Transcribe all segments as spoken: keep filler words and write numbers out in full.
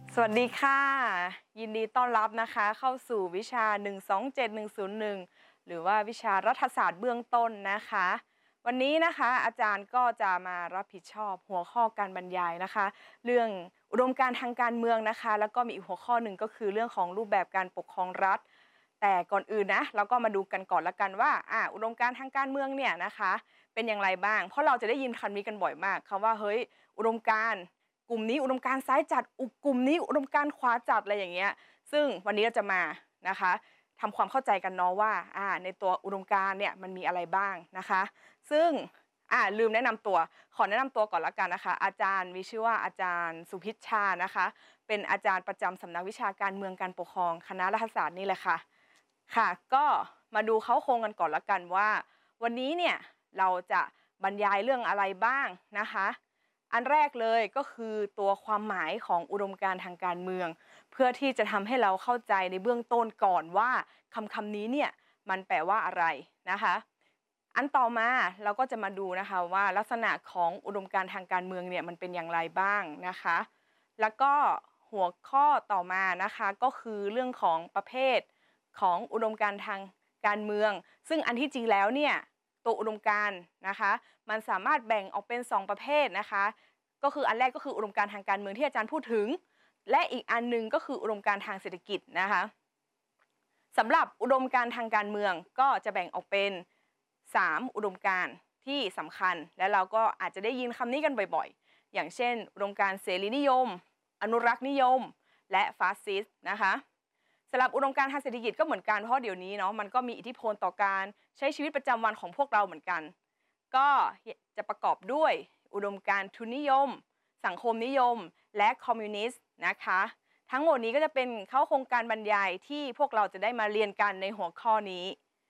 สวัสดีค่ะยินดีต้อนรับนะคะเข้าสู่วิชาหนึ่ง สอง เจ็ด หนึ่ง ศูนย์ หนึ่งหรือว่าวิชารัฐศาสตร์เบื้องต้นนะคะวันนี้นะคะอาจารย์ก็จะมารับผิดชอบหัวข้อการบรรยายนะคะเรื่องอุดมการณ์ทางการเมืองนะคะแล้วก็มีอีกหัวข้อหนึ่งก็คือเรื่องของรูปแบบการปกครองรัฐแต่ก่อนอื่นนะเราก็มาดูกันก่อนละกันว่าอ่าอุดมการณ์ทางการเมืองเนี่ยนะคะเป็นอย่างไรบ้างเพราะเราจะได้ยินคำนี้กันบ่อยมากคำว่าเฮ้ยอุดมการณ์ กลุ่มนี้อุดมการณ์ซ้ายจัดอุกลุ่มนี้อุดมการณ์ขวาจัดอะไรอย่างเงี้ยซึ่งวันนี้เราจะมานะคะทำความเข้าใจกันเนาะว่าอ่าในตัวอุดมการณ์เนี่ยมันมีอะไรบ้างนะคะซึ่งอ่าลืมแนะนำตัวขอแนะนำตัวก่อนละกันนะคะอาจารย์มีชื่อว่าอาจารย์สุพิชชานะคะเป็นอาจารย์ประจำสำนักวิชาการเมืองการปกครองคณะรัฐศาสตร์นี่แหละค่ะค่ะก็มาดูเข้าโครงกันก่อนละกันว่าวันนี้เนี่ยเราจะบรรยายเรื่องอะไรบ้างนะคะ อันแรกเลยก็คือตัวความหมายของอุดมการณ์ทางการเมืองเพื่อที่จะทำให้เราเข้าใจในเบื้องต้นก่อนว่าคำคำนี้เนี่ยมันแปลว่าอะไรนะคะอันต่อมาเราก็จะมาดูนะคะว่าลักษณะของอุดมการณ์ทางการเมืองเนี่ยมันเป็นอย่างไรบ้างนะคะแล้วก็หัวข้อต่อมานะคะก็คือเรื่องของประเภทของอุดมการณ์ทางการเมืองซึ่งอันที่จริงแล้วเนี่ยตัวอุดมการณ์นะคะมันสามารถแบ่งออกเป็นสองประเภทนะคะก็คืออันแรกก็คืออุดมการณ์ทางการเมืองที่อาจารย์พูดถึงและอีกอันหนึ่งก็คืออุดมการณ์ทางเศรษฐกิจนะคะสำหรับอุดมการณ์ทางการเมืองก็จะแบ่งออกเป็นสามอุดมการณ์ที่สำคัญและเราก็อาจจะได้ยินคำนี้กันบ่อยๆอย่างเช่นอุดมการณ์เสรีนิยมอนุรักษ์นิยมและฟาสซิสต์นะคะสำหรับอุดมการณ์ทางเศรษฐกิจก็เหมือนกันเพราะเดี๋ยวนี้เนาะมันก็มีอิทธิพลต่อการใช้ชีวิตประจำวันของพวกเราเหมือนกันก็จะประกอบด้วยอุดมการณ์ทุนนิยมสังคมนิยมและคอมมิวนิสต์นะคะทั้งหมดนี้ก็จะเป็นเข้าโครงการบรรยายที่พวกเราจะได้มาเรียนกันในหัวข้อนี้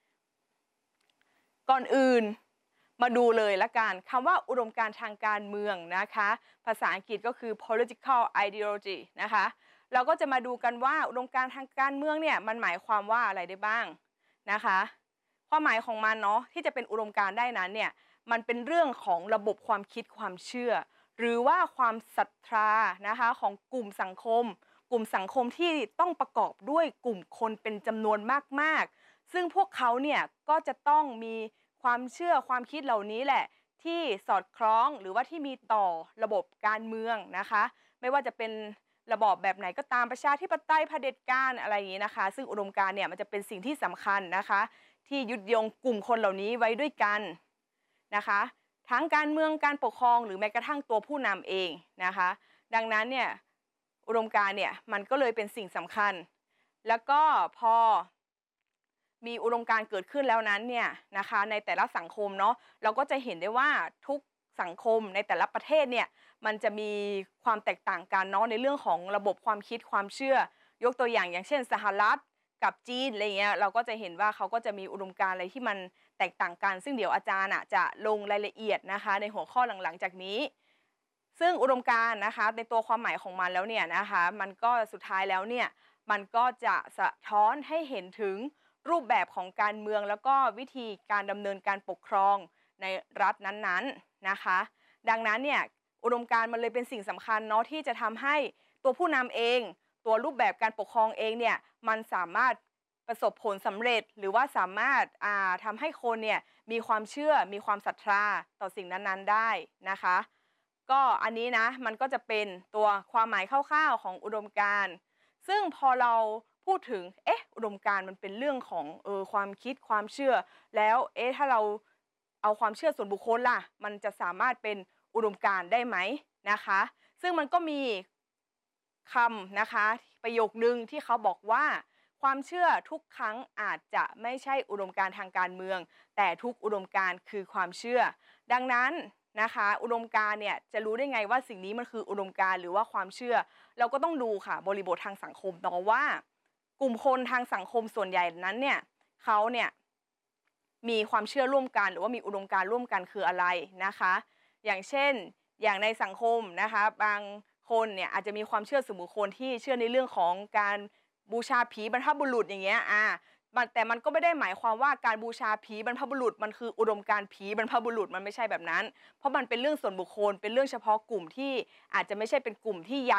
ก่อนอื่นมาดูเลยละกันคำว่าอุดมการณ์ทางการเมืองนะคะภาษาอังกฤษก็คือ political ideology นะคะเราก็จะมาดูกันว่าอุดมการณ์ทางการเมืองเนี่ยมันหมายความว่าอะไรได้บ้างนะคะความหมายของมันเนาะที่จะเป็นอุดมการณ์ได้นั้นเนี่ยมันเป็นเรื่องของระบบความคิดความเชื่อหรือว่าความศรัทธานะคะของกลุ่มสังคมกลุ่มสังคมที่ต้องประกอบด้วยกลุ่มคนเป็นจำนวนมากๆซึ่งพวกเขาเนี่ยก็จะต้องมีความเชื่อความคิดเหล่านี้แหละที่สอดคล้องหรือว่าที่มีต่อระบบการเมืองนะคะไม่ว่าจะเป็นระบอบแบบไหนก็ตามประชาธิปไตยเผด็จการอะไรอย่างนี้นะคะซึ่งอุดมการณ์เนี่ยมันจะเป็นสิ่งที่สำคัญนะคะที่ยึดโยงกลุ่มคนเหล่านี้ไว้ด้วยกันนะคะทั้งการเมืองการปกครองหรือแม้กระทั่งตัวผู้นำเองนะคะดังนั้นเนี่ยอุดมการณ์เนี่ยมันก็เลยเป็นสิ่งสำคัญแล้วก็พอมีอุดมการณ์เกิดขึ้นแล้วนั้นเนี่ยนะคะในแต่ละสังคมเนาะเราก็จะเห็นได้ว่าทุกสังคมในแต่ละประเทศเนี่ยมันจะมีความแตกต่างกันเนาะในเรื่องของระบบความคิดความเชื่อยกตัวอย่างอย่างเช่นสหรัฐกับจีนอะไรเงี้ยเราก็จะเห็นว่าเขาก็จะมีอุดมการณ์อะไรที่มันแตกต่างกันซึ่งเดี๋ยวอาจารย์อ่ะจะลงรายละเอียดนะคะในหัวข้อหลังๆจากนี้ซึ่งอุดมการณ์นะคะในตัวความหมายของมันแล้วเนี่ยนะคะมันก็สุดท้ายแล้วเนี่ยมันก็จะสะท้อนให้เห็นถึงรูปแบบของการเมืองแล้วก็วิธีการดำเนินการปกครองในรัฐนั้นๆนะคะดังนั้นเนี่ยอุดมการณ์มันเลยเป็นสิ่งสำคัญเนาะที่จะทำให้ตัวผู้นำเองตัวรูปแบบการปกครองเองเนี่ยมันสามารถประสบผลสำเร็จหรือว่าสามารถอ่าทำให้คนเนี่ยมีความเชื่อมีความศรัทธาต่อสิ่งนั้นๆได้นะคะก็อันนี้นะมันก็จะเป็นตัวความหมายคร่าวๆของอุดมการณ์ซึ่งพอเราพูดถึงเอ๊ะอุดมการณ์มันเป็นเรื่องของเออความคิดความเชื่อแล้วเอ๊ะถ้าเราเอาความเชื่อส่วนบุคคลล่ะมันจะสามารถเป็นอุดมการณ์ได้ไหมนะคะซึ่งมันก็มีคำนะคะประโยคนึงที่เขาบอกว่าความเชื่อทุกครั้งอาจจะไม่ใช่อุดมการณ์ทางการเมืองแต่ทุกอุดมการณ์คือความเชื่อดังนั้นนะคะอุดมการณ์เนี่ยจะรู้ได้ไงว่าสิ่งนี้มันคืออุดมการณ์หรือว่าความเชื่อเราก็ต้องดูค่ะบริบททางสังคมเนาะว่ากลุ่มคนทางสังคมส่วนใหญ่นั้นเนี่ยเขาเนี่ยมีความเชื่อร่วมกันหรือว่ามีอุดมการณ์ร่วมกันคืออะไรนะคะอย่างเช่นอย่างในสังคมนะคะบางคนเนี่ยอาจจะมีความเชื่อส่วนบุคคลที่เชื่อในเรื่องของการบูชาผีบรรพบุรุษอย่างเงี้ยอ่าแต่มันก็ไม่ได้หมายความว่าการบูชาผีบรรพบุรุษมันคืออุดมการณ์ผีบรรพบุรุษมันไม่ใช่แบบนั้นเพราะมันเป็นเรื่องส่วนบุคคลเป็นเรื่องเฉพาะกลุ่มที่อาจจะไม่ใช่เป็นกลุ่มที่ใหญ่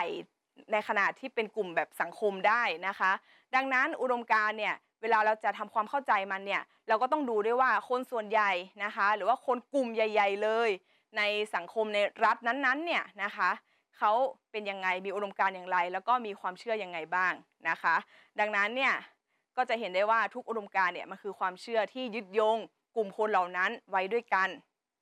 ในขณะที่เป็นกลุ่มแบบสังคมได้นะคะดังนั้นอุดมการณ์เนี่ยเวลาเราจะทำความเข้าใจมันเนี่ยเราก็ต้องดูด้วยว่าคนส่วนใหญ่นะคะหรือว่าคนกลุ่มใหญ่ๆเลยในสังคมในรัฐนั้นๆเนี่ยนะคะเขาเป็นยังไงมีอุดมการณ์อย่างไรแล้วก็มีความเชื่อยังไงบ้างนะคะดังนั้นเนี่ยก็จะเห็นได้ว่าทุกอุดมการณ์เนี่ยมันคือความเชื่อที่ยึดโยงกลุ่มคนเหล่านั้นไว้ด้วยกัน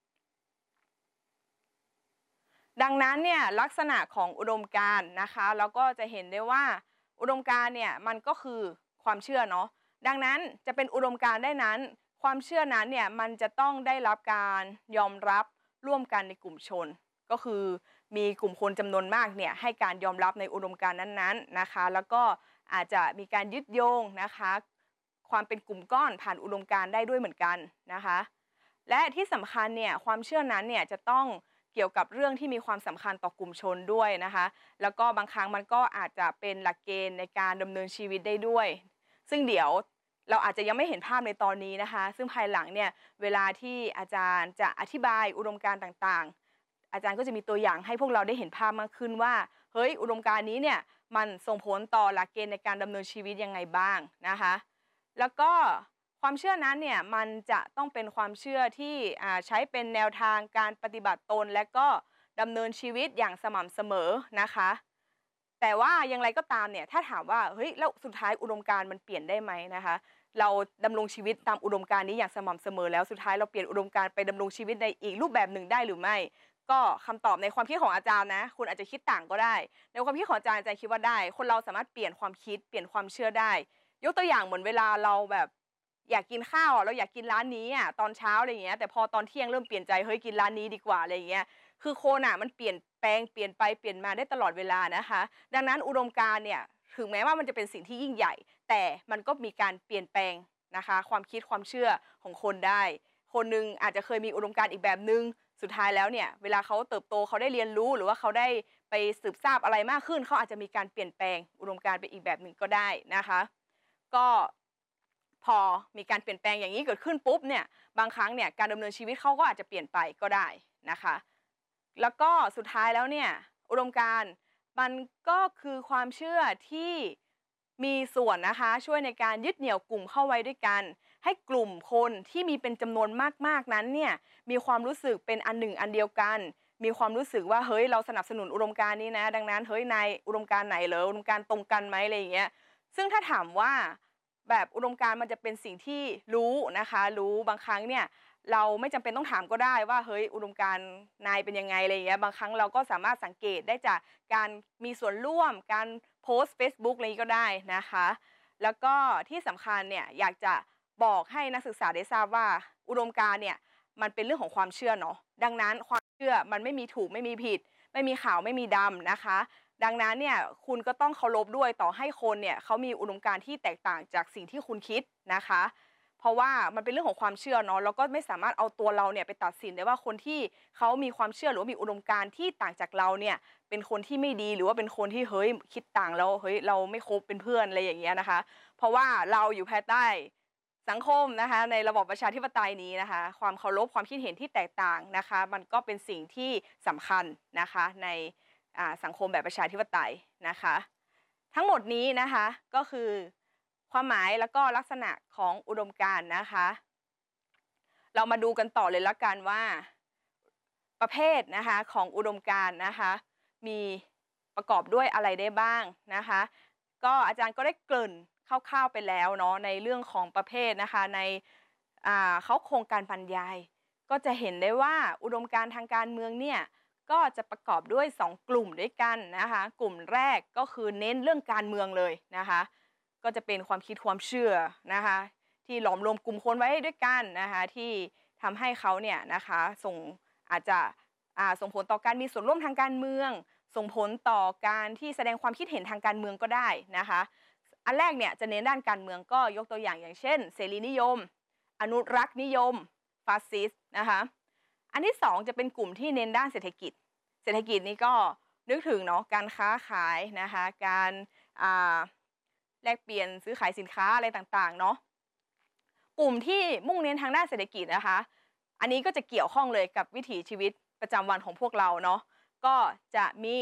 ดังนั้นเนี่ยลักษณะของอุดมการณ์นะคะเราก็จะเห็นได้ว่าอุดมการณ์เนี่ยมันก็คือความเชื่อเนาะดังนั้นจะเป็นอุดมการณ์ได้นั้นความเชื่อนั้นเนี่ยมันจะต้องได้รับการยอมรับร่วมกันในกลุ่มชนก็คือมีกลุ่มคนจำนวนมากเนี่ยให้การยอมรับในอุดมการณ์นั้นๆนะคะแล้วก็อาจจะมีการยึดโยงนะคะความเป็นกลุ่มก้อนผ่านอุดมการณ์ได้ด้วยเหมือนกันนะคะและที่สำคัญเนี่ยความเชื่อนั้นเนี่ยจะต้องเกี่ยวกับเรื่องที่มีความสำคัญต่อกลุ่มชนด้วยนะคะแล้วก็บางครั้งมันก็อาจจะเป็นหลักเกณฑ์ในการดำเนินชีวิตได้ด้วยซึ่งเดี๋ยวเราอาจจะยังไม่เห็นภาพในตอนนี้นะคะซึ่งภายหลังเนี่ยเวลาที่อาจารย์จะอธิบายอุดมการณ์ต่างๆอาจารย์ก็จะมีตัวอย่างให้พวกเราได้เห็นภาพมากขึ้นว่าเฮ้ยอุดมการณ์นี้เนี่ยมันส่งผลต่อหลักเกณฑ์ในการดำเนินชีวิตยังไงบ้างนะคะแล้วก็ความเชื่อนั้นเนี่ยมันจะต้องเป็นความเชื่อที่ใช้เป็นแนวทางการปฏิบัติตนและก็ดำเนินชีวิตอย่างสม่ำเสมอนะคะแต่ว่าอย่างไรก็ตามเนี่ยถ้าถามว่าเฮ้ยแล้วสุดท้ายอุดมการณ์มันเปลี่ยนได้ไหมนะคะเราดำรงชีวิตตามอุดมการณ์นี้อย่างสม่ำเสมอแล้วสุดท้ายเราเปลี่ยนอุดมการณ์ไปดำรงชีวิตในอีกรูปแบบหนึ่งได้หรือไม่ก็คำตอบในความคิดของอาจารย์นะคุณอาจจะคิดต่างก็ได้ในความคิดของอาจารย์อาจารย์คิดว่าได้คนเราสามารถเปลี่ยนความคิดเปลี่ยนความเชื่อได้ยกตัวอย่างเหมือนเวลาเราแบบอยากกินข้าวเราอยากกินร้านนี้อ่ะตอนเช้าอะไรอย่างเงี้ยแต่พอตอนเที่ยงเริ่มเปลี่ยนใจเฮ้ยกินร้านนี้ดีกว่าอะไรอย่างเงี้ยคือคนอ่ะมันเปลี่ยนแปลงเปลี่ยนไปเปลี่ยนมาได้ตลอดเวลานะคะดังนั้นอุดมการณ์เนี่ยถึงแม้ว่ามันจะเป็นสิ่งที่ยิ่งใหญ่แต่มันก็มีการเปลี่ยนแปลงนะคะความคิดความเชื่อของคนได้คนนึงอาจจะเคยมีอุดมการณ์อีกแบบนึงสุดท้ายแล้วเนี่ยเวลาเขาเติบโตเขาได้เรียนรู้หรือว่าเขาได้ไปสืบทราบอะไรมากขึ้นเขาอาจจะมีการเปลี่ยนแปลงอุดมการณ์ไปอีกแบบหนึ่งก็ได้นะคะก็พอมีการเปลี่ยนแปลงอย่างนี้เกิดขึ้นปุ๊บเนี่ยบางครั้งเนี่ยการดำเนินชีวิตเขาก็อาจจะเปลี่ยนไปก็ได้นะคะแล้วก็สุดท้ายแล้วเนี่ยอุดมการณ์มันก็คือความเชื่อที่มีส่วนนะคะช่วยในการยึดเหนี่ยวกลุ่มเข้าไว้ด้วยกันให้กลุ่มคนที่มีเป็นจำนวนมากๆนั้นเนี่ยมีความรู้สึกเป็นอันหนึ่งอันเดียวกันมีความรู้สึกว่าเฮ้ยเราสนับสนุนอุดมการณ์นี้นะดังนั้นเฮ้ยนายอุดมการณ์ไหนเหรออุดมการณ์ตรงกันไหมอะไรอย่างเงี้ยซึ่งถ้าถามว่าแบบอุดมการณ์มันจะเป็นสิ่งที่รู้นะคะรู้บางครั้งเนี่ยเราไม่จำเป็นต้องถามก็ได้ว่าเฮ้ยอุดมการณ์นายเป็นยังไงอะไรอย่างเงี้ยบางครั้งเราก็สามารถสังเกตได้จากการมีส่วนร่วมการโพสต์ Facebook อะไรก็ได้นะคะแล้วก็ที่สำคัญเนี่ยอยากจะบอกให้นักศึกษาได้ทราบว่าอุดมการณ์เนี่ยมันเป็นเรื่องของความเชื่อเนาะดังนั้นความเชื่อมันไม่มีถูกไม่มีผิดไม่มีขาวไม่มีดำนะคะดังนั้นเนี่ยคุณก็ต้องเคารพด้วยต่อให้คนเนี่ยเขามีอุดมการณ์ที่แตกต่างจากสิ่งที่คุณคิดนะคะเพราะว่ามันเป็นเรื่องของความเชื่อเนาะแล้วก็ไม่สามารถเอาตัวเราเนี่ยไปตัดสินได้ว่าคนที่เขามีความเชื่อหรือว่ามีอุดมการณ์ที่ต่างจากเราเนี่ยเป็นคนที่ไม่ดีหรือว่าเป็นคนที่เฮ้ยคิดต่างแล้วเฮ้ยเราไม่คบเป็นเพื่อนอะไรอย่างเงี้ยนะคะเพราะว่าเราอยู่ภายใต้สังคมนะคะในระบอบประชาธิปไตยนี้นะคะความเคารพความคิดเห็นที่แตกต่างนะคะมันก็เป็นสิ่งที่สำคัญนะคะในสังคมแบบประชาธิปไตยนะคะทั้งหมดนี้นะคะก็คือความหมายแล้วก็ลักษณะของอุดมการณ์นะคะเรามาดูกันต่อเลยละกันว่าประเภทนะคะของอุดมการณ์นะคะมีประกอบด้วยอะไรได้บ้างนะคะก็อาจารย์ก็ได้เกริ่นคร่าวๆไปแล้วเนาะในเรื่องของประเภทนะคะในเขาโครงการบรรยายก็จะเห็นได้ว่าอุดมการณ์ทางการเมืองเนี่ยก็จะประกอบด้วยสองกลุ่มด้วยกันนะคะกลุ่มแรกก็คือเน้นเรื่องการเมืองเลยนะคะก็จะเป็นความคิดความเชื่อนะคะที่หลอมรวมกลุ่มคนไว้ด้วยกันนะคะที่ทำให้เขาเนี่ยนะคะส่งอาจจะส่งผลต่อการมีส่วนร่วมทางการเมืองส่งผลต่อการที่แสดงความคิดเห็นทางการเมืองก็ได้นะคะอันแรกเนี่ยจะเน้นด้านการเมืองก็ยกตัวอย่างอย่างเช่นเสรีนิยมอนุรักษ์นิยมฟาสซิสต์นะคะอันที่สองจะเป็นกลุ่มที่เน้นด้านเศรษฐกิจเศรษฐกิจนี้ก็นึกถึงเนาะการค้าขายนะคะการแลกเปลี่ยนซื้อขายสินค้าอะไรต่างๆเนาะกลุ่มที่มุ่งเน้นทางด้านเศรษฐกิจนะคะอันนี้ก็จะเกี่ยวข้องเลยกับวิถีชีวิตประจำวันของพวกเราเนาะก็จะมี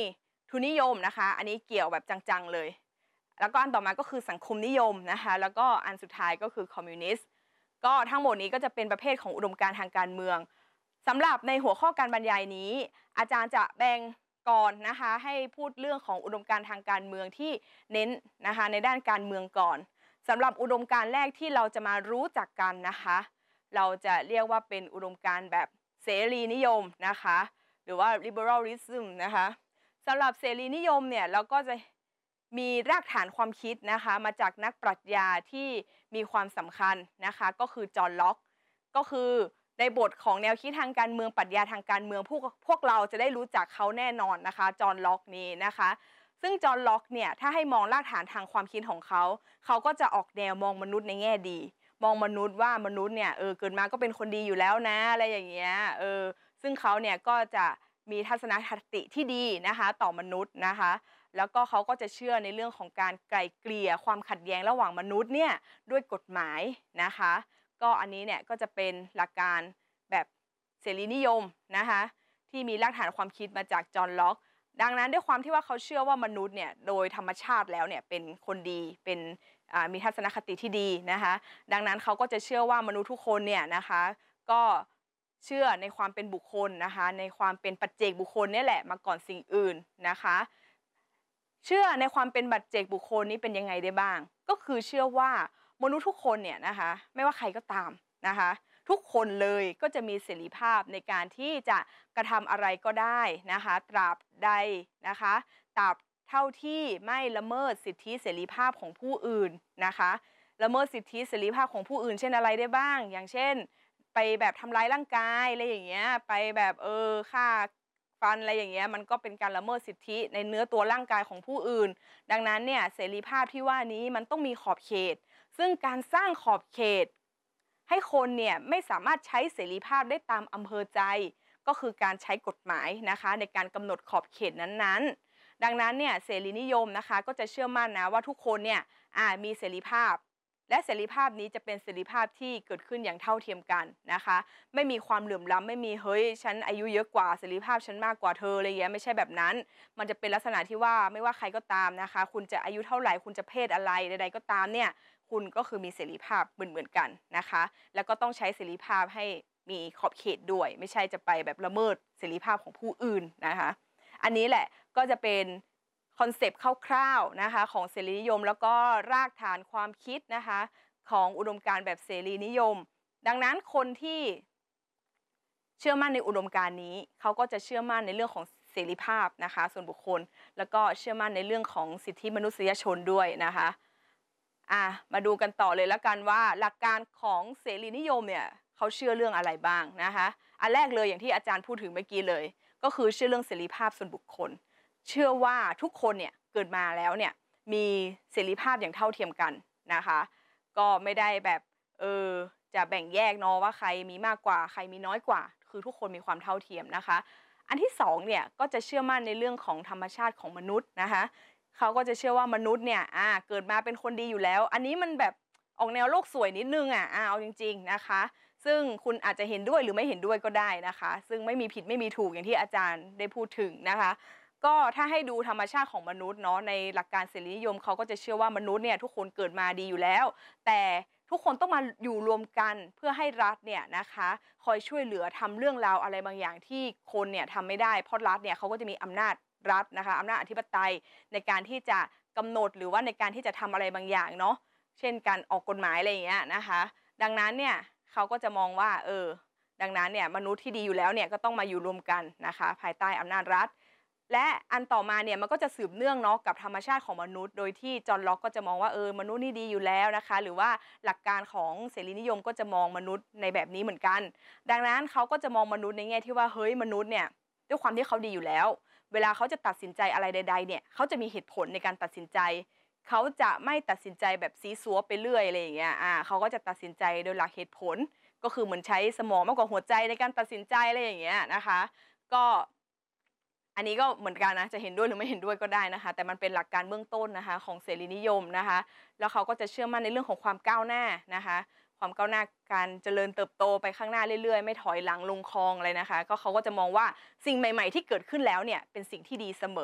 ทุนนิยมนะคะอันนี้เกี่ยวแบบจังๆเลยแล้วก็อันต่อมาก็คือสังคมนิยมนะคะแล้วก็อันสุดท้ายก็คือคอมมิวนิสต์ก็ทั้งหมดนี้ก็จะเป็นประเภทของอุดมการณ์ทางการเมืองสำหรับในหัวข้อการบรรยายนี้อาจารย์จะแบ่งก่อนนะคะให้พูดเรื่องของอุดมการณ์ทางการเมืองที่เน้นนะคะในด้านการเมืองก่อนสำหรับอุดมการณ์แรกที่เราจะมารู้จักกันนะคะเราจะเรียกว่าเป็นอุดมการณ์แบบเสรีนิยมนะคะหรือว่า liberalism นะคะสำหรับเสรีนิยมเนี่ยเราก็จะมีรากฐานความคิดนะคะมาจากนักปรัชญาที่มีความสำคัญนะคะก็คือจอห์นล็อกก็คือในบทของแนวคิดทางการเมืองปรัชญาทางการเมืองพวกพวกเราจะได้รู้จักเขาแน่นอนนะคะจอห์นล็อกนี้นะคะซึ่งจอห์นล็อกเนี่ยถ้าให้มองรากฐานทางความคิดของเขาเขาก็จะออกแนวมองมนุษย์ในแง่ดีมองมนุษย์ว่ามนุษย์เนี่ยเออเกิดมาก็เป็นคนดีอยู่แล้วนะอะไรอย่างเงี้ยเออซึ่งเขาเนี่ยก็จะมีทัศนคติที่ดีนะคะต่อมนุษย์นะคะแล้วก็เขาก็จะเชื่อในเรื่องของการไกล่เกลี่ยความขัดแย้งระหว่างมนุษย์เนี่ยด้วยกฎหมายนะคะก็อันนี้เนี่ยก็จะเป็นหลักการแบบเสรีนิยมนะคะที่มีรากฐานความคิดมาจากจอห์นล็อกดังนั้นด้วยความที่ว่าเขาเชื่อว่ามนุษย์เนี่ยโดยธรรมชาติแล้วเนี่ยเป็นคนดีเป็นมีทัศนคติที่ดีนะคะดังนั้นเขาก็จะเชื่อว่ามนุษย์ทุกคนเนี่ยนะคะก็เชื่อในความเป็นบุคคลนะคะในความเป็นปัจเจกบุคคลนี่แหละมาก่อนสิ่งอื่นนะคะเชื่อในความเป็นปัจเจกบุคคลนี้เป็นยังไงได้บ้างก็คือเชื่อว่ามนุษย์ทุกคนเนี่ยนะคะไม่ว่าใครก็ตามนะคะทุกคนเลยก็จะมีเสรีภาพในการที่จะกระทำอะไรก็ได้นะคะตราบใดนะคะตราบเท่าที่ไม่ละเมิดสิทธิเสรีภาพของผู้อื่นนะคะละเมิดสิทธิเสรีภาพของผู้อื่นเช่นอะไรได้บ้างอย่างเช่นไปแบบทำร้ายร่างกายอะไรอย่างเงี้ยไปแบบเออฆ่าฟันอะไรอย่างเงี้ยมันก็เป็นการละเมิดสิทธิในเนื้อตัวร่างกายของผู้อื่นดังนั้นเนี่ยเสรีภาพที่ว่านี้มันต้องมีขอบเขตซึ่งการสร้างขอบเขตให้คนเนี่ยไม่สามารถใช้เสรีภาพได้ตามอำเภอใจก็คือการใช้กฎหมายนะคะในการกำหนดขอบเขตนั้นๆดังนั้นเนี่ยเสรีนิยมนะคะก็จะเชื่อมั่นนะว่าทุกคนเนี่ยมีเสรีภาพและเสรีภาพนี้จะเป็นเสรีภาพที่เกิดขึ้นอย่างเท่าเทียมกันนะคะไม่มีความเหลื่อมล้ำไม่มีเฮ้ยฉันอายุเยอะกว่าเสรีภาพฉันมากกว่าเธออะไรเงี้ยไม่ใช่แบบนั้นมันจะเป็นลักษณะที่ว่าไม่ว่าใครก็ตามนะคะคุณจะอายุเท่าไหร่คุณจะเพศอะไรใดๆก็ตามเนี่ยคุณก็คือมีเสรีภาพเหมือนๆกันนะคะแล้วก็ต้องใช้เสรีภาพให้มีขอบเขตด้วยไม่ใช่จะไปแบบละเมิดเสรีภาพของผู้อื่นนะคะอันนี้แหละก็จะเป็นคอนเซปต์คร่าวๆนะคะของเสรีนิยมแล้วก็รากฐานความคิดนะคะของอุดมการณ์แบบเสรีนิยมดังนั้นคนที่เชื่อมั่นในอุดมการณ์นี้เขาก็จะเชื่อมั่นในเรื่องของเสรีภาพนะคะส่วนบุคคลแล้วก็เชื่อมั่นในเรื่องของสิทธิมนุษยชนด้วยนะคะอ่ะมาดูกันต่อเลยแล้วกันว่าหลักการของเสรีนิยมเนี่ยเขาเชื่อเรื่องอะไรบ้างนะคะอันแรกเลยอย่างที่อาจารย์พูดถึงเมื่อกี้เลยก็คือเชื่อเรื่องเสรีภาพส่วนบุคคลเชื่อว่าทุกคนเนี่ยเกิดมาแล้วเนี่ยมีเสรีภาพอย่างเท่าเทียมกันนะคะก็ไม่ได้แบบเออจะแบ่งแยกเนาะว่าใครมีมากกว่าใครมีน้อยกว่าคือทุกคนมีความเท่าเทียมนะคะอันที่สองเนี่ยก็จะเชื่อมั่นในเรื่องของธรรมชาติของมนุษย์นะคะเขาก็จะเชื่อว่ามนุษย์เนี่ยอ่าเกิดมาเป็นคนดีอยู่แล้วอันนี้มันแบบออกแนวโลกสวยนิดนึงอ่ะอ่าเอาจริงๆนะคะซึ่งคุณอาจจะเห็นด้วยหรือไม่เห็นด้วยก็ได้นะคะซึ่งไม่มีผิดไม่มีถูกอย่างที่อาจารย์ได้พูดถึงนะคะก็ถ้าให้ดูธรรมชาติของมนุษย์เนาะในหลักการเสรีนิยมเขาก็จะเชื่อว่ามนุษย์เนี่ยทุกคนเกิดมาดีอยู่แล้วแต่ทุกคนต้องมาอยู่รวมกันเพื่อให้รัฐเนี่ยนะคะคอยช่วยเหลือทำเรื่องราวอะไรบางอย่างที่คนเนี่ยทำไม่ได้เพราะรัฐเนี่ยเขาก็จะมีอำนาจรัฐนะคะอำนาจอธิปไตยในการที่จะกำหนดหรือว่าในการที่จะทำอะไรบางอย่างเนาะเช่นการออกกฎหมายอะไรอย่างเงี้ยนะคะดังนั้นเนี่ยเขาก็จะมองว่าเออดังนั้นเนี่ยมนุษย์ที่ดีอยู่แล้วเนี่ยก็ต้องมาอยู่รวมกันนะคะภายใต้อำนาจรัฐและอันต่อมาเนี่ยมันก็จะสืบเนื่องเนาะกับธรรมชาติของมนุษย์โดยที่จอห์นล็อกก็จะมองว่าเออมนุษย์นี่ดีอยู่แล้วนะคะหรือว่าหลักการของเสรีนิยมก็จะมองมนุษย์ในแบบนี้เหมือนกันดังนั้นเขาก็จะมองมนุษย์ในแง่ที่ว่าเฮ้ยมนุษย์เนี่ยด้วยความที่เขาดีอยู่แล้วเวลาเขาจะตัดสินใจอะไรใดๆเนี่ยเขาจะมีเหตุผลในการตัดสินใจเขาจะไม่ตัดสินใจแบบซีซัวไปเรื่อยอะไรอย่างเงี้ยอ่าเขาก็จะตัดสินใจโดยหลักเหตุผลก็คือเหมือนใช้สมองมากกว่าหัวใจในการตัดสินใจอะไรอย่างเงี้ยนะคะก็อันนี้ก็เหมือนกันนะจะเห็นด้วยหรือไม่เห็นด้วยก็ได้นะคะแต่มันเป็นหลักการเบื้องต้นนะคะของเสรีนิยมนะคะแล้วเขาก็จะเชื่อมั่นในเรื่องของความก้าวหน้านะคะความก้าวหน้าการเจริญเติบโตไปข้างหน้าเรื่อยๆไม่ถอยหลังลงคลองเลยนะคะก็เขาก็จะมองว่าสิ่งใหม่ๆที่เกิดขึ้นแล้วเนี่ยเป็นสิ่งที่ดีเสมอ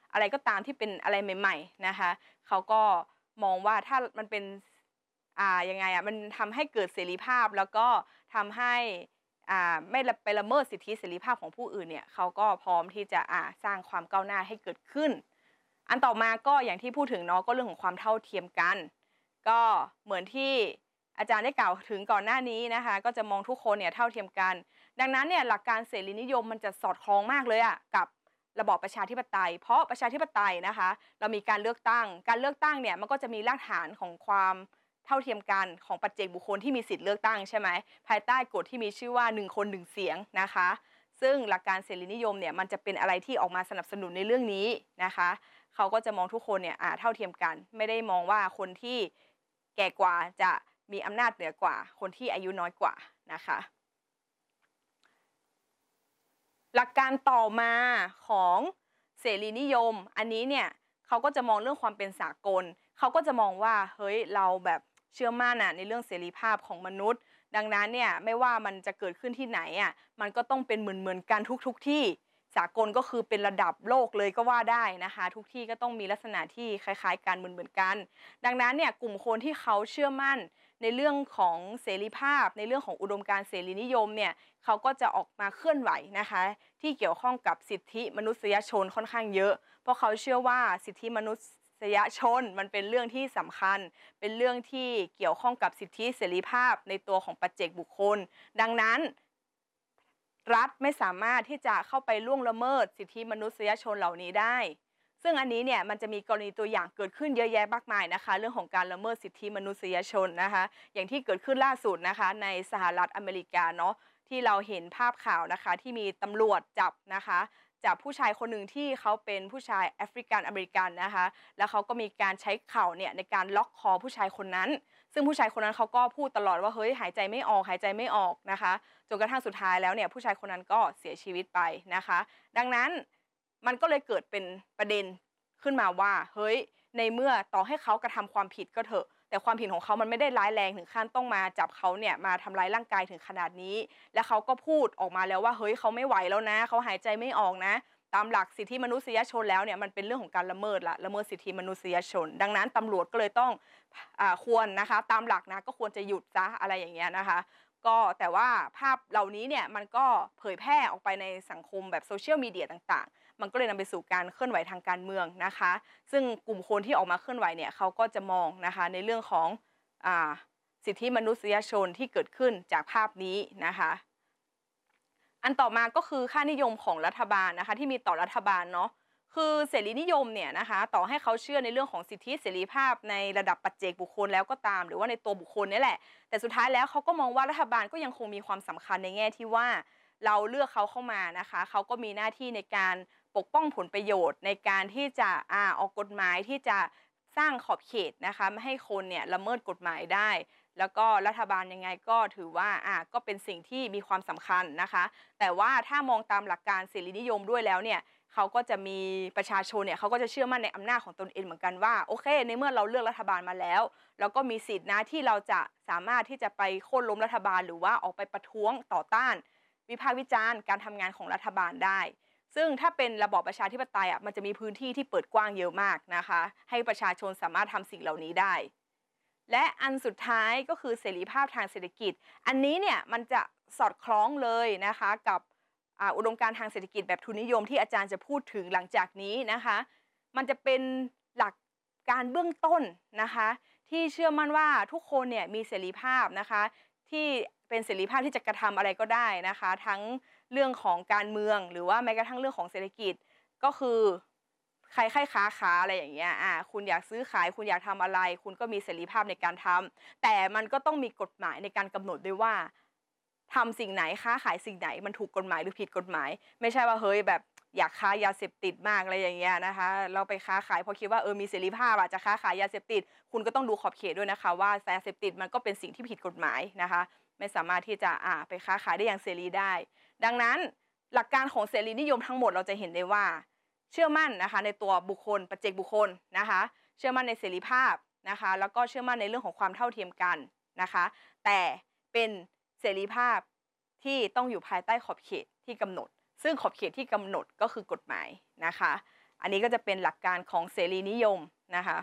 อะไรก็ตามที่เป็นอะไรใหม่ๆนะคะเขาก็มองว่าถ้ามันเป็นอ่ายังไงอะมันทำให้เกิดเสรีภาพแล้วก็ทำให้อ่าไม่ละไปละเมิดสิทธิเสรีภาพของผู้อื่นเนี่ยเขาก็พร้อมที่จะอ่าสร้างความก้าวหน้าให้เกิดขึ้นอันต่อมาก็อย่างที่พูดถึงเนาะก็เรื่องของความเท่าเทียมกันก็เหมือนที่อาจารย์ได้กล่าวถึงก่อนหน้านี้นะคะก็จะมองทุกคนเนี่ยเท่าเทียมกันดังนั้นเนี่ยหลักการเสรีนิยมมันจะสอดคล้องมากเลยอะกับระบอบประชาธิปไตยเพราะประชาธิปไตยนะคะเรามีการเลือกตั้งการเลือกตั้งเนี่ยมันก็จะมีรากฐานของความเท่าเทียมกันของปัจเจกบุคคลที่มีสิทธิ์เลือกตั้งใช่ไหมภายใต้กฎที่มีชื่อว่าหนึ่งคนหนึ่งเสียงนะคะซึ่งหลักการเสรีนิยมเนี่ยมันจะเป็นอะไรที่ออกมาสนับสนุนในเรื่องนี้นะคะเขาก็จะมองทุกคนเนี่ยเท่าเทียมกันไม่ได้มองว่าคนที่แก่กว่าจะมีอำนาจเหนือกว่าคนที่อายุน้อยกว่านะคะหลักการต่อมาของเสรีนิยมอันนี้เนี่ยเขาก็จะมองเรื่องความเป็นสากลเขาก็จะมองว่าเฮ้ยเราแบบเชื่อมั่นอะในเรื่องเสรีภาพของมนุษย์ดังนั้นเนี่ยไม่ว่ามันจะเกิดขึ้นที่ไหนอะมันก็ต้องเป็นเหมือนเหมือนกันทุกๆที่สากลก็คือเป็นระดับโลกเลยก็ว่าได้นะคะทุกที่ก็ต้องมีลักษณะที่คล้ายๆกันเหมือนเหมือนกันดังนั้นเนี่ยกลุ่มคนที่เขาเชื่อมั่นในเรื่องของเสรีภาพในเรื่องของอุดมการณ์เสรีนิยมเนี่ยเขาก็จะออกมาเคลื่อนไหวนะคะที่เกี่ยวข้องกับสิทธิมนุษยชนค่อนข้างเยอะเพราะเขาเชื่อว่าสิทธิมนุษยชนมันเป็นเรื่องที่สำคัญเป็นเรื่องที่เกี่ยวข้องกับสิทธิเสรีภาพในตัวของปัจเจกบุคคลดังนั้นรัฐไม่สามารถที่จะเข้าไปล่วงละเมิดสิทธิมนุษยชนเหล่านี้ได้ซึ่งอันนี้เนี่ยมันจะมีกรณีตัวอย่างเกิดขึ้นเยอะแยะมากมายนะคะเรื่องของการละเมิดสิทธิมนุษยชนนะคะอย่างที่เกิดขึ้นล่าสุดนะคะในสหรัฐอเมริกาเนาะที่เราเห็นภาพข่าวนะคะที่มีตำรวจจับนะคะจับผู้ชายคนหนึ่งที่เขาเป็นผู้ชายแอฟริกันอเมริกันนะคะแล้วเขาก็มีการใช้เข่าเนี่ยในการล็อกคอผู้ชายคนนั้นซึ่งผู้ชายคนนั้นเขาก็พูดตลอดว่าเฮ้ยหายใจไม่ออกหายใจไม่ออกนะคะจนกระทั่งสุดท้ายแล้วเนี่ยผู้ชายคนนั้นก็เสียชีวิตไปนะคะดังนั้นมันก็เลยเกิดเป็นประเด็นขึ้นมาว่าเฮ้ยในเมื่อต่อให้เขากระทำความผิดก็เถอะแต่ความผิดของเขามันไม่ได้ร้ายแรงถึงขั้นต้องมาจับเขาเนี่ยมาทำร้ายร่างกายถึงขนาดนี้และเขาก็พูดออกมาแล้วว่าเฮ้ยเขาไม่ไหวแล้วนะเขาหายใจไม่ออกนะตามหลักสิทธิมนุษยชนแล้วเนี่ยมันเป็นเรื่องของการละเมิดละละเมิดสิทธิมนุษยชนดังนั้นตำรวจก็เลยต้องอ่าควรนะคะตามหลักนะก็ควรจะหยุดซะอะไรอย่างเงี้ยนะคะก็แต่ว่าภาพเหล่านี้เนี่ยมันก็เผยแพร่ออกไปในสังคมแบบโซเชียลมีเดียต่างๆมันก็เลยนำไปสู่การเคลื่อนไหวทางการเมืองนะคะซึ่งกลุ่มคนที่ออกมาเคลื่อนไหวเนี่ยเขาก็จะมองนะคะในเรื่องของอ่าสิทธิมนุษยชนที่เกิดขึ้นจากภาพนี้นะคะอันต่อมาก็คือค่านิยมของรัฐบาลนะคะที่มีต่อรัฐบาลเนาะคือเสรีนิยมเนี่ยนะคะต่อให้เขาเชื่อในเรื่องของสิทธิเสรีภาพในระดับปัจเจกบุคคลแล้วก็ตามหรือว่าในตัวบุคคลนี่แหละแต่สุดท้ายแล้วเขาก็มองว่ารัฐบาลก็ยังคงมีความสำคัญในแง่ที่ว่าเราเลือกเขาเข้ามานะคะเขาก็มีหน้าที่ในการปกป้องผลประโยชน์ในการที่จะอ่าออกกฎหมายที่จะสร้างขอบเขตนะคะไม่ให้คนเนี่ยละเมิดกฎหมายได้แล้วก็รัฐบาลยังไงก็ถือว่าอ่าก็เป็นสิ่งที่มีความสำคัญนะคะแต่ว่าถ้ามองตามหลักการเสรีนิยมด้วยแล้วเนี่ยเขาก็จะมีประชาชนเนี่ยเขาก็จะเชื่อมั่นในอำนาจของตนเองเหมือนกันว่าโอเคในเมื่อเราเลือกรัฐบาลมาแล้วเราก็มีสิทธินะที่เราจะสามารถที่จะไปโค่นล้มรัฐบาลหรือว่าออกไปประท้วงต่อต้านวิพากษ์วิจารณ์การทำงานของรัฐบาลได้ซึ่งถ้าเป็นระบอบประชาธิปไตยอ่ะมันจะมีพื้นที่ที่เปิดกว้างเยอะมากนะคะให้ประชาชนสามารถทำสิ่งเหล่านี้ได้และอันสุดท้ายก็คือเสรีภาพทางเศรษฐกิจอันนี้เนี่ยมันจะสอดคล้องเลยนะคะกับอุดมการณ์ทางเศรษฐกิจแบบทุนนิยมที่อาจารย์จะพูดถึงหลังจากนี้นะคะมันจะเป็นหลักการเบื้องต้นนะคะที่เชื่อมั่นว่าทุกคนเนี่ยมีเสรีภาพนะคะที่เป็นเสรีภาพที่จะกระทำอะไรก็ได้นะคะทั้งเรื่องของการเมืองหรือว่าแม้กระทั่งเรื่องของเศรษฐกิจก็คือใครใครค้าขาอะไรอย่างเงี้ยอ่าคุณอยากซื้อขายคุณอยากทำอะไรคุณก็มีเสรีภาพในการทำแต่มันก็ต้องมีกฎหมายในการกำหนดด้วยว่าทำสิ่งไหนค้าขายสิ่งไหนมันถูกกฎหมายหรือผิดกฎหมายไม่ใช่ว่าเฮ้ยแบบอยากค้ายาเสพติดมากอะไรอย่างเงี้ยนะคะเราไปค้าขายเพราะคิดว่าเออมีเสรีภาพอะจะค้าขายยาเสพติดคุณก็ต้องดูขอบเขตด้วยนะคะว่ายาเสพติดมันก็เป็นสิ่งที่ผิดกฎหมายนะคะไม่สามารถที่จะอ่าไปค้าขายได้อย่างเสรีได้ดังนั้นหลักการของเสรีนิยมทั้งหมดเราจะเห็นได้ว่าเชื่อมั่นนะคะในตัวบุคคลปัจเจกบุคคลนะคะเชื่อมั่นในเสรีภาพนะคะแล้วก็เชื่อมั่นในเรื่องของความเท่าเทียมกันนะคะแต่เป็นเสรีภาพที่ต้องอยู่ภายใต้ขอบเขตที่กำหนดซึ่งขอบเขตที่กำหนดก็คือกฎหมายนะคะอันนี้ก็จะเป็นหลักการของเสรีนิยมนะคะ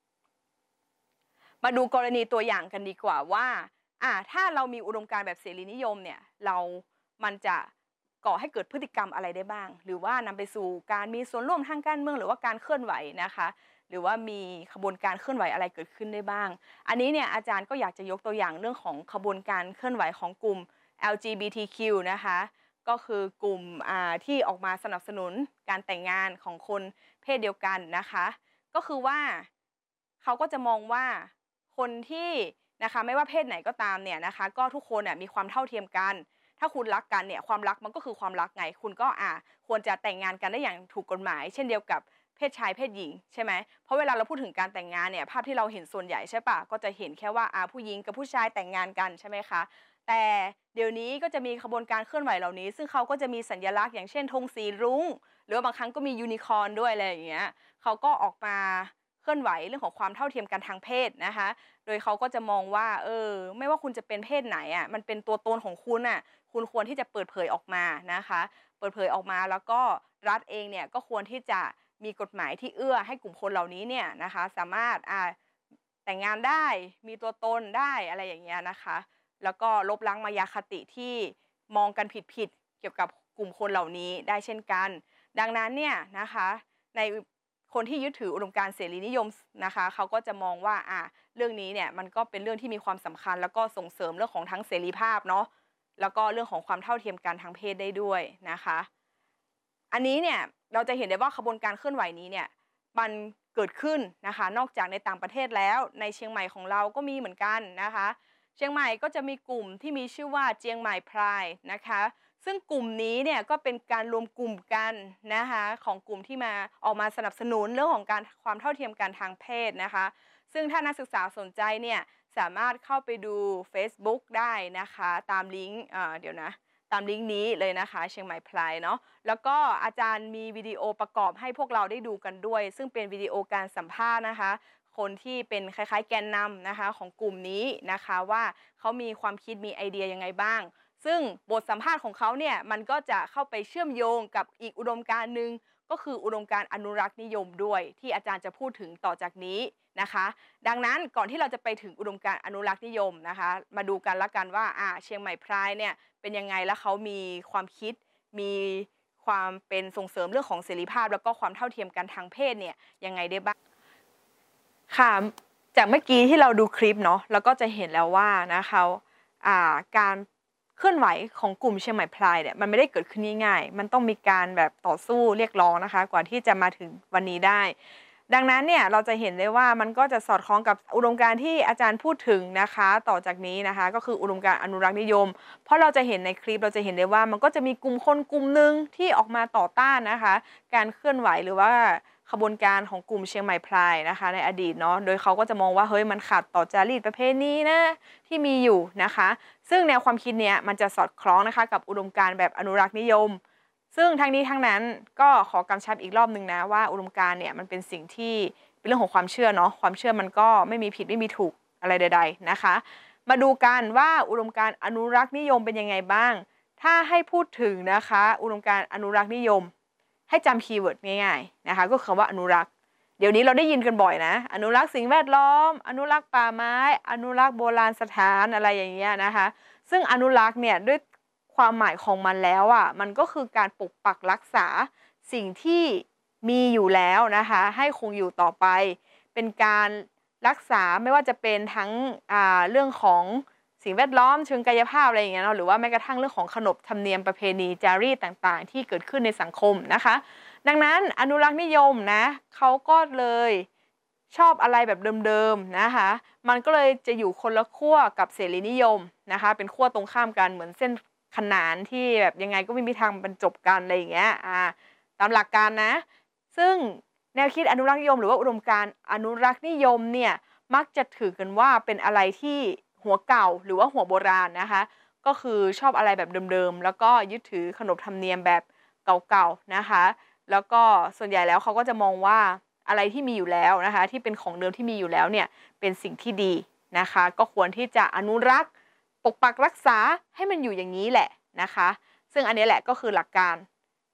มาดูกรณีตัวอย่างกันดีกว่าว่าอ่าถ้าเรามีอุดมการณ์แบบเสรีนิยมเนี่ยเรามันจะก่อให้เกิดพฤติกรรมอะไรได้บ้างหรือว่านำไปสู่การมีส่วนร่วมทางการเมืองหรือว่าการเคลื่อนไหวนะคะหรือว่ามีขบวนการเคลื่อนไหวอะไรเกิดขึ้นได้บ้างอันนี้เนี่ยอาจารย์ก็อยากจะยกตัวอย่างเรื่องของขบวนการเคลื่อนไหวของกลุ่ม แอล จี บี ที คิว นะคะก็คือกลุ่มที่ออกมาสนับสนุนการแต่งงานของคนเพศเดียวกันนะคะก็คือว่าเขาก็จะมองว่าคนที่นะคะไม่ว่าเพศไหนก็ตามเนี่ยนะคะก็ทุกคนเนี่ยมีความเท่าเทียมกันถ้าคุณรักกันเนี่ยความรักมันก็คือความรักไงคุณก็อ่าควรจะแต่งงานกันได้อย่างถูกกฎหมายเช่นเดียวกับเพศชายเพศหญิงใช่ไหมเพราะเวลาเราพูดถึงการแต่งงานเนี่ยภาพที่เราเห็นส่วนใหญ่ใช่ปะก็จะเห็นแค่ว่าอ่าผู้หญิงกับผู้ชายแต่งงานกันใช่ไหมคะแต่เดี๋ยวนี้ก็จะมีขบวนการเคลื่อนไหวเหล่านี้ซึ่งเขาก็จะมีสัญลักษณ์อย่างเช่นธงสีรุ้งหรือบางครั้งก็มียูนิคอร์นด้วยอะไรอย่างเงี้ยเขาก็ออกมาเคลื่อนไหวเรื่องของความเท่าเทียมกันทางเพศนะคะโดยเขาก็จะมองว่าเออไม่ว่าคุณจะเป็นเพศไหนอ่ะมันเป็นตัวตนของคุณอ่ะคุณควรที่จะเปิดเผยออกมานะคะเปิดเผยออกมาแล้วก็รัฐเองเนี่ยก็ควรที่จะมีกฎหมายที่เอื้อให้กลุ่มคนเหล่านี้เนี่ยนะคะสามารถอ่าแต่งงานได้มีตัวตนได้อะไรอย่างเงี้ยนะคะแล้วก็ลบล้างมายาคติที่มองกันผิดๆเกี่ยวกับกลุ่มคนเหล่านี้ได้เช่นกันดังนั้นเนี่ยนะคะในคนที่ยึดถืออุดมการณ์เสรีนิยมนะคะเขาก็จะมองว่าอ่ะเรื่องนี้เนี่ยมันก็เป็นเรื่องที่มีความสำคัญแล้วก็ส่งเสริมเรื่องของทั้งเสรีภาพเนาะแล้วก็เรื่องของความเท่าเทียมกันทางเพศได้ด้วยนะคะอันนี้เนี่ยเราจะเห็นได้ว่าขบวนการเคลื่อนไหวนี้เนี่ยมันเกิดขึ้นนะคะนอกจากในต่างประเทศแล้วในเชียงใหม่ของเราก็มีเหมือนกันนะคะเชียงใหม่ก็จะมีกลุ่มที่มีชื่อว่าเจียงใหม่ไพร์นะคะซึ่งกลุ่มนี้เนี่ยก็เป็นการรวมกลุ่มกันนะคะของกลุ่มที่มาออกมาสนับสนุนเรื่องของการความเท่าเทียมกันทางเพศนะคะซึ่งถ้านักศึกษาสนใจเนี่ยสามารถเข้าไปดู Facebook ได้นะคะตามลิงก์เดี๋ยวนะตามลิงก์นี้เลยนะคะเชียงใหม่ไพร์เนาะแล้วก็อาจารย์มีวิดีโอประกอบให้พวกเราได้ดูกันด้วยซึ่งเป็นวิดีโอการสัมภาษณ์นะคะคนที่เป็นคล้ายๆแกนนำนะคะของกลุ่มนี้นะคะว่าเขามีความคิดมีไอเดียยังไงบ้างซึ่งบทสัมภาษณ์ของเขาเนี่ยมันก็จะเข้าไปเชื่อมโยงกับอีกอุดมการณ์หนึ่งก็คืออุดมการณ์อนุรักษ์นิยมด้วยที่อาจารย์จะพูดถึงต่อจากนี้นะคะดังนั้นก่อนที่เราจะไปถึงอุดมการณ์อนุรักษ์นิยมนะคะมาดูกันละกันว่าอ่าเชียงใหม่ไพร์เนี่ยเป็นยังไงแล้วเขามีความคิดมีความเป็นส่งเสริมเรื่องของเสรีภาพแล้วก็ความเท่าเทียมกันทางเพศเนี่ยยังไงได้บ้างค่ะจากเมื่อกี้ที่เราดูคลิปเนาะเราก็จะเห็นแล้วว่านะคะอ่าการเคลื่อนไหวของกลุ่มเชียงใหม่ไพร์เนี่ยมันไม่ได้เกิดขึ้นง่ายๆมันต้องมีการแบบต่อสู้เรียกร้องนะคะกว่าที่จะมาถึงวันนี้ได้ดังนั้นเนี่ยเราจะเห็นได้ว่ามันก็จะสอดคล้องกับอุดมการณ์ที่อาจารย์พูดถึงนะคะต่อจากนี้นะคะก็คืออุดมการณ์อนุรักษ์นิยมเพราะเราจะเห็นในคลิปเราจะเห็นได้ว่ามันก็จะมีกลุ่มคนกลุ่มหนึ่งที่ออกมาต่อต้านนะคะการเคลื่อนไหวหรือว่าขบวนการของกลุ่มเชียงใหม่ไพร์นะคะในอดีตเนาะโดยเขาก็จะมองว่าเฮ้ยมันขัดต่อจารีตประเพณีนะที่มีอยู่นะคะซึ่งแนวความคิดเนี้ยมันจะสอดคล้องนะคะกับอุดมการณ์แบบอนุรักษ์นิยมซึ่งทั้งนี้ทั้งนั้นก็ขอกำชับอีกรอบนึงนะว่าอุดมการณ์เนี่ยมันเป็นสิ่งที่เป็นเรื่องของความเชื่อเนาะความเชื่อมันก็ไม่มีผิดไม่มีถูกอะไรใดๆนะคะมาดูกันว่าอุดมการณ์อนุรักษ์นิยมเป็นยังไงบ้างถ้าให้พูดถึงนะคะอุดมการณ์อนุรักษ์นิยมให้จำคีย์เวิร์ดง่ายๆนะคะก็คือคำว่าอนุรักษ์เดี๋ยวนี้เราได้ยินกันบ่อยนะอนุรักษ์สิ่งแวดล้อมอนุรักษ์ป่าไม้อนุรักษ์โบราณสถานอะไรอย่างเงี้ยนะคะซึ่งอนุรักษ์เนี่ยด้วยความหมายของมันแล้วอ่ะมันก็คือการปกปักรักษาสิ่งที่มีอยู่แล้วนะคะให้คงอยู่ต่อไปเป็นการรักษาไม่ว่าจะเป็นทั้งอ่าเรื่องของสิ่งแวดล้อมเชิงกายภาพอะไรอย่างเงี้ยเนาะหรือว่าแม้กระทั่งเรื่องของขนบธรรมเนียมประเพณีจารีตต่างๆที่เกิดขึ้นในสังคมนะคะดังนั้นอนุรักษ์นิยมนะเขาก็เลยชอบอะไรแบบเดิมๆนะคะมันก็เลยจะอยู่คนละขั้วกับเสรีนิยมนะคะเป็นขั้วตรงข้ามกันเหมือนเส้นขนานที่แบบยังไงก็ไม่มีทางบรรจบกันอะไรอย่างเงี้ยอ่าตามหลักการนะซึ่งแนวคิดอนุรักษ์นิยมหรือว่าอุดมการณ์อนุรักษ์นิยมเนี่ยมักจะถือกันว่าเป็นอะไรที่หัวเก่าหรือว่าหัวโบราณนะคะก็คือชอบอะไรแบบเดิมๆแล้วก็ยึดถือขนบธรรมเนียมแบบเก่าๆนะคะแล้วก็ส่วนใหญ่แล้วเขาก็จะมองว่าอะไรที่มีอยู่แล้วนะคะที่เป็นของเดิมที่มีอยู่แล้วเนี่ยเป็นสิ่งที่ดีนะคะก็ควรที่จะอนุรักษ์ปกปักรักษาให้มันอยู่อย่างนี้แหละนะคะซึ่งอันนี้แหละก็คือหลักการ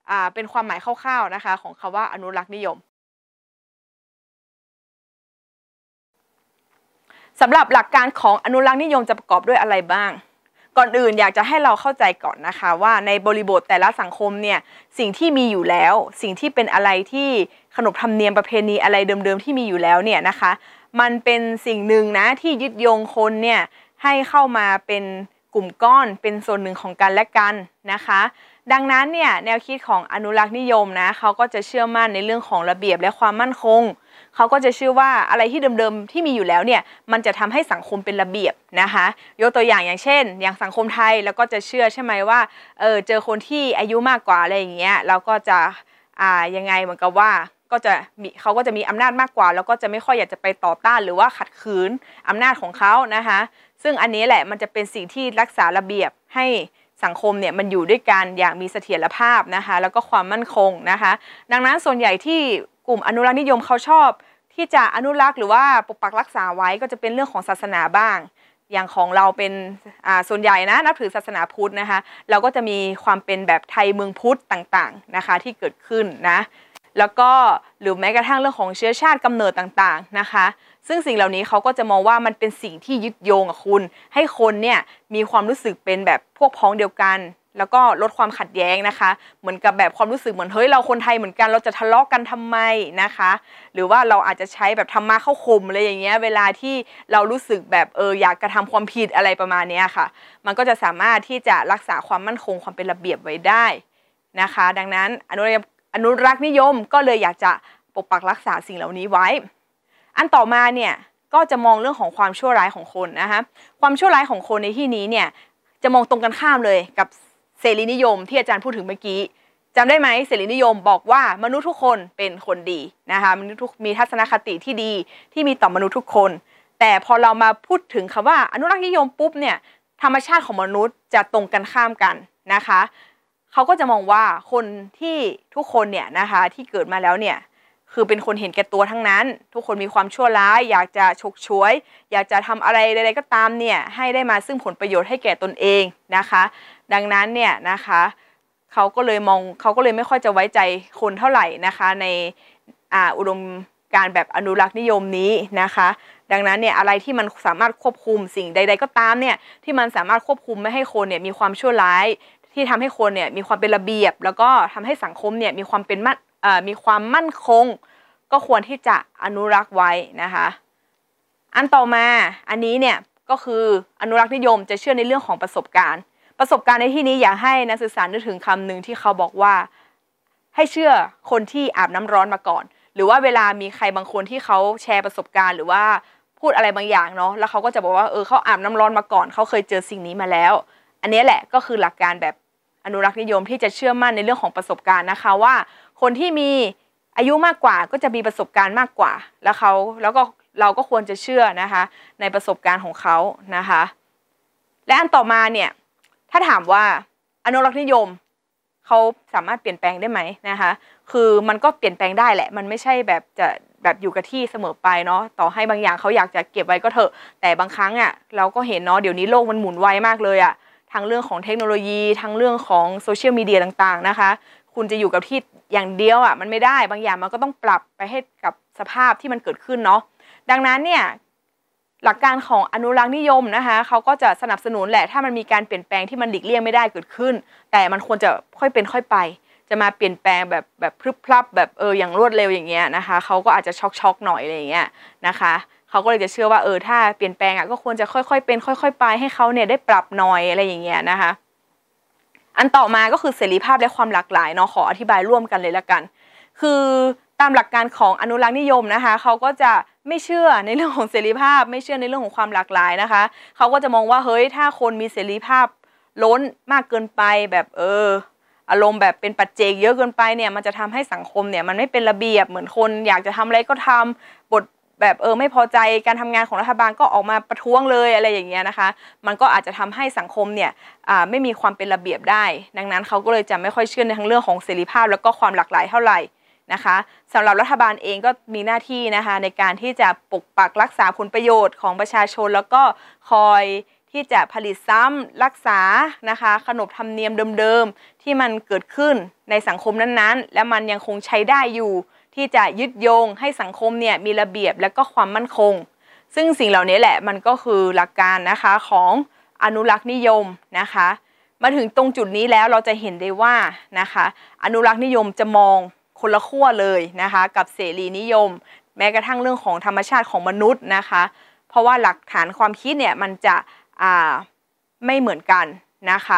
อ่าเป็นความหมายคร่าวๆนะคะของคำว่าอนุรักษ์นิยมสำหรับหลักการของอนุรักษ์นิยมจะประกอบด้วยอะไรบ้างก่อนอื่นอยากจะให้เราเข้าใจก่อนนะคะว่าในบริบทแต่ละสังคมเนี่ยสิ่งที่มีอยู่แล้วสิ่งที่เป็นอะไรที่ขนบธรรมเนียมประเพณีอะไรเดิมๆที่มีอยู่แล้วเนี่ยนะคะมันเป็นสิ่งหนึ่งนะที่ยึดโยงคนเนี่ยให้เข้ามาเป็นกลุ่มก้อนเป็นส่วนหนึ่งของกันและกันนะคะดังนั้นเนี่ยแนวคิดของอนุรักษ์นิยมนะเขาก็จะเชื่อมั่นในเรื่องของระเบียบและความมั่นคงเขาก็จะเชื่อว่าอะไรที่เดิมๆที่มีอยู่แล้วเนี่ยมันจะทำให้สังคมเป็นระเบียบนะคะยกตัวอย่างอย่างเช่นอย่างสังคมไทยแล้วก็จะเชื่อใช่ไหมว่าเออเจอคนที่อายุมากกว่าอะไรอย่างเงี้ยเราก็จะอ่ายังไงเหมือนกับว่าก็จะมีเขาก็จะมีอำนาจมากกว่าแล้วก็จะไม่ค่อยอยากจะไปต่อต้านหรือว่าขัดขืนอำนาจของเขานะคะซึ่งอันนี้แหละมันจะเป็นสิ่งที่รักษาระเบียบให้สังคมเนี่ยมันอยู่ด้วยกันอย่างมีเสถียรภาพนะคะแล้วก็ความมั่นคงนะคะดังนั้นส่วนใหญ่ที่กลุ่มอนุรักษ์นิยมเขาชอบที่จะอนุรักษ์หรือว่าปกปักรักษาไว้ก็จะเป็นเรื่องของศาสนาบ้างอย่างของเราเป็นอ่าส่วนใหญ่นะนับถือศาสนาพุทธนะคะเราก็จะมีความเป็นแบบไทยเมืองพุทธต่างๆนะคะที่เกิดขึ้นนะแล้วก็หรือแม้กระทั่งเรื่องของเชื้อชาติกำเนิดต่างๆนะคะซึ่งสิ่งเหล่านี้เขาก็จะมองว่ามันเป็นสิ่งที่ยึดโยงกับคุณให้คนเนี่ยมีความรู้สึกเป็นแบบพวกพ้องเดียวกันแล้วก็ลดความขัดแย้งนะคะเหมือนกับแบบความรู้สึกเหมือนเฮ้ยเราคนไทยเหมือนกันเราจะทะเลาะกันทำไมนะคะหรือว่าเราอาจจะใช้แบบธรรมะเข้าข่มอะไรอย่างเงี้ยเวลาที่เรารู้สึกแบบเอออยากกระทำความผิดอะไรประมาณนี้ค่ะมันก็จะสามารถที่จะรักษาความมั่นคงความเป็นระเบียบไว้ได้นะคะดังนั้นอนุอนุรักษ์นิยมก็เลยอยากจะปกปักรักษาสิ่งเหล่านี้ไว้อันต่อมาเนี่ยก็จะมองเรื่องของความชั่วร้ายของคนนะคะความชั่วร้ายของคนในที่นี้เนี่ยจะมองตรงกันข้ามเลยกับเสรีนิยมที่อาจารย์พูดถึงเมื่อกี้จำได้ไหมเสรีนิยมบอกว่ามนุษย์ทุกคนเป็นคนดีนะคะมนุษย์ทุกมีทัศนคติที่ดีที่มีต่อมนุษย์ทุกคนแต่พอเรามาพูดถึงคำว่าอนุรักษ์นิยมปุ๊บเนี่ยธรรมชาติของมนุษย์จะตรงกันข้ามกันนะคะเขาก็จะมองว่าคนที่ทุกคนเนี่ยนะคะที่เกิดมาแล้วเนี่ยคือเป็นคนเห็นแก่ตัวทั้งนั้นทุกคนมีความชั่วร้ายอยากจะฉกฉวยอยากจะทำอะไรใดๆก็ตามเนี่ยให้ได้มาซึ่งผลประโยชน์ให้แก่ตนเองนะคะดังนั้นเนี่ยนะคะเขาก็เลยมองเขาก็เลยไม่ค่อยจะไว้ใจคนเท่าไหร่นะคะในอ่าอุดมการแบบอนุรักษ์นิยมนี้นะคะดังนั้นเนี่ยอะไรที่มันสามารถควบคุมสิ่งใดๆก็ตามเนี่ยที่มันสามารถควบคุมไม่ให้คนเนี่ยมีความชั่วร้ายที่ทำให้คนเนี่ยมีความเป็นระเบียบแล้วก็ทำให้สังคมเนี่ยมีความเป็นมั่นเอ่อมีความมั่นคงก็ควรที่จะอนุรักษ์ไว้นะคะอันต่อมาอันนี้เนี่ยก็คืออนุรักษ์นิยมจะเชื่อในเรื่องของประสบการณ์ประสบการณ์ในที่นี้อยากให้นักศึกษานึกถึงคำหนึ่งที่เขาบอกว่าให้เชื่อคนที่อาบน้ำร้อนมาก่อนหรือว่าเวลามีใครบางคนที่เขาแชร์ประสบการณ์หรือว่าพูดอะไรบางอย่างเนาะแล้วเขาก็จะบอกว่าเออเขาอาบน้ำร้อนมาก่อนเขาเคยเจอสิ่งนี้มาแล้วอันนี้แหละก็คือหลักการแบบอนุรักษ์นิยมที่จะเชื่อมั่นในเรื่องของประสบการณ์นะคะว่าคนที่มีอายุมากกว่าก็จะมีประสบการณ์มากกว่าแล้วเขาแล้วก็เราก็ควรจะเชื่อนะคะในประสบการณ์ของเขานะคะและอันต่อมาเนี่ยถ้าถามว่าอนุรักษ์นิยมเขาสามารถเปลี่ยนแปลงได้ไหมนะคะคือมันก็เปลี่ยนแปลงได้แหละมันไม่ใช่แบบจะแบบอยู่กับที่เสมอไปเนาะต่อให้บางอย่างเขาอยากจะเก็บไว้ก็เถอะแต่บางครั้งอ่ะเราก็เห็นเนาะเดี๋ยวนี้โลกมันหมุนไวมากเลยอ่ะทั้งเรื่องของเทคโนโลยีทั้งเรื่องของโซเชียลมีเดียต่างๆนะคะคุณจะอยู่กับที่อย่างเดียวอ่ะมันไม่ได้บางอย่างมันก็ต้องปรับไปให้กับสภาพที่มันเกิดขึ้นเนาะดังนั้นเนี่ยหลักการของอนุรักษ์นิยมนะคะเขาก็จะสนับสนุนแหละถ้ามันมีการเปลี่ยนแปลงที่มันหลีกเลี่ยงไม่ได้เกิดขึ้นแต่มันควรจะค่อยเป็นค่อยไปจะมาเปลี่ยนแปลงแบบแบบพรึบพรับแบบเอออย่างรวดเร็วอย่างเงี้ยนะคะเขาก็อาจจะช็อกช็อกหน่อยอะไรอย่างเงี้ยนะคะเขาก็เลยจะเชื่อว่าเออถ้าเปลี่ยนแปลงอ่ะก็ควรจะค่อยๆเป็นค่อยๆไปให้เขาเนี่ยได้ปรับหน่อยอะไรอย่างเงี้ยนะคะอันต่อมาก็คือเสรีภาพและความหลากหลายเนาะขออธิบายร่วมกันเลยละกันคือตามหลักการของอนุรักษ์นิยมนะคะเขาก็จะไม่เชื่อในเรื่องของเสรีภาพไม่เชื่อในเรื่องของความหลากหลายนะคะเขาก็จะมองว่าเฮ้ยถ้าคนมีเสรีภาพล้นมากเกินไปแบบเอออารมณ์แบบเป็นปัจเจกเยอะเกินไปเนี่ยมันจะทำให้สังคมเนี่ยมันไม่เป็นระเบียบเหมือนคนอยากจะทำอะไรก็ทำบทแบบเออไม่พอใจการทำงานของรัฐบาลก็ออกมาประท้วงเลยอะไรอย่างเงี้ยนะคะมันก็อาจจะทำให้สังคมเนี่ยอ่าไม่มีความเป็นระเบียบได้ดังนั้นเขาก็เลยจะไม่ค่อยเชื่อในทั้งเรื่องของเสรีภาพแล้วก็ความหลากหลายเท่าไหร่นะคะสำหรับรัฐบาลเองก็มีหน้าที่นะคะในการที่จะปกปักรักษาผลประโยชน์ของประชาชนแล้วก็คอยทที่จะผลิตซ้ำรักษานะคะขนบธรรมเนียมเดิมๆที่มันเกิดขึ้นในสังคมนั้นๆและมันยังคงใช้ได้อยู่ที่จะยึดโยงให้สังคมเนี่ยมีระเบียบและก็ความมั่นคงซึ่งสิ่งเหล่านี้แหละมันก็คือหลักการนะคะของอนุรักษ์นิยมนะคะมาถึงตรงจุดนี้แล้วเราจะเห็นได้ว่านะคะอนุรักษ์นิยมจะมองคนละขั้วเลยนะคะกับเสรีนิยมแม้กระทั่งเรื่องของธรรมชาติของมนุษย์นะคะเพราะว่าหลักฐานความคิดเนี่ยมันจะอ่าไม่เหมือนกันนะคะ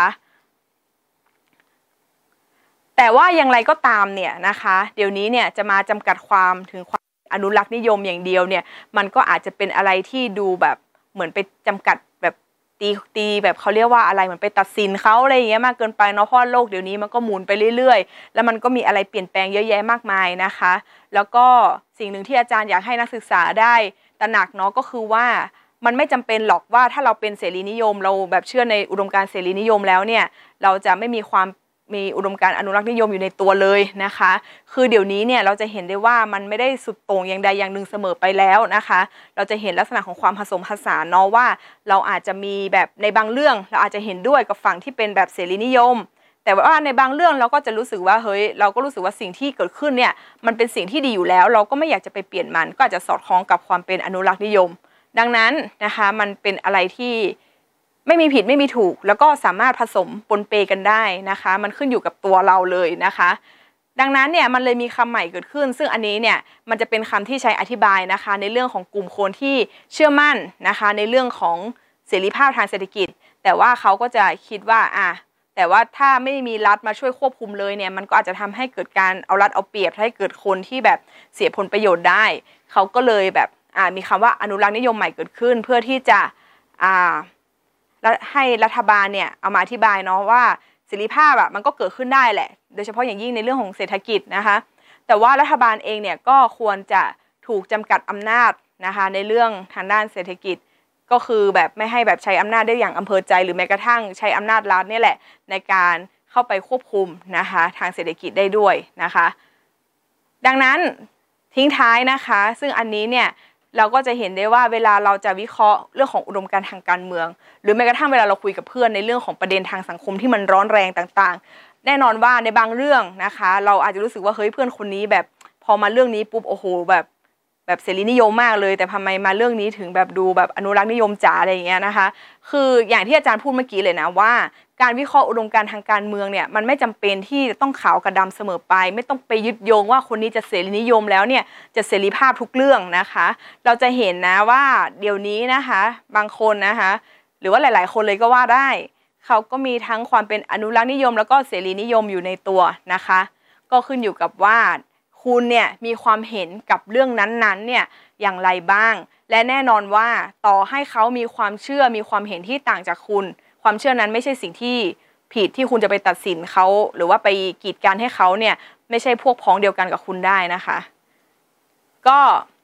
แต่ว่าอย่างไรก็ตามเนี่ยนะคะเดี๋ยวนี้เนี่ยจะมาจำกัดความถึงความอนุรักษ์นิยมอย่างเดียวเนี่ยมันก็อาจจะเป็นอะไรที่ดูแบบเหมือนไปจำกัดแบบตีตีแบบเขาเรียกว่าอะไรเหมือนไปตัดสินเขาอะไรอย่างเงี้ยมากเกินไปเนาะเพราะโลกเดี๋ยวนี้มันก็หมุนไปเรื่อยๆแล้วมันก็มีอะไรเปลี่ยนแปลงเยอะแยะมากมายนะคะแล้วก็สิ่งหนึ่งที่อาจารย์อยากให้นักศึกษาได้ตระหนักเนาะก็คือว่ามันไม่จำเป็นหรอกว่าถ้าเราเป็นเสรีนิยมเราแบบเชื่อในอุดมการณ์เสรีนิยมแล้วเนี่ยเราจะไม่มีความมีอุดมการณ์อนุรักษ์นิยมอยู่ในตัวเลยนะคะคือเดี๋ยวนี้เนี่ยเราจะเห็นได้ว่ามันไม่ได้สุดโต่งอย่างใดอย่างหนึ่งเสมอไปแล้วนะคะเราจะเห็นลักษณะของความผสมผสานเนาะว่าเราอาจจะมีแบบในบางเรื่องเราอาจจะเห็นด้วยกับฝั่งที่เป็นแบบเสรีนิยมแต่ว่าในบางเรื่องเราก็จะรู้สึกว่าเฮ้ยเราก็รู้สึกว่าสิ่งที่เกิดขึ้นเนี่ยมันเป็นสิ่งที่ดีอยู่แล้วเราก็ไม่อยากจะไปเปลี่ยนมันก็อาจจะสอดคล้องกับความเป็นอนุรักษ์นิยมดังนั้นนะคะมันเป็นอะไรที่ไม่มีผิดไม่มีถูกแล้วก็สามารถผสมปนเปกันได้นะคะมันขึ้นอยู่กับตัวเราเลยนะคะดังนั้นเนี่ยมันเลยมีคำใหม่เกิดขึ้นซึ่งอันนี้เนี่ยมันจะเป็นคำที่ใช้อธิบายนะคะในเรื่องของกลุ่มคนที่เชื่อมั่นนะคะในเรื่องของเสรีภาพทางเศรษฐกิจแต่ว่าเขาก็จะคิดว่าอ่ะแต่ว่าถ้าไม่มีรัฐมาช่วยควบคุมเลยเนี่ยมันก็อาจจะทำให้เกิดการเอารัฐเอาเปรียบให้เกิดคนที่แบบเสียผลประโยชน์ได้เขาก็เลยแบบอ่ามีคำว่าอนุรักษ์นิยมใหม่เกิดขึ้นเพื่อที่จะอ่าให้รัฐบาลเนี่ยเอามาอธิบายเนาะว่าเสรีภาพอ่ะมันก็เกิดขึ้นได้แหละโดยเฉพาะอย่างยิ่งในเรื่องของเศรษฐกิจนะคะแต่ว่ารัฐบาลเองเนี่ยก็ควรจะถูกจำกัดอำนาจนะคะในเรื่องทางด้านเศรษฐกิจก็คือแบบไม่ให้แบบใช้อำนาจได้อย่างอำเภอใจหรือแม้กระทั่งใช้อำนาจรัฐนี่แหละในการเข้าไปควบคุมนะคะทางเศรษฐกิจได้ด้วยนะคะดังนั้นทิ้งท้ายนะคะซึ่งอันนี้เนี่ยเราก็จะเห็นได้ว่าเวลาเราจะวิเคราะห์เรื่องของอุดมการณ์ทางการเมืองหรือแม้กระทั่งเวลาเราคุยกับเพื่อนในเรื่องของประเด็นทางสังคมที่มันร้อนแรงต่างๆแน่นอนว่าในบางเรื่องนะคะเราอาจจะรู้สึกว่าเฮ้ยเพื่อนคนนี้แบบพอมาเรื่องนี้ปุ๊บโอ้โหแบบแบบเสรีนิยมมากเลยแต่ทำไมมาเรื่องนี้ถึงแบบดูแบบอนุรักษ์นิยมจ๋าอะไรอย่างเงี้ยนะคะคืออย่างที่อาจารย์พูดเมื่อกี้เลยนะว่าการวิเคราะห์อุดมการณ์ทางการเมืองเนี่ยมันไม่จำเป็นที่ต้องขาวกับดำเสมอไปไม่ต้องไปยึดโยงว่าคนนี้จะเสรีนิยมแล้วเนี่ยจะเสรีภาพทุกเรื่องนะคะเราจะเห็นนะว่าเดี๋ยวนี้นะคะบางคนนะคะหรือว่าหลายๆคนเลยก็ว่าได้เขาก็มีทั้งความเป็นอนุรักษ์นิยมแล้วก็เสรีนิยมอยู่ในตัวนะคะก็ขึ้นอยู่กับว่าคุณเนี่ยมีความเห็นกับเรื่องนั้นๆเนี่ยอย่างไรบ้างและแน่นอนว่าต่อให้เขามีความเชื่อมีความเห็นที่ต่างจากคุณความเชื่อนั้นไม่ใช่สิ่งที่ผิดที่คุณจะไปตัดสินเขาหรือว่าไปกีดกันให้เขาเนี่ยไม่ใช่พวกพ้องเดียวกันกับคุณได้นะคะก็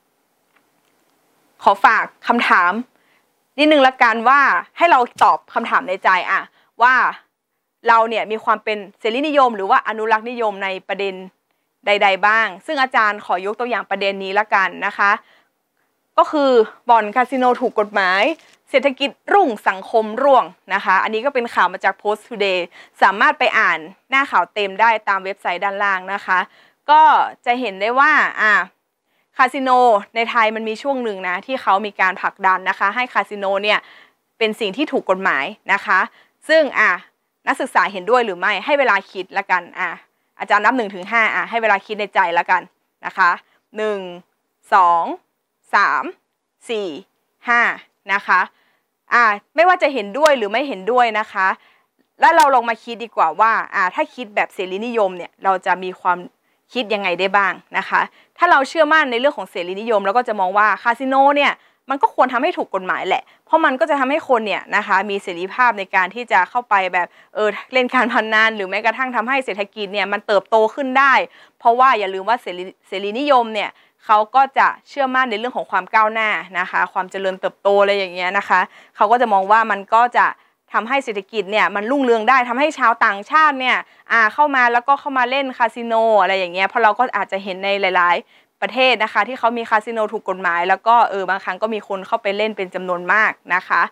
ขอฝากคำถามนิดนึงละกันว่าให้เราตอบคำถามในใจอะว่าเราเนี่ยมีความเป็นเสรีนิยมหรือว่าอนุรักษ์นิยมในประเด็นใดๆบ้างซึ่งอาจารย์ขอยกตัวอย่างประเด็นนี้ละกันนะคะก็คือบ่อนคาสิโนถูกกฎหมายเศรษฐกิจรุ่งสังคมร่วงนะคะอันนี้ก็เป็นข่าวมาจาก Post Today สามารถไปอ่านหน้าข่าวเต็มได้ตามเว็บไซต์ด้านล่างนะคะก็จะเห็นได้ว่าอ่าคาสิโนในไทยมันมีช่วงหนึ่งนะที่เขามีการผลักดันนะคะให้คาสิโนเนี่ยเป็นสิ่งที่ถูกกฎหมายนะคะซึ่งอ่ะนักศึกษาเห็นด้วยหรือไม่ให้เวลาคิดละกันอ่ะอาจารย์นับหนึ่งถึงห้าอ่ะให้เวลาคิดในใจละกันนะคะหนึ่งสองสามสี่ห้านะคะอ่าไม่ว่าจะเห็นด้วยหรือไม่เห็นด้วยนะคะแล้วเราลองมาคิดดีกว่าว่าอ่าถ้าคิดแบบเสรีนิยมเนี่ยเราจะมีความคิดยังไงได้บ้างนะคะถ้าเราเชื่อมั่นในเรื่องของเสรีนิยมเราก็จะมองว่าคาสิโนเนี่ยมันก็ควรทำให้ถูกกฎหมายแหละเพราะมันก็จะทำให้คนเนี่ยนะคะมีเสรีภาพในการที่จะเข้าไปแบบเออเล่นการพนันหรือแม้กระทั่งทำให้เศรษฐกิจเนี่ยมันเติบโตขึ้นได้เพราะว่าอย่าลืมว่าเสรีเสรีนิยมเนี่ยเขาก็จะเชื่อมั่นในเรื่องของความก้าวหน้านะคะความเจริญเติบโตอะไรอย่างเงี้ยนะคะเขาก็จะมองว่ามันก็จะทำให้เศรษฐกิจเนี่ยมันรุ่งเรืองได้ทำให้ชาวต่างชาติเนี่ยอ่าเข้ามาแล้วก็เข้ามาเล่นคาสิโนอะไรอย่างเงี้ยเพราะเราก็อาจจะเห็นในหลายๆประเทศนะคะที่เขามีคาสิโนถูกกฎหมายแล้วก็เออบางครั้งก็มีคนเข้าไปเล่นเป็นจำนวนมากนะคะ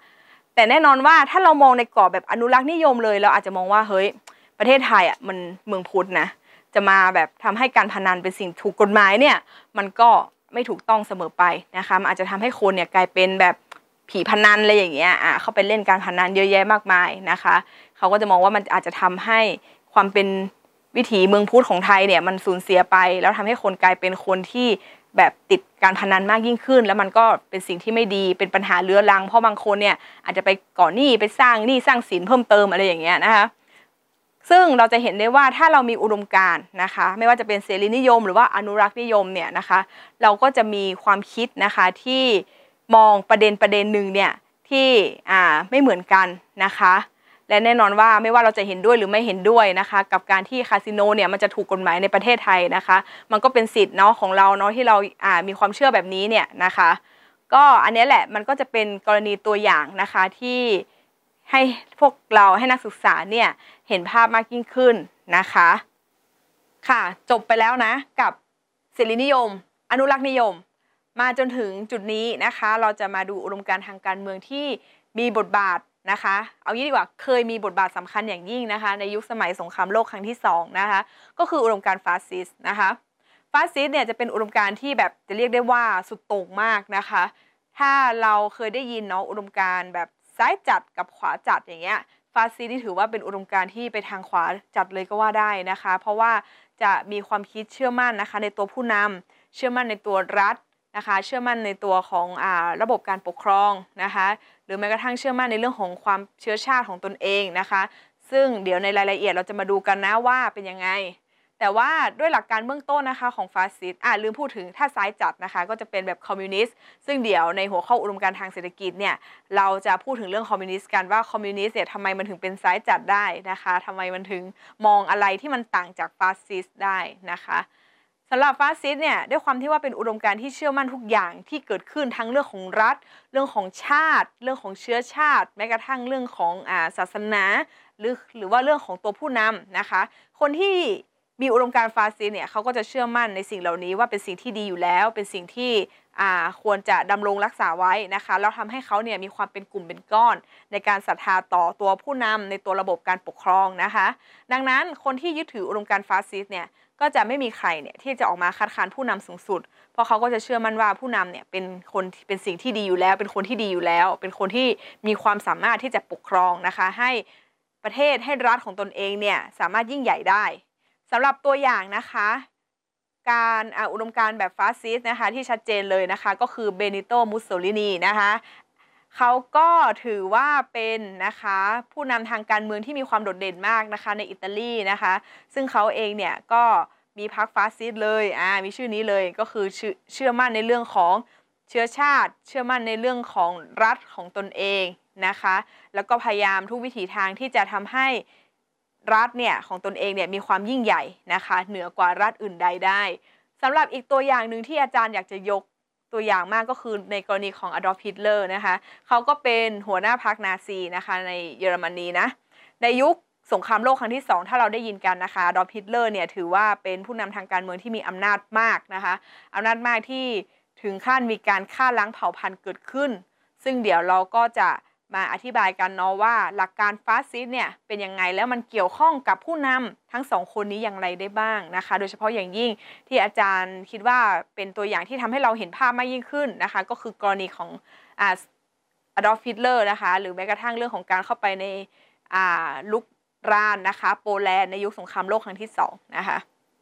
แต่แน่นอนว่าถ้าเรามองในกรอบแบบอนุรักษ์นิยมเลยเราอาจจะมองว่าเฮ้ยประเทศไทยอ่ะมันเมืองพุทธนะจะมาแบบทำให้การพนันเป็นสิ่งถูกกฎหมายเนี่ยมันก็ไม่ถูกต้องเสมอไปนะคะมันอาจจะทำให้คนเนี่ยกลายเป็นแบบผีพนันอะไรอย่างเงี้ยอ่ะเข้าไปเล่นการพนันเยอะแยะมากมายนะคะเขาก็จะมองว่ามันอาจจะทำให้ความเป็นวิถีเมืองพุทธของไทยเนี่ยมันสูญเสียไปแล้วทำให้คนกลายเป็นคนที่แบบติดการพนันมากยิ่งขึ้นแล้วมันก็เป็นสิ่งที่ไม่ดีเป็นปัญหาเรื้อรังเพราะบางคนเนี่ยอาจจะไปก่อหนี้ไปสร้างหนี้สร้างสินเพิ่มเติมอะไรอย่างเงี้ยนะคะซึ่งเราจะเห็นได้ว่าถ้าเรามีอุดมการณ์นะคะไม่ว่าจะเป็นเสรีนิยมหรือว่าอนุรักษ์นิยมเนี่ยนะคะเราก็จะมีความคิดนะคะที่มองประเด็นประเด็นหนึ่งเนี่ยที่อ่าไม่เหมือนกันนะคะและแน่นอนว่าไม่ว่าเราจะเห็นด้วยหรือไม่เห็นด้วยนะคะกับการที่คาสิโนเนี่ยมันจะถูกกฎหมายในประเทศไทยนะคะมันก็เป็นสิทธิ์เนาะของเราเนาะที่เราอ่ามีความเชื่อแบบนี้เนี่ยนะคะก็อันนี้แหละมันก็จะเป็นกรณีตัวอย่างนะคะที่ให้พวกเราให้นักศึกษาเนี่ยเห็นภาพมากยิ่งขึ้นนะคะค่ะจบไปแล้วนะกับเสรีนิยมอนุรักษ์นิยมมาจนถึงจุดนี้นะคะเราจะมาดูอุดมการณ์ทางการเมืองที่มีบทบาทนะคะเอางี้ดีกว่าเคยมีบทบาทสำคัญอย่างยิ่งนะคะในยุคสมัยสงครามโลกครั้งที่สองนะคะก็คืออุดมการณ์ฟาสซิสต์นะคะฟาสซิสต์เนี่ยจะเป็นอุดมการณ์ที่แบบจะเรียกได้ว่าสุดโต่งมากนะคะถ้าเราเคยได้ยินเนาะอุดมการณ์แบบซ้ายจัดกับขวาจัดอย่างเงี้ยฟาสซิสต์นี่ถือว่าเป็นอุดมการณ์ที่ไปทางขวาจัดเลยก็ว่าได้นะคะเพราะว่าจะมีความคิดเชื่อมั่นนะคะในตัวผู้นำเชื่อมั่นในตัวรัฐนะคะเชื่อมั่นในตัวของอ่าระบบการปกครองนะคะหรือแม้กระทั่งเชื่อมั่นในเรื่องของความเชื้อชาติของตนเองนะคะซึ่งเดี๋ยวในรายละเอียดเราจะมาดูกันนะว่าเป็นยังไงแต่ว่าด้วยหลักการเบื้องต้นนะคะของฟาสซิสต์อ่าลืมพูดถึงถ้าซ้ายจัดนะคะก็จะเป็นแบบคอมมิวนิสต์ซึ่งเดี๋ยวในหัวข้ออุดมการณ์ทางเศรษฐกิจเนี่ยเราจะพูดถึงเรื่องคอมมิวนิสต์กันว่าคอมมิวนิสต์เนี่ยทำไมมันถึงเป็นซ้ายจัดได้นะคะทำไมมันถึงมองอะไรที่มันต่างจากฟาสซิสต์ได้นะคะสำหรับฟาสซิสต์เนี่ยด้วยความที่ว่าเป็นอุดมการณ์ที่เชื่อมั่นทุกอย่างที่เกิดขึ้นทั้งเรื่องของรัฐเรื่องของชาติเรื่องของเชื้อชาติแม้กระทั่งเรื่องของอ่าศาสนาหรือหรือว่าเรื่องของตัวผู้นำนะคะคนที่มีอุดมการณ์ฟาสซิสต์เนี่ยเขาก็จะเชื่อมั่นในสิ่งเหล่านี้ว่าเป็นสิ่งที่ดีอยู่แล้วเป็นสิ่งที่อ่าควรจะดำรงรักษาไว้นะคะแล้วทำให้เขาเนี่ยมีความเป็นกลุ่มเป็นก้อนในการศรัทธาต่อตัวผู้นำในตัวระบบการปกครองนะคะดังนั้นคนที่ยึดถืออุดมการณ์ฟาสซิสต์เนี่ยก็จะไม่มีใครเนี่ยที่จะออกมาคัดค้านผู้นำสูงสุดเพราะเขาก็จะเชื่อมั่นว่าผู้นำเนี่ยเป็นคนเป็นสิ่งที่ดีอยู่แล้วเป็นคนที่ดีอยู่แล้วเป็นคนที่มีความสามารถที่จะปกครองนะคะให้ประเทศให้รัฐของตนเองเนี่ยสามารถยิ่งใหญ่ได้สำหรับตัวอย่างนะคะการอุดมการณ์แบบฟาสซิสต์นะคะที่ชัดเจนเลยนะคะก็คือเบนิโต มุสโสลินีนะคะเขาก็ถือว่าเป็นนะคะผู้นำทางการเมืองที่มีความโดดเด่นมากนะคะในอิตาลีนะคะซึ่งเขาเองเนี่ยก็มีพรรคฟาสซิสต์เลยอ่ามีชื่อนี้เลยก็คือเชื่อมั่นในเรื่องของเชื้อชาติเชื่อมั่นในเรื่องของรัฐของตนเองนะคะแล้วก็พยายามทุกวิถีทางที่จะทำให้รัฐเนี่ยของตนเองเนี่ยมีความยิ่งใหญ่นะคะเหนือกว่ารัฐอื่นใดได้สำหรับอีกตัวอย่างหนึ่งที่อาจารย์อยากจะยกตัวอย่างมากก็คือในกรณีของอดอล์ฟ ฮิตเลอร์นะคะเขาก็เป็นหัวหน้าพรรคนาซีนะคะในเยอรมนีนะในยุคสงครามโลกครั้งที่สองถ้าเราได้ยินกันนะคะอดอล์ฟ ฮิตเลอร์เนี่ยถือว่าเป็นผู้นำทางการเมืองที่มีอำนาจมากนะคะอำนาจมากที่ถึงขั้นมีการฆ่าล้างเผ่าพันธุ์เกิดขึ้นซึ่งเดี๋ยวเราก็จะมาอธิบายกันเนาะว่าหลักการฟาสซิสต์เนี่ยเป็นยังไงแล้วมันเกี่ยวข้องกับผู้นำทั้งสองคนนี้อย่างไรได้บ้างนะคะโดยเฉพาะอย่างยิ่งที่อาจารย์คิดว่าเป็นตัวอย่างที่ทำให้เราเห็นภาพมากยิ่งขึ้นนะคะก็คือกรณีของอ่าอดอล์ฟ ฮิตเลอร์นะคะหรือแม้กระทั่งเรื่องของการเข้าไปในอ่าลุกรานนะคะโปแลนด์ในยุคสงครามโลกครั้งที่สองนะคะ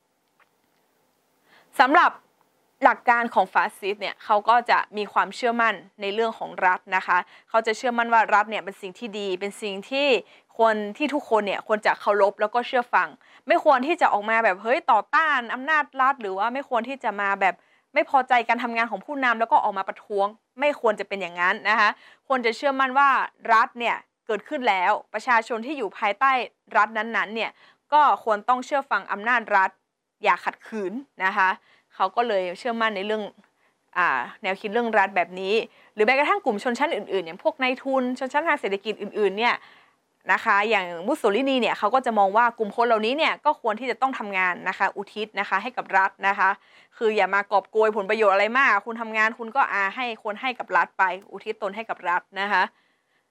สำหรับหลักการของฟาสซิสต์เนี่ยเขาก็จะมีความเชื่อมั่นในเรื่องของรัฐนะคะเขาจะเชื่อมั่นว่ารัฐเนี่ยเป็นสิ่งที่ดีเป็นสิ่งที่ควรที่ทุกคนเนี่ยควรจะเคารพแล้วก็เชื่อฟังไม่ควรที่จะออกมาแบบเฮ้ยต่อต้านอำนาจรัฐหรือว่าไม่ควรที่จะมาแบบไม่พอใจการทำงานของผู้นำแล้วก็ออกมาประท้วงไม่ควรจะเป็นอย่างนั้นนะคะควรจะเชื่อมั่นว่ารัฐเนี่ยเกิดขึ้นแล้วประชาชนที่อยู่ภายใต้รัฐนั้นๆเนี่ยก็ควรต้องเชื่อฟังอำนาจรัฐอย่าขัดขืนนะคะเขาก็เลยเชื่อมั่นในเรื่องอ่าแนวคิดเรื่องรัฐแบบนี้หรือแม้กระทั่งกลุ่มชนชั้นอื่นๆอย่างพวกนายทุนชนชั้นทางเศรษฐกิจอื่นๆเนี่ยนะคะอย่างมุสโสลินีเนี่ยเขาก็จะมองว่ากลุ่มคนเหล่านี้เนี่ยก็ควรที่จะต้องทำงานนะคะอุทิศนะคะให้กับรัฐนะคะคืออย่ามากอบโกยผลประโยชน์อะไรมากคุณทำงานคุณก็อาให้ควรให้กับรัฐไปอุทิศตนให้กับรัฐนะคะ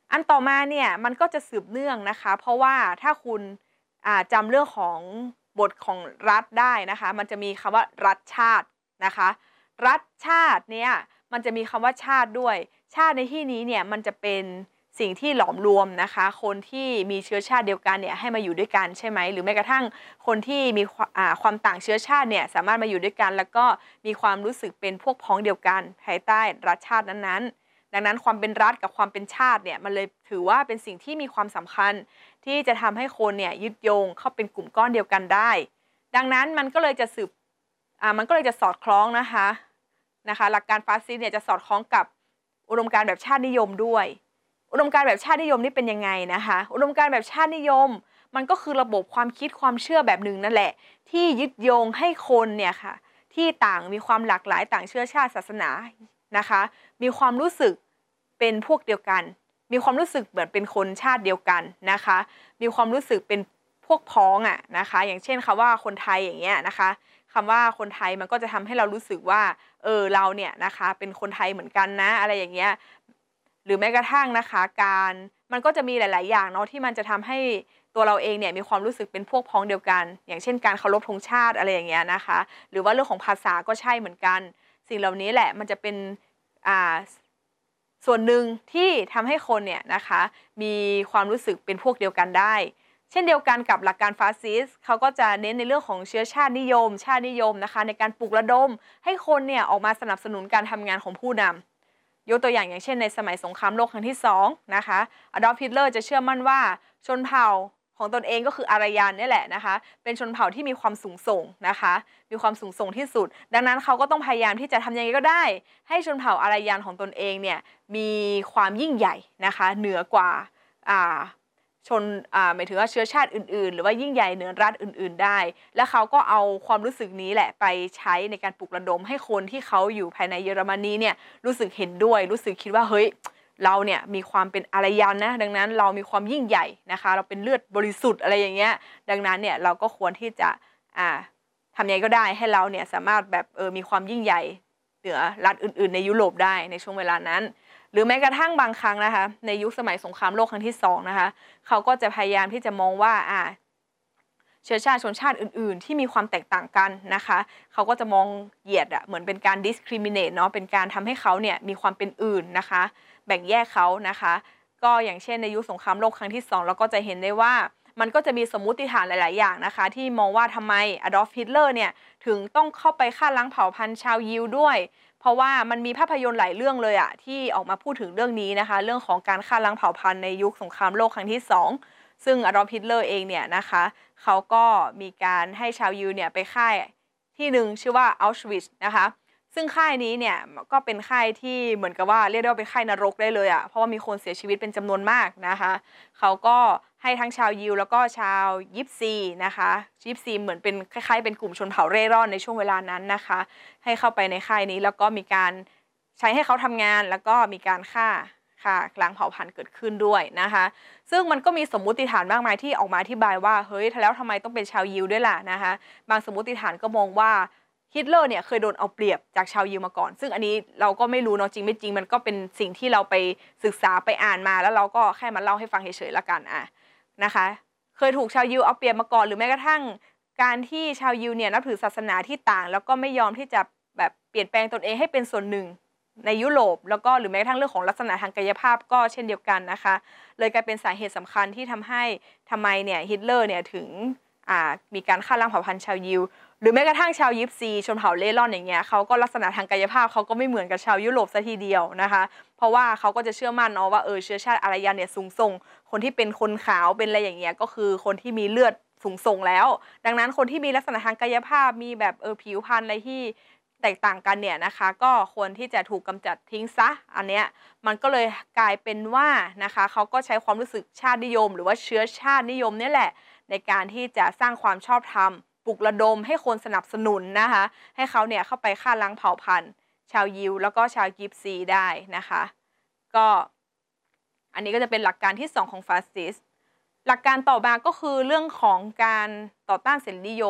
อันต่อมาเนี่ยมันก็จะสืบเนื่องนะคะเพราะว่าถ้าคุณจำเรื่องของบทของรัฐได้นะคะมันจะมีคำว่ารัฐชาตินะคะรัฐชาติเนี่ยมันจะมีคำว่าชาติด้วยชาติในที่นี้เนี่ยมันจะเป็นสิ่งที่หลอมรวมนะคะคนที่มีเชื้อชาติเดียวกันเนี่ยให้มาอยู่ด้วยกันใช่ไหมหรือแม้กระทั่งคนที่มีความต่างเชื้อชาติเนี่ยสามารถมาอยู่ด้วยกันแล้วก็มีความรู้สึกเป็นพวกพ้องเดียวกันภายใต้รัฐชาตินั้นๆดังนั้นความเป็นรัฐกับความเป็นชาติเนี่ยมันเลยถือว่าเป็นสิ่งที่มีความสำคัญที่จะทำให้คนเนี่ยยึดโยงเข้าเป็นกลุ่มก้อนเดียวกันได้ดังนั้นมันก็เลยจะสืบอ่ามันก็เลยจะสอดคล้องนะคะนะคะหลักการฟาสซิสต์เนี่ยจะสอดคล้องกับอุดมการณ์แบบชาตินิยมด้วยอุดมการณ์แบบชาตินิยมนี่เป็นยังไงนะคะอุดมการณ์แบบชาตินิยมมันก็คือระบบความคิดความเชื่อแบบหนึ่งนั่นแหละที่ยึดโยงให้คนเนี่ยค่ะที่ต่างมีความหลากหลายต่างเชื้อชาติศาสนานะคะมีความรู้สึกเป็นพวกเดียวกันมีความรู้สึกเหมือนเป็นคนชาติเดียวกันนะคะมีความรู้สึกเป็นพวกพ้องอ่ะนะคะอย่างเช่นคำว่าคนไทยอย่างเงี้ยนะคะคำว่าคนไทยมันก็จะทำให้เรารู้สึกว่าเออเราเนี่ยนะคะเป็นคนไทยเหมือนกันนะอะไรอย่างเงี้ยหรือแม้กระทั่งนะคะการมันก็จะมีหลายๆอย่างเนาะที่มันจะทำให้ตัวเราเองเนี่ยมีความรู้สึกเป็นพวกพ้องเดียวกันอย่างเช่นการเคารพธงชาติอะไรอย่างเงี้ยนะคะหรือว่าเรื่องของภาษาก็ใช่เหมือนกันสิ่งเหล่านี้แหละมันจะเป็นอ่าส่วนหนึ่งที่ทำให้คนเนี่ยนะคะมีความรู้สึกเป็นพวกเดียวกันได้เช่นเดียวกันกับหลักการฟาสซิสต์เขาก็จะเน้นในเรื่องของเชื้อชาตินิยมชาตินิยมนะคะในการปลุกระดมให้คนเนี่ยออกมาสนับสนุนการทำงานของผู้นำยกตัวอย่างอย่างเช่นในสมัยสงครามโลกครั้งที่สองนะคะอดอล์ฟ ฮิตเลอร์จะเชื่อมั่นว่าชนเผ่าของตนเองก็คืออารยันนี่แหละนะคะเป็นชนเผ่าที่มีความสูงส่งนะคะมีความสูงส่งที่สุดดังนั้นเขาก็ต้องพยายามที่จะทำยังไงก็ได้ให้ชนเผ่าอารยันของตนเองเนี่ยมีความยิ่งใหญ่นะคะเหนือกว่าอ่าชนอ่าหมายถึงว่าเชื้อชาติอื่นๆหรือว่ายิ่งใหญ่เหนือรัฐอื่นๆได้และเขาก็เอาความรู้สึกนี้แหละไปใช้ในการปลุกระดมให้คนที่เขาอยู่ภายในเยอรมนีเนี่ยรู้สึกเห็นด้วยรู้สึกคิดว่าเฮ้ยเราเนี่ยมีความเป็นอารยันนะดังนั้นเรามีความยิ่งใหญ่นะคะเราเป็นเลือดบริสุทธิ์อะไรอย่างเงี้ยดังนั้นเนี่ยเราก็ควรที่จะอ่าทำยังไงก็ได้ให้เราเนี่ยสามารถแบบเออมีความยิ่งใหญ่เหนือรัฐอื่นๆในยุโรปได้ในช่วงเวลานั้นหรือแม้กระทั่งบางครั้งนะคะในยุคสมัยสงครามโลกครั้งที่สองนะคะเขาก็จะพยายามที่จะมองว่าอ่าเชื้อชาติชนชาติอื่นๆที่มีความแตกต่างกันนะคะเขาก็จะมองเหยียดอะเหมือนเป็นการ discriminate เนาะเป็นการทำให้เขาเนี่ยมีความเป็นอื่นนะคะแบ่งแยกเขานะคะก็อย่างเช่นในยุคสงครามโลกครั้งที่สองเราก็จะเห็นได้ว่ามันก็จะมีสมมุติฐานหลายๆอย่างนะคะที่มองว่าทำไมอดอล์ฟ ฮิตเลอร์เนี่ยถึงต้องเข้าไปฆ่าล้างเผ่าพันธุ์ชาวยิวด้วยเพราะว่ามันมีภาพยนตร์หลายเรื่องเลยอะที่ออกมาพูดถึงเรื่องนี้นะคะเรื่องของการฆ่าล้างเผ่าพันธุ์ในยุคสงครามโลกครั้งที่สองซึ่งอดอล์ฟ ฮิตเลอร์เองเนี่ยนะคะเขาก็มีการให้ชาวยิวเนี่ยไปค่ายที่หนึ่งชื่อว่าอัลชวิทซ์นะคะซึ่งค่ายนี้เนี่ยก็เป็นค่ายที่เหมือนกับว่าเรียกได้ว่าเป็นค่ายนรกได้เลยอะเพราะว่ามีคนเสียชีวิตเป็นจำนวนมากนะคะเขาก็ให้ทั้งชาวยิวแล้วก็ชาวยิปซีนะคะยิปซีเหมือนเป็นคล้ายๆเป็นกลุ่มชนเผ่าเร่ร่อนในช่วงเวลานั้นนะคะให้เข้าไปในค่ายนี้แล้วก็มีการใช้ให้เขาทำงานแล้วก็มีการฆ่าค่ะล้างเผ่าพันธุ์เกิดขึ้นด้วยนะคะซึ่งมันก็มีสมมุติฐานมากมายที่ออกมาอธิบายว่าเฮ้ยแล้วทำไมต้องเป็นชาวยิวด้วยล่ะนะคะบางสมมุติฐานก็มองว่าฮิตเลอร์เนี่ยเคยโดนเอาเปรียบจากชาวยิวมาก่อนซึ่งอันนี้เราก็ไม่รู้เนาะจริงไม่จริงมันก็เป็นสิ่งที่เราไปศึกษาไปอ่านมาแล้วเราก็แค่มาเล่าให้ฟังเฉยๆละกันอ่ะนะคะเคยถูกชาวยิวเอาเปรียบมาก่อนหรือแม้กระทั่งการที่ชาวยิวเนี่ยนับถือศาสนาที่ต่างแล้วก็ไม่ยอมที่จะแบบเปลี่ยนแปลงตนเองให้เป็นส่วนหนึ่งในยุโรปแล้วก็หรือแม้กระทั่งเรื่องของลักษณะทางกายภาพก็เช่นเดียวกันนะคะเลยกลายเป็นสาเหตุสำคัญที่ทำให้ทำไมเนี่ยฮิตเลอร์เนี่ยถึงมีการฆ่าล้างเผ่าพันธุ์ชาวยิวหรือแม้กระทั่งชาวยิปซีชนเผ่าเร่ร่อนอย่างเงี้ยเขาก็ลักษณะทางกายภาพเขาก็ไม่เหมือนกับชาวยุโรปซะทีเดียวนะคะเพราะว่าเขาก็จะเชื่อมั่นเนาะว่าเออเชื้อชาติอารยันเนี่ยสูงส่งคนที่เป็นคนขาวเป็นอะไรอย่างเงี้ยก็คือคนที่มีเลือดสูงส่งแล้วดังนั้นคนที่มีลักษณะทางกายภาพมีแบบเออผิวพรรณอะไรที่แตกต่างกันเนี่ยนะคะก็ควรที่จะถูกกำจัดทิ้งซะอันเนี้ยมันก็เลยกลายเป็นว่านะคะเขาก็ใช้ความรู้สึกชาตินิยมหรือว่าเชื้อชาตินิยมนี่แหละในการที่จะสร้างความชอบธรรมปลุกระดมให้คนสนับสนุนนะคะให้เขาเนี่ยเข้าไปฆ่าล้างเผ่าพันธุ์ชาวยิวแล้วก็ชาวยิปซีได้นะคะก็อันนี้ก็จะเป็นหลักการที่สองของฟาสซิสต์หลักการต่อมาก็คือเรื่องของการต่อต้านเสรีนิยม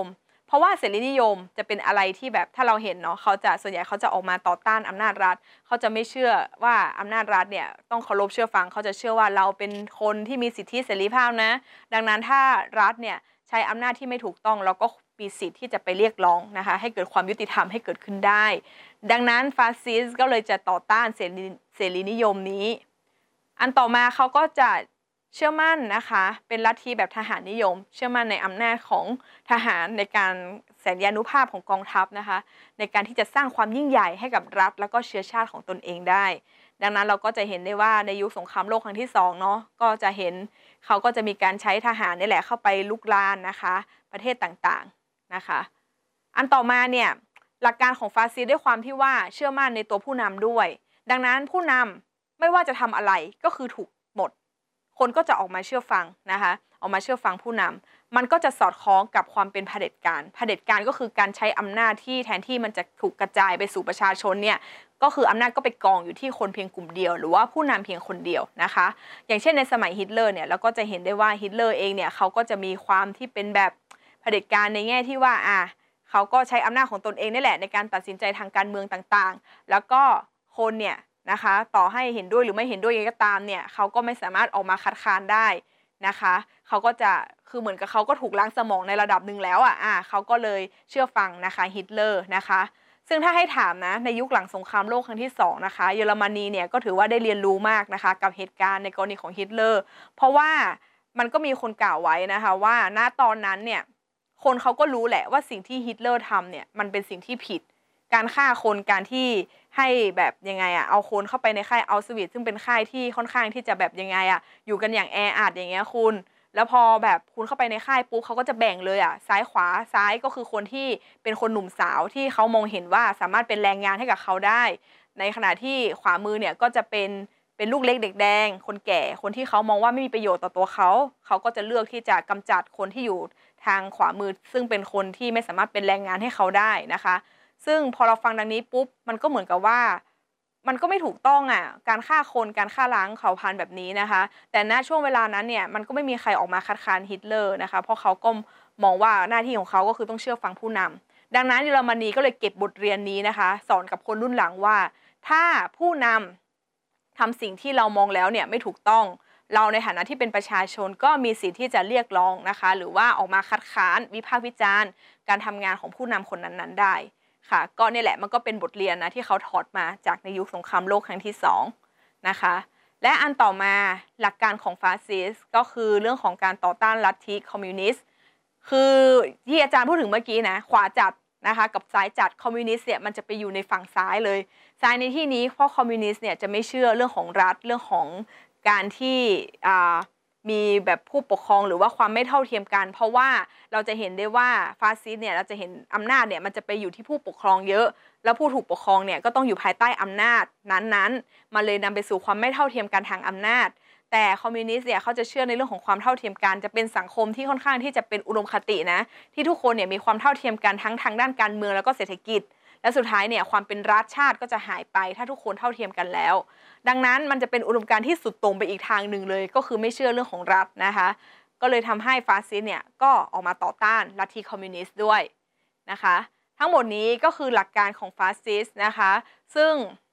เพราะว่าเสรีนิยมจะเป็นอะไรที่แบบถ้าเราเห็นเนาะเขาจะส่วนใหญ่เขาจะออกมาต่อต้านอำนาจรัฐเขาจะไม่เชื่อว่าอำนาจรัฐเนี่ยต้องเคารพเชื่อฟังเขาจะเชื่อว่าเราเป็นคนที่มีสิทธิเสรีภาพนะดังนั้นถ้ารัฐเนี่ยใช้อำนาจที่ไม่ถูกต้องเราก็มีสิทธิ์ที่จะไปเรียกร้องนะคะให้เกิดความยุติธรรมให้เกิดขึ้นได้ดังนั้นฟาสซิสต์ก็เลยจะต่อต้านเสรีเสรีนิยมนี้อันต่อมาเขาก็จะเชื่อมั่นนะคะเป็นลัทธิแบบทหารนิยมเชื่อมั่นในอำนาจของทหารในการแสนยานุภาพของกองทัพนะคะในการที่จะสร้างความยิ่งใหญ่ให้กับรัฐแล้วก็เชื้อชาติของตนเองได้ดังนั้นเราก็จะเห็นได้ว่าในยุคสงครามโลกครั้งที่สองเนาะก็จะเห็นเขาก็จะมีการใช้ทหารนี่แหละเข้าไปลุกลานนะคะประเทศต่างๆนะคะอันต่อมาเนี่ยหลักการของฟาสซิสต์ด้วยความที่ว่าเชื่อมั่นในตัวผู้นำด้วยดังนั้นผู้นำไม่ว่าจะทำอะไรก็คือถูกหมดคนก็จะออกมาเชื่อฟังนะคะออกมาเชื่อฟังผู้นำมันก็จะสอดคล้องกับความเป็นเผด็จการเผด็จการก็คือการใช้อำนาจที่แทนที่มันจะถูกกระจายไปสู่ประชาชนเนี่ยก็คืออำนาจก็ไปกองอยู่ที่คนเพียงกลุ่มเดียวหรือว่าผู้นำเพียงคนเดียวนะคะอย่างเช่นในสมัยฮิตเลอร์เนี่ยเราก็จะเห็นได้ว่าฮิตเลอร์เองเนี่ยเขาก็จะมีความที่เป็นแบบเผด็จการในแง่ที่ว่าอ่ะเขาก็ใช้อำนาจของตนเองนี่แหละในการตัดสินใจทางการเมืองต่างๆแล้วก็คนเนี่ยนะคะต่อให้เห็นด้วยหรือไม่เห็นด้วยยังไงก็ตามเนี่ยเขาก็ไม่สามารถออกมาคัดค้านได้นะคะเขาก็จะคือเหมือนกับเขาก็ถูกล้างสมองในระดับหนึ่งแล้วอ่ะอ่ะเขาก็เลยเชื่อฟังนะคะฮิตเลอร์นะคะซึ่งถ้าให้ถามนะในยุคหลังสงครามโลกครั้งที่สองนะคะเยอรมนีเนี่ยก็ถือว่าได้เรียนรู้มากนะคะกับเหตุการณ์ในกรณีของฮิตเลอร์เพราะว่ามันก็มีคนกล่าวไว้นะคะว่าณตอนนั้นเนี่ยคนเขาก็รู้แหละว่าสิ่งที่ฮิตเลอร์ทำเนี่ยมันเป็นสิ่งที่ผิดการฆ่าคนการที่ให้แบบยังไงอะเอาคนเข้าไปในค่ายอัลสวิทซึ่งเป็นค่ายที่ค่อนข้างที่จะแบบยังไงอะอยู่กันอย่างแออัดอย่างเงี้ยคุณแล้วพอแบบคุณเข้าไปในค่ายปุ๊บเขาก็จะแบ่งเลยอะซ้ายขวาซ้ายก็คือคนที่เป็นคนหนุ่มสาวที่เขามองเห็นว่าสามารถเป็นแรงงานให้กับเขาได้ในขณะที่ขวามือเนี่ยก็จะเป็นเป็นลูกเล็กเด็กแดงคนแก่คนที่เขามองว่าไม่มีประโยชน์ต่อตัวเขาเขาก็จะเลือกที่จะกำจัดคนที่อยู่ทางขวามือซึ่งเป็นคนที่ไม่สามารถเป็นแรงงานให้เขาได้นะคะซึ่งพอเราฟังดังนี้ปุ๊บมันก็เหมือนกับว่ามันก็ไม่ถูกต้องอ่ะการฆ่าคนการฆ่าล้างเผ่าพันธุ์แบบนี้นะคะแต่ณช่วงเวลานั้นเนี่ยมันก็ไม่มีใครออกมาคัดค้านฮิตเลอร์นะคะเพราะเขาก็มองว่าหน้าที่ของเขาก็คือต้องเชื่อฟังผู้นำดังนั้นเยอรมนีก็เลยเก็บบทเรียนนี้นะคะสอนกับคนรุ่นหลังว่าถ้าผู้นำทำสิ่งที่เรามองแล้วเนี่ยไม่ถูกต้องเราในฐานะที่เป็นประชาชนก็มีสิทธิ์ที่จะเรียกร้องนะคะหรือว่าออกมาคัดค้านวิพากษ์วิจารณ์การทำงานของผู้นำคนนั้นๆได้ค่ะก็นี่แหละมันก็เป็นบทเรียนนะที่เขาถอดมาจากในยุคสงครามโลกครั้งที่สองนะคะและอันต่อมาหลักการของฟาสซิสต์ก็คือเรื่องของการต่อต้านลัทธิคอมมิวนิสต์คือที่อาจารย์พูดถึงเมื่อกี้นะขวาจัดนะคะกับซ้ายจัดคอมมิวนิสต์เนี่ยมันจะไปอยู่ในฝั่งซ้ายเลยซ้ายในที่นี้เพราะคอมมิวนิสต์เนี่ยจะไม่เชื่อเรื่องของรัฐเรื่องของการที่อ่ามีแบบผู้ปกครองหรือว่าความไม่เท่าเทียมกันเพราะว่าเราจะเห็นได้ว่าฟาสซิสต์เนี่ยเราจะเห็นอำนาจเนี่ยมันจะไปอยู่ที่ผู้ปกครองเยอะแล้วผู้ถูกปกครองเนี่ยก็ต้องอยู่ภายใต้อำนาจนั้นๆมาเลยนำไปสู่ความไม่เท่าเทียมกันทางอำนาจแต่คอมมิวนิสต์เนี่ยเขาจะเชื่อในเรื่องของความเท่าเทียมกันจะเป็นสังคมที่ค่อนข้างที่จะเป็นอุดมคตินะที่ทุกคนเนี่ยมีความเท่าเทียมกันทั้งทางด้านการเมืองแล้วก็เศรษฐกิจและสุดท้ายเนี่ยความเป็นรัฐชาติก็จะหายไปถ้าทุกคนเท่าเทียมกันแล้วดังนั้นมันจะเป็นอุดมการณ์ที่สุดตรงไปอีกทางหนึ่งเลยก็คือไม่เชื่อเรื่องของรัฐนะคะก็เลยทำให้ฟาสซิสต์เนี่ยก็ออกมาต่อต้านลัทธิคอมมิวนิสต์ด้วยนะคะทั้งหมดนี้ก็คือหลักการของฟาสซิสต์นะคะซึ่ง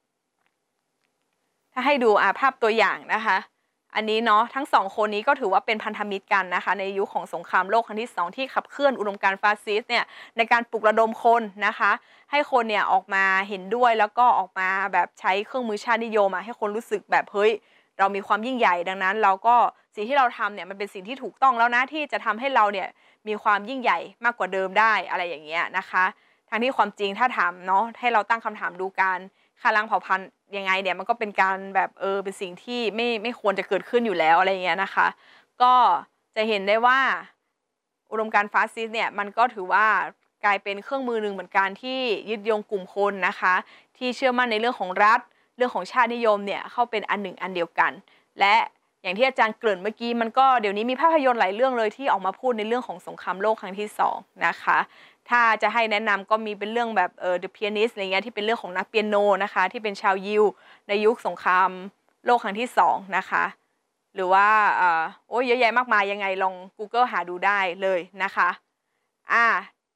ถ้าให้ดูภาพตัวอย่างนะคะอันนี้เนาะทั้งสองคนนี้ก็ถือว่าเป็นพันธมิตรกันนะคะในยุค ของสงครามโลกครั้งที่สองที่ขับเคลื่อนอุดมการณ์ฟาสซิสต์เนี่ยในการปลุกระดมคนนะคะให้คนเนี่ยออกมาเห็นด้วยแล้วก็ออกมาแบบใช้เครื่องมือชาตินิยมให้คนรู้สึกแบบเฮ้ยเรามีความยิ่งใหญ่ดังนั้นเราก็สิ่งที่เราทำเนี่ยมันเป็นสิ่งที่ถูกต้องแล้วนะที่จะทำให้เราเนี่ยมีความยิ่งใหญ่มากกว่าเดิมได้อะไรอย่างเงี้ยนะคะทั้งที่ความจริงถ้าถามเนาะให้เราตั้งคำถามดูการฆ่าล้างเผ่าพันธุ์ยังไงเนี่ยมันก็เป็นการแบบเออเป็นสิ่งที่ไม่ไม่ควรจะเกิดขึ้นอยู่แล้วอะไรเงี้ยนะคะก็จะเห็นได้ว่าอุดมการณ์ฟาสซิสต์เนี่ยมันก็ถือว่ากลายเป็นเครื่องมือหนึ่งเหมือนกันที่ยึดโยงกลุ่มคนนะคะที่เชื่อมั่นในเรื่องของรัฐเรื่องของชาตินิยมเนี่ยเข้าเป็นอันหนึ่งอันเดียวกันและอย่างที่อาจารย์เกริ่นเมื่อกี้มันก็เดี๋ยวนี้มีภาพยนตร์หลายเรื่องเลยที่ออกมาพูดในเรื่องของสงครามโลกครั้งที่สองนะคะถ้าจะให้แนะนำก็มีเป็นเรื่องแบบเออ The Pianist อะไรเงี้ยที่เป็นเรื่องของนักเปียโนนะคะที่เป็นชาวยิวในยุคสงครามโลกครั้งที่สองนะคะหรือว่าเอ่อโอ้ยเยอะแยะมากมายยังไงลอง Google หาดูได้เลยนะคะอ่า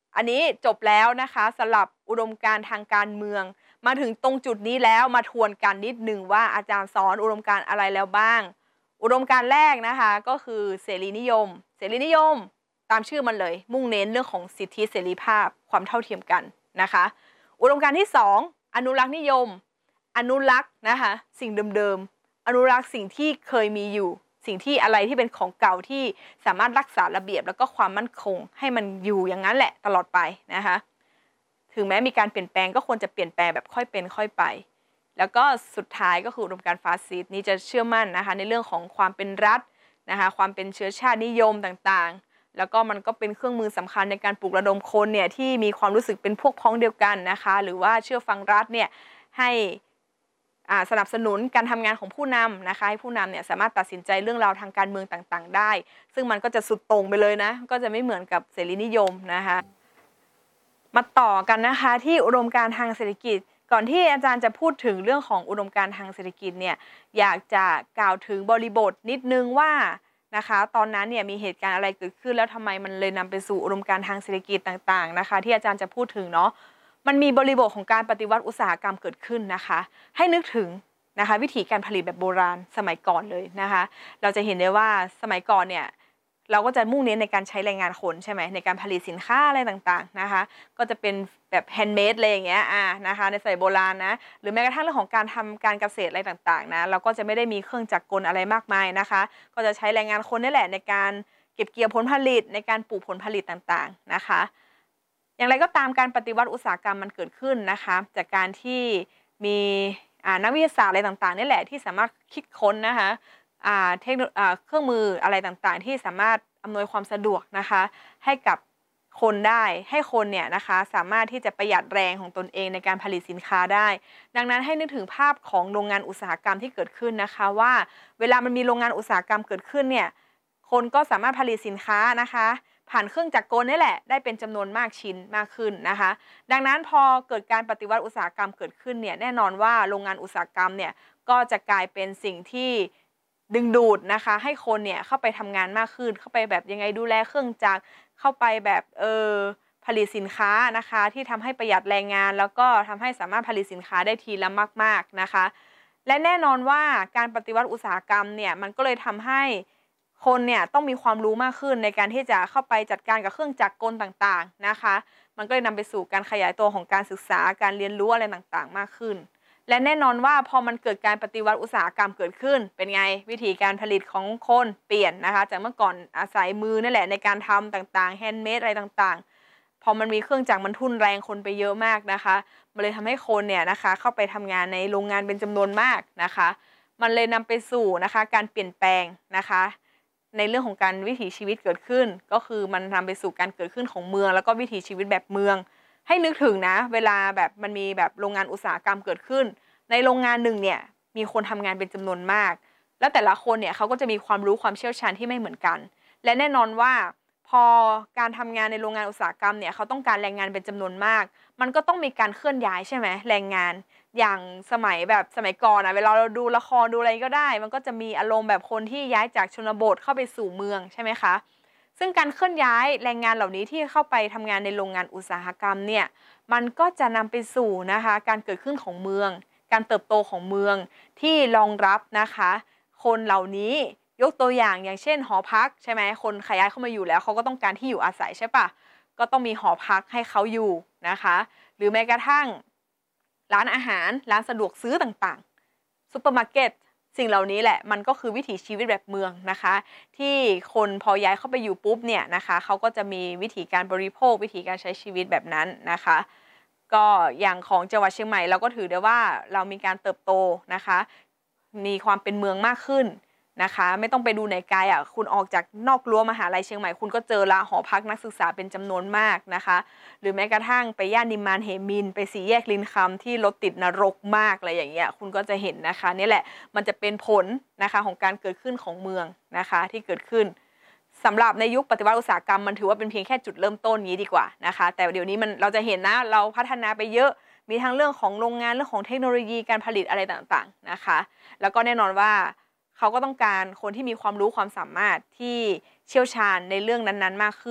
อันนี้จบแล้วนะคะสำหรับอุดมการณ์ทางการเมืองมาถึงตรงจุดนี้แล้วมาทวนกันนิดหนึ่งว่าอาจารย์สอนอุดมการณ์อะไรแล้วบ้างอุดมการณ์แรกนะคะก็คือเสรีนิยมเสรีนิยมตามชื่อมันเลยมุ่งเน้นเรื่องของสิทธิเสรีภาพความเท่าเทียมกันนะคะอุดมการณ์ที่สองอนุรักษ์นิยมอนุรักษ์นะคะสิ่งเดิมๆอนุรักษ์สิ่งที่เคยมีอยู่สิ่งที่อะไรที่เป็นของเก่าที่สามารถรักษาระเบียบแล้วก็ความมั่นคงให้มันอยู่อย่างนั้นแหละตลอดไปนะคะถึงแม้มีการเปลี่ยนแปลงก็ควรจะเปลี่ยนแปลงแบบค่อยเป็นค่อยไปแล้วก็สุดท้ายก็คืออุดมการณ์ฟาสซิสต์นี้จะเชื่อมั่นนะคะในเรื่องของความเป็นรัฐนะคะความเป็นเชื้อชาตินิยมต่างๆแล้วก็มันก็เป็นเครื่องมือสำคัญในการปลุกระดมคนเนี่ยที่มีความรู้สึกเป็นพวกพ้องเดียวกันนะคะหรือว่าเชื่อฟังรัฐเนี่ยให้สนับสนุนการทำงานของผู้นำนะคะให้ผู้นำเนี่ยสามารถตัดสินใจเรื่องราวทางการเมืองต่างๆได้ซึ่งมันก็จะสุดโต่งไปเลยนะก็จะไม่เหมือนกับเสรีนิยมนะคะมาต่อกันนะคะที่อุดมการณ์ทางเศรษฐกิจก่อนที่อาจารย์จะพูดถึงเรื่องของอุดมการณ์ทางเศรษฐกิจเนี่ยอยากจะกล่าวถึงบริบทนิดนึงว่านะคะตอนนั้นเนี่ยมีเหตุการณ์อะไรเกิดขึ้นแล้วทำไมมันเลยนำไปสู่อุดมการณ์ทางเศรษฐกิจต่างๆนะคะที่อาจารย์จะพูดถึงเนาะมันมีบริบทของการปฏิวัติอุตสาหกรรมเกิดขึ้นนะคะให้นึกถึงนะคะวิธีการผลิตแบบโบราณสมัยก่อนเลยนะคะเราจะเห็นได้ว่าสมัยก่อนเนี่ยเราก็จะมุ่งเน้นในการใช้แรงงานคนใช่ไหมในการผลิตสินค้าอะไรต่างๆนะคะก็จะเป็นแบบแฮนด์เมดอะไรอย่างเงี้ยอ่านะคะในสมัยโบราณนะหรือแม้กระทั่งเรื่องของการทำการเกษตรอะไรต่างๆนะเราก็จะไม่ได้มีเครื่องจักรกลอะไรมากมายนะคะก็จะใช้แรงงานคนนี่แหละในการเก็บเกี่ยวผลผลิตในการปลูกผลผลิตต่างๆนะคะอย่างไรก็ตามการปฏิวัติอุตสาหกรรมมันเกิดขึ้นนะคะจากการที่มีนักวิทยาศาสตร์อะไรต่างๆนี่แหละที่สามารถคิดค้นนะคะเทคโนโลยีเครื่องมืออะไรต่างๆที่สามารถอำนวยความสะดวกนะคะให้กับคนได้ให้คนเนี่ยนะคะสามารถที่จะประหยัดแรงของตนเองในการผลิตสินค้าได้ดังนั้นให้นึกถึงภาพของโรงงานอุตสาหกรรมที่เกิดขึ้นนะคะว่าเวลามันมีโรงงานอุตสาหกรรมเกิดขึ้นเนี่ยคนก็สามารถผลิตสินค้านะคะผ่านเครื่องจักรกลนี่แหละได้เป็นจำนวนมากชิ้นมากขึ้นนะคะดังนั้นพอเกิดการปฏิวัติอุตสาหกรรมเกิดขึ้นเนี่ยแน่นอนว่าโรงงานอุตสาหกรรมเนี่ยก็จะกลายเป็นสิ่งที่ดึงดูดนะคะให้คนเนี่ยเข้าไปทำงานมากขึ้นเข้าไปแบบยังไงดูแลเครื่องจักรเข้าไปแบบเออผลิตสินค้านะคะที่ทำให้ประหยัดแรงงานแล้วก็ทำให้สามารถผลิตสินค้าได้ทีละมากๆนะคะและแน่นอนว่าการปฏิวัติอุตสาหกรรมเนี่ยมันก็เลยทำให้คนเนี่ยต้องมีความรู้มากขึ้นในการที่จะเข้าไปจัดการกับเครื่องจักรกลต่างๆนะคะมันก็เลยนำไปสู่การขยายตัวของการศึกษาการเรียนรู้อะไรต่างๆมากขึ้นและแน่นอนว่าพอมันเกิดการปฏิวัติอุตสาหกรรมเกิดขึ้นเป็นไงวิธีการผลิตของคนเปลี่ยนนะคะจากเมื่อก่อนอาศัยมือนั่นแหละในการทำต่างๆแฮนด์เมดอะไรต่างๆพอมันมีเครื่องจักรมันทุ่นแรงคนไปเยอะมากนะคะมันเลยทำให้คนเนี่ยนะคะเข้าไปทำงานในโรงงานเป็นจำนวนมากนะคะมันเลยนำไปสู่นะคะการเปลี่ยนแปลงนะคะในเรื่องของการวิถีชีวิตเกิดขึ้นก็คือมันนำไปสู่การเกิดขึ้นของเมืองแล้วก็วิถีชีวิตแบบเมืองให้นึกถึงนะเวลาแบบมันมีแบบโรงงานอุตสาหกรรมเกิดขึ้นในโรงงานหนึ่งเนี่ยมีคนทำงานเป็นจำนวนมากแล้วแต่ละคนเนี่ยเขาก็จะมีความรู้ความเชี่ยวชาญที่ไม่เหมือนกันและแน่นอนว่าพอการทำงานในโรงงานอุตสาหกรรมเนี่ยเขาต้องการแรงงานเป็นจำนวนมากมันก็ต้องมีการเคลื่อนย้ายใช่ไหมแรงงานอย่างสมัยแบบสมัยก่อนอะเวลาเราดูละครดูอะไรก็ได้มันก็จะมีอารมณ์แบบคนที่ย้ายจากชนบทเข้าไปสู่เมืองใช่ไหมคะซึ่งการเคลื่อนย้ายแรงงานเหล่านี้ที่เข้าไปทำงานในโรงงานอุตสาหกรรมเนี่ยมันก็จะนำไปสู่นะคะการเกิดขึ้นของเมืองการเติบโตของเมืองที่รองรับนะคะคนเหล่านี้ยกตัวอย่างอย่างเช่นหอพักใช่ไหมคนขยายเข้ามาอยู่แล้วเขาก็ต้องการที่อยู่อาศัยใช่ปะก็ต้องมีหอพักให้เขาอยู่นะคะหรือแม้กระทั่งร้านอาหารร้านสะดวกซื้อต่างๆซุปเปอร์มาร์เก็ตสิ่งเหล่านี้แหละมันก็คือวิถีชีวิตแบบเมืองนะคะที่คนพอย้ายเข้าไปอยู่ปุ๊บเนี่ยนะคะเขาก็จะมีวิธีการบริโภควิธีการใช้ชีวิตแบบนั้นนะคะก็อย่างของจังหวัดเชียงใหม่เราก็ถือได้ว่าเรามีการเติบโตนะคะมีความเป็นเมืองมากขึ้นนะคะไม่ต้องไปดูไหนไกลอ่ะคุณออกจากนอกรั้วมหาลัยเชียงใหม่คุณก็เจอละหอพักนักศึกษาเป็นจำนวนมากนะคะหรือแม้กระทั่งไปย่านนิมมานเหมินไปสี่แยกลินคำที่รถติดนรกมากอะไรอย่างเงี้ยคุณก็จะเห็นนะคะนี่แหละมันจะเป็นผลนะคะของการเกิดขึ้นของเมืองนะคะที่เกิดขึ้นสำหรับในยุคปฏิวัติอุตสาหกรรมมันถือว่าเป็นเพียงแค่จุดเริ่มต้นนี้ดีกว่านะคะแต่เดี๋ยวนี้มันเราจะเห็นนะเราพัฒนาไปเยอะมีทั้งเรื่องของโรงงานเรื่องของเทคโนโลยีการผลิตอะไรต่างๆนะคะแล้วก็แน่นอนว่าเขาก็ต้องการคนที่มีความรู้ความสามารถที่เชี่ยวชาญในเรื่องนั้นๆมากขึ้น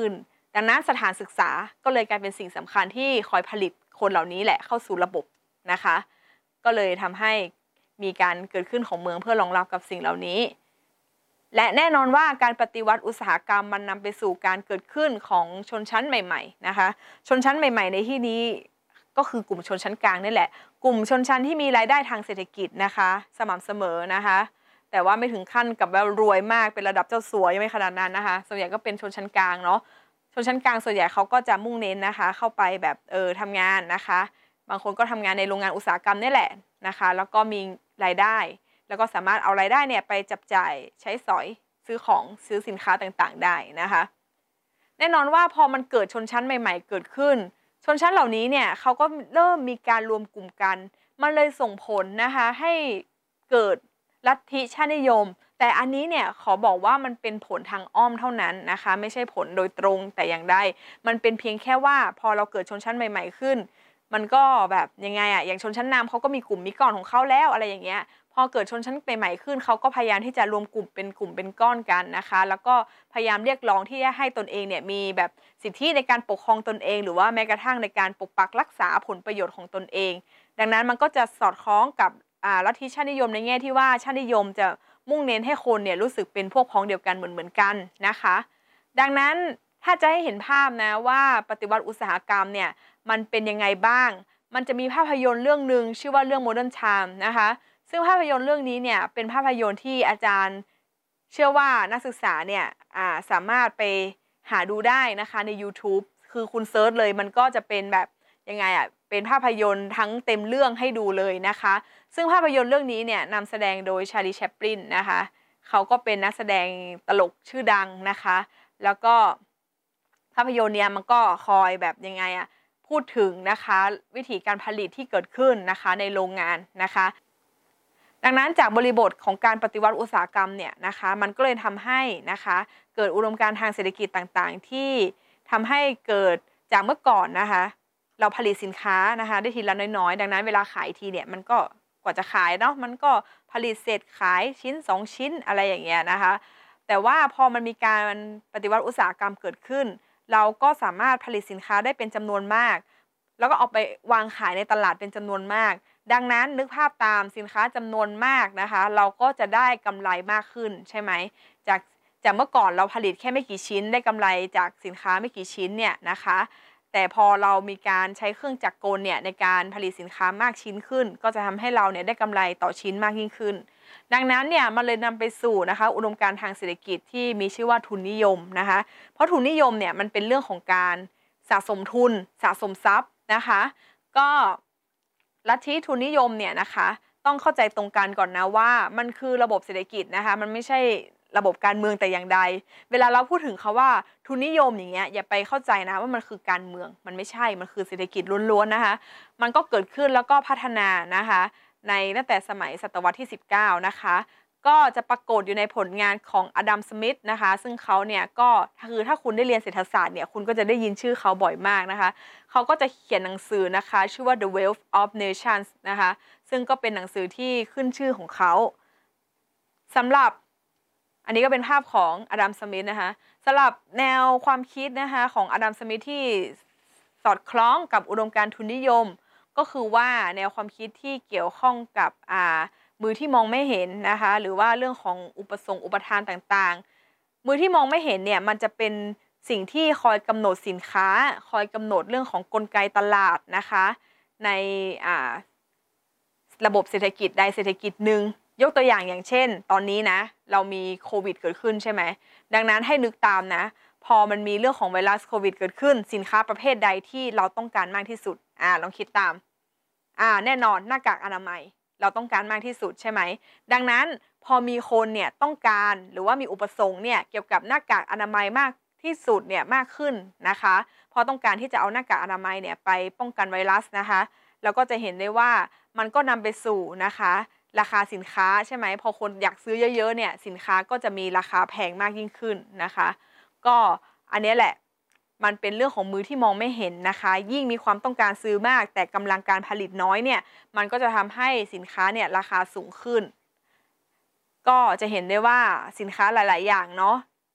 ดังนั้นสถานศึกษาก็เลยกลายเป็นสิ่งสำคัญที่คอยผลิตคนเหล่านี้แหละเข้าสู่ระบบนะคะก็เลยทำให้มีการเกิดขึ้นของเมืองเพื่อรองรับกับสิ่งเหล่านี้และแน่นอนว่าการปฏิวัติอุตสาหกรรมมันนำไปสู่การเกิดขึ้นของชนชั้นใหม่ๆนะคะชนชั้นใหม่ๆในที่นี้ก็คือกลุ่มชนชั้นกลางนี่แหละกลุ่มชนชั้นที่มีรายได้ทางเศรษฐกิจนะคะสม่ำเสมอนะคะแต่ว่าไม่ถึงขั้นกับว่ารวยมากเป็นระดับเจ้าสัวยังไม่ขนาดนั้นนะคะส่วนใหญ่ก็เป็นชนชั้นกลางเนาะชนชั้นกลางส่วนใหญ่เขาก็จะมุ่งเน้นนะคะเข้าไปแบบเออทำงานนะคะบางคนก็ทำงานในโรงงานอุตสาหกรรมนี่แหละนะคะแล้วก็มีรายได้แล้วก็สามารถเอารายได้เนี่ยไปจับจ่ายใช้สอยซื้อของซื้อสินค้าต่างๆได้นะคะแน่นอนว่าพอมันเกิดชนชั้นใหม่ๆเกิดขึ้นชนชั้นเหล่านี้เนี่ยเขาก็เริ่มมีการรวมกลุ่มกันมันเลยส่งผลนะคะให้เกิดลัทธิชาตินิยมแต่อันนี้เนี่ยขอบอกว่ามันเป็นผลทางอ้อมเท่านั้นนะคะไม่ใช่ผลโดยตรงแต่อย่างใดมันเป็นเพียงแค่ว่าพอเราเกิดชนชั้นใหม่ๆขึ้นมันก็แบบยังไงอะอย่างชนชั้นนำเขาก็มีกลุ่มมีก้อนของเขาแล้วอะไรอย่างเงี้ยพอเกิดชนชั้นใหม่ๆขึ้นเขาก็พยายามที่จะรวมกลุ่มเป็นกลุ่มเป็นก้อนกันนะคะแล้วก็พยายามเรียกร้องที่จะให้ตนเองเนี่ยมีแบบสิทธิในการปกครองตนเองหรือว่าแม้กระทั่งในการปกปักรักษาผลประโยชน์ของตนเองดังนั้นมันก็จะสอดคล้องกับอ่าลัทธิชาตินิยมในแง่ที่ว่าชาตินิยมจะมุ่งเน้นให้คนเนี่ยรู้สึกเป็นพวกพ้องเดียวกันเหมือนเหมือนกันนะคะดังนั้นถ้าจะให้เห็นภาพนะว่าปฏิวัติอุตสาหกรรมเนี่ยมันเป็นยังไงบ้างมันจะมีภาพยนตร์เรื่องนึงชื่อว่าเรื่อง Modern Time นะคะซึ่งภาพยนตร์เรื่องนี้เนี่ยเป็นภาพยนตร์ที่อาจารย์เชื่อว่านักศึกษาเนี่ยอ่าสามารถไปหาดูได้นะคะใน YouTube คือคุณเซิร์ชเลยมันก็จะเป็นแบบยังไงอ่ะเป็นภาพยนตร์ทั้งเต็มเรื่องให้ดูเลยนะคะซึ่งภาพยนตร์เรื่องนี้เนี่ยนำแสดงโดยชาลีแชปลินนะคะเขาก็เป็นนักแสดงตลกชื่อดังนะคะแล้วก็ภาพยนตร์เนี่ยมันก็คอยแบบยังไงอ่ะพูดถึงนะคะวิธีการผลิตที่เกิดขึ้นนะคะในโรงงานนะคะดังนั้นจากบริบทของการปฏิวัติอุตสาหกรรมเนี่ยนะคะมันก็เลยทำให้นะคะเกิดอุดมการณ์ทางเศรษฐกิจต่างๆที่ทำให้เกิดจากเมื่อก่อนนะคะเราผลิตสินค้านะคะได้ทีละน้อยๆดังนั้นเวลาขายทีเนี่ยมันก็กว่าจะขายเนาะมันก็ผลิตเสร็จขายชิ้นสองชิ้นอะไรอย่างเงี้ยนะคะแต่ว่าพอมันมีการปฏิวัติอุตสาหกรรมเกิดขึ้นเราก็สามารถผลิตสินค้าได้เป็นจำนวนมากแล้วก็เอาไปวางขายในตลาดเป็นจำนวนมากดังนั้นนึกภาพตามสินค้าจำนวนมากนะคะเราก็จะได้กำไรมากขึ้นใช่ไหมจากจากเมื่อก่อนเราผลิตแค่ไม่กี่ชิ้นได้กำไรจากสินค้าไม่กี่ชิ้นเนี่ยนะคะแต่พอเรามีการใช้เครื่องจักรกลเนี่ยในการผลิตสินค้ามากชิ้นขึ้นก็จะทำให้เราเนี่ยได้กำไรต่อชิ้นมากยิ่งขึ้นดังนั้นเนี่ยมันเลยนำไปสู่นะคะอุดมการณ์ทางเศรษฐกิจที่มีชื่อว่าทุนนิยมนะคะเพราะทุนนิยมเนี่ยมันเป็นเรื่องของการสะสมทุนสะสมทรัพย์นะคะก็ลัทธิทุนนิยมเนี่ยนะคะต้องเข้าใจตรงกันก่อนนะว่ามันคือระบบเศรษฐกิจนะคะมันไม่ใช่ระบบการเมืองแต่อย่างใดเวลาเราพูดถึงคาว่าทุนนิยมอย่างเงี้ยอย่าไปเข้าใจนะว่ามันคือการเมืองมันไม่ใช่มันคือเศรษฐกิจล้วนๆนะคะมันก็เกิดขึ้นแล้วก็พัฒนานะคะในตั้งแต่สมัยศตวรรษที่สิบเก้านะคะก็จะปรากฏอยู่ในผลงานของอดัมสมิธนะคะซึ่งเขาเนี่ยก็คือถ้าคุณได้เรียนเศรษฐศาสตร์เนี่ยคุณก็จะได้ยินชื่อเขาบ่อยมากนะคะเขาก็จะเขียนหนังสือนะคะชื่อว่า The Wealth of Nations นะคะซึ่งก็เป็นหนังสือที่ขึ้นชื่อของเขาสำหรับอันนี้ก็เป็นภาพของอดัมสมิธนะคะสำหรับแนวความคิดนะคะของอดัมสมิธที่สอดคล้องกับอุดมการณ์ทุนนิยมก็คือว่าแนวความคิดที่เกี่ยวข้องกับอ่ามือที่มองไม่เห็นนะคะหรือว่าเรื่องของอุปสงค์อุปทานต่างๆมือที่มองไม่เห็นเนี่ยมันจะเป็นสิ่งที่คอยกำหนดสินค้าคอยกำหนดเรื่องของกลไกตลาดนะคะในอ่าระบบเศรษฐกิจใดเศรษฐกิจหนึ่งยกตัวอย่างอย่างเช่นตอนนี้นะเรามีโควิดเกิดขึ้นใช่ไหมดังนั้นให้นึกตามนะพอมันมีเรื่องของไวรัสโควิดเกิดขึ้นสินค้าประเภทใดที่เราต้องการมากที่สุดอ่าลองคิดตามอ่าแน่นอนหน้ากากอนามัยเราต้องการมากที่สุดใช่ไหมดังนั้นพอมีคนเนี่ยต้องการหรือว่ามีอุปสงค์เนี่ยเกี่ยวกับหน้ากากอนามัยมากที่สุดเนี่ยมากขึ้นนะคะเพราะต้องการที่จะเอาหน้ากากอนามัยเนี่ยไปป้องกันไวรัสนะคะแล้วก็จะเห็นได้ว่ามันก็นำไปสู่นะคะราคาสินค้าใช่ไหมพอคนอยากซื้อเยอะๆเนี่ยสินค้าก็จะมีราคาแพงมากยิ่งขึ้นนะคะก็อันนี้แหละมันเป็นเรื่องของมือที่มองไม่เห็นนะคะยิ่งมีความต้องการซื้อมากแต่กำลังการผลิตน้อยเนี่ยมันก็จะทำให้สินค้าเนี่ยราคาสูงขึ้นก็จะเห็นได้ว่าสินค้าหลายๆอย่างเนาะ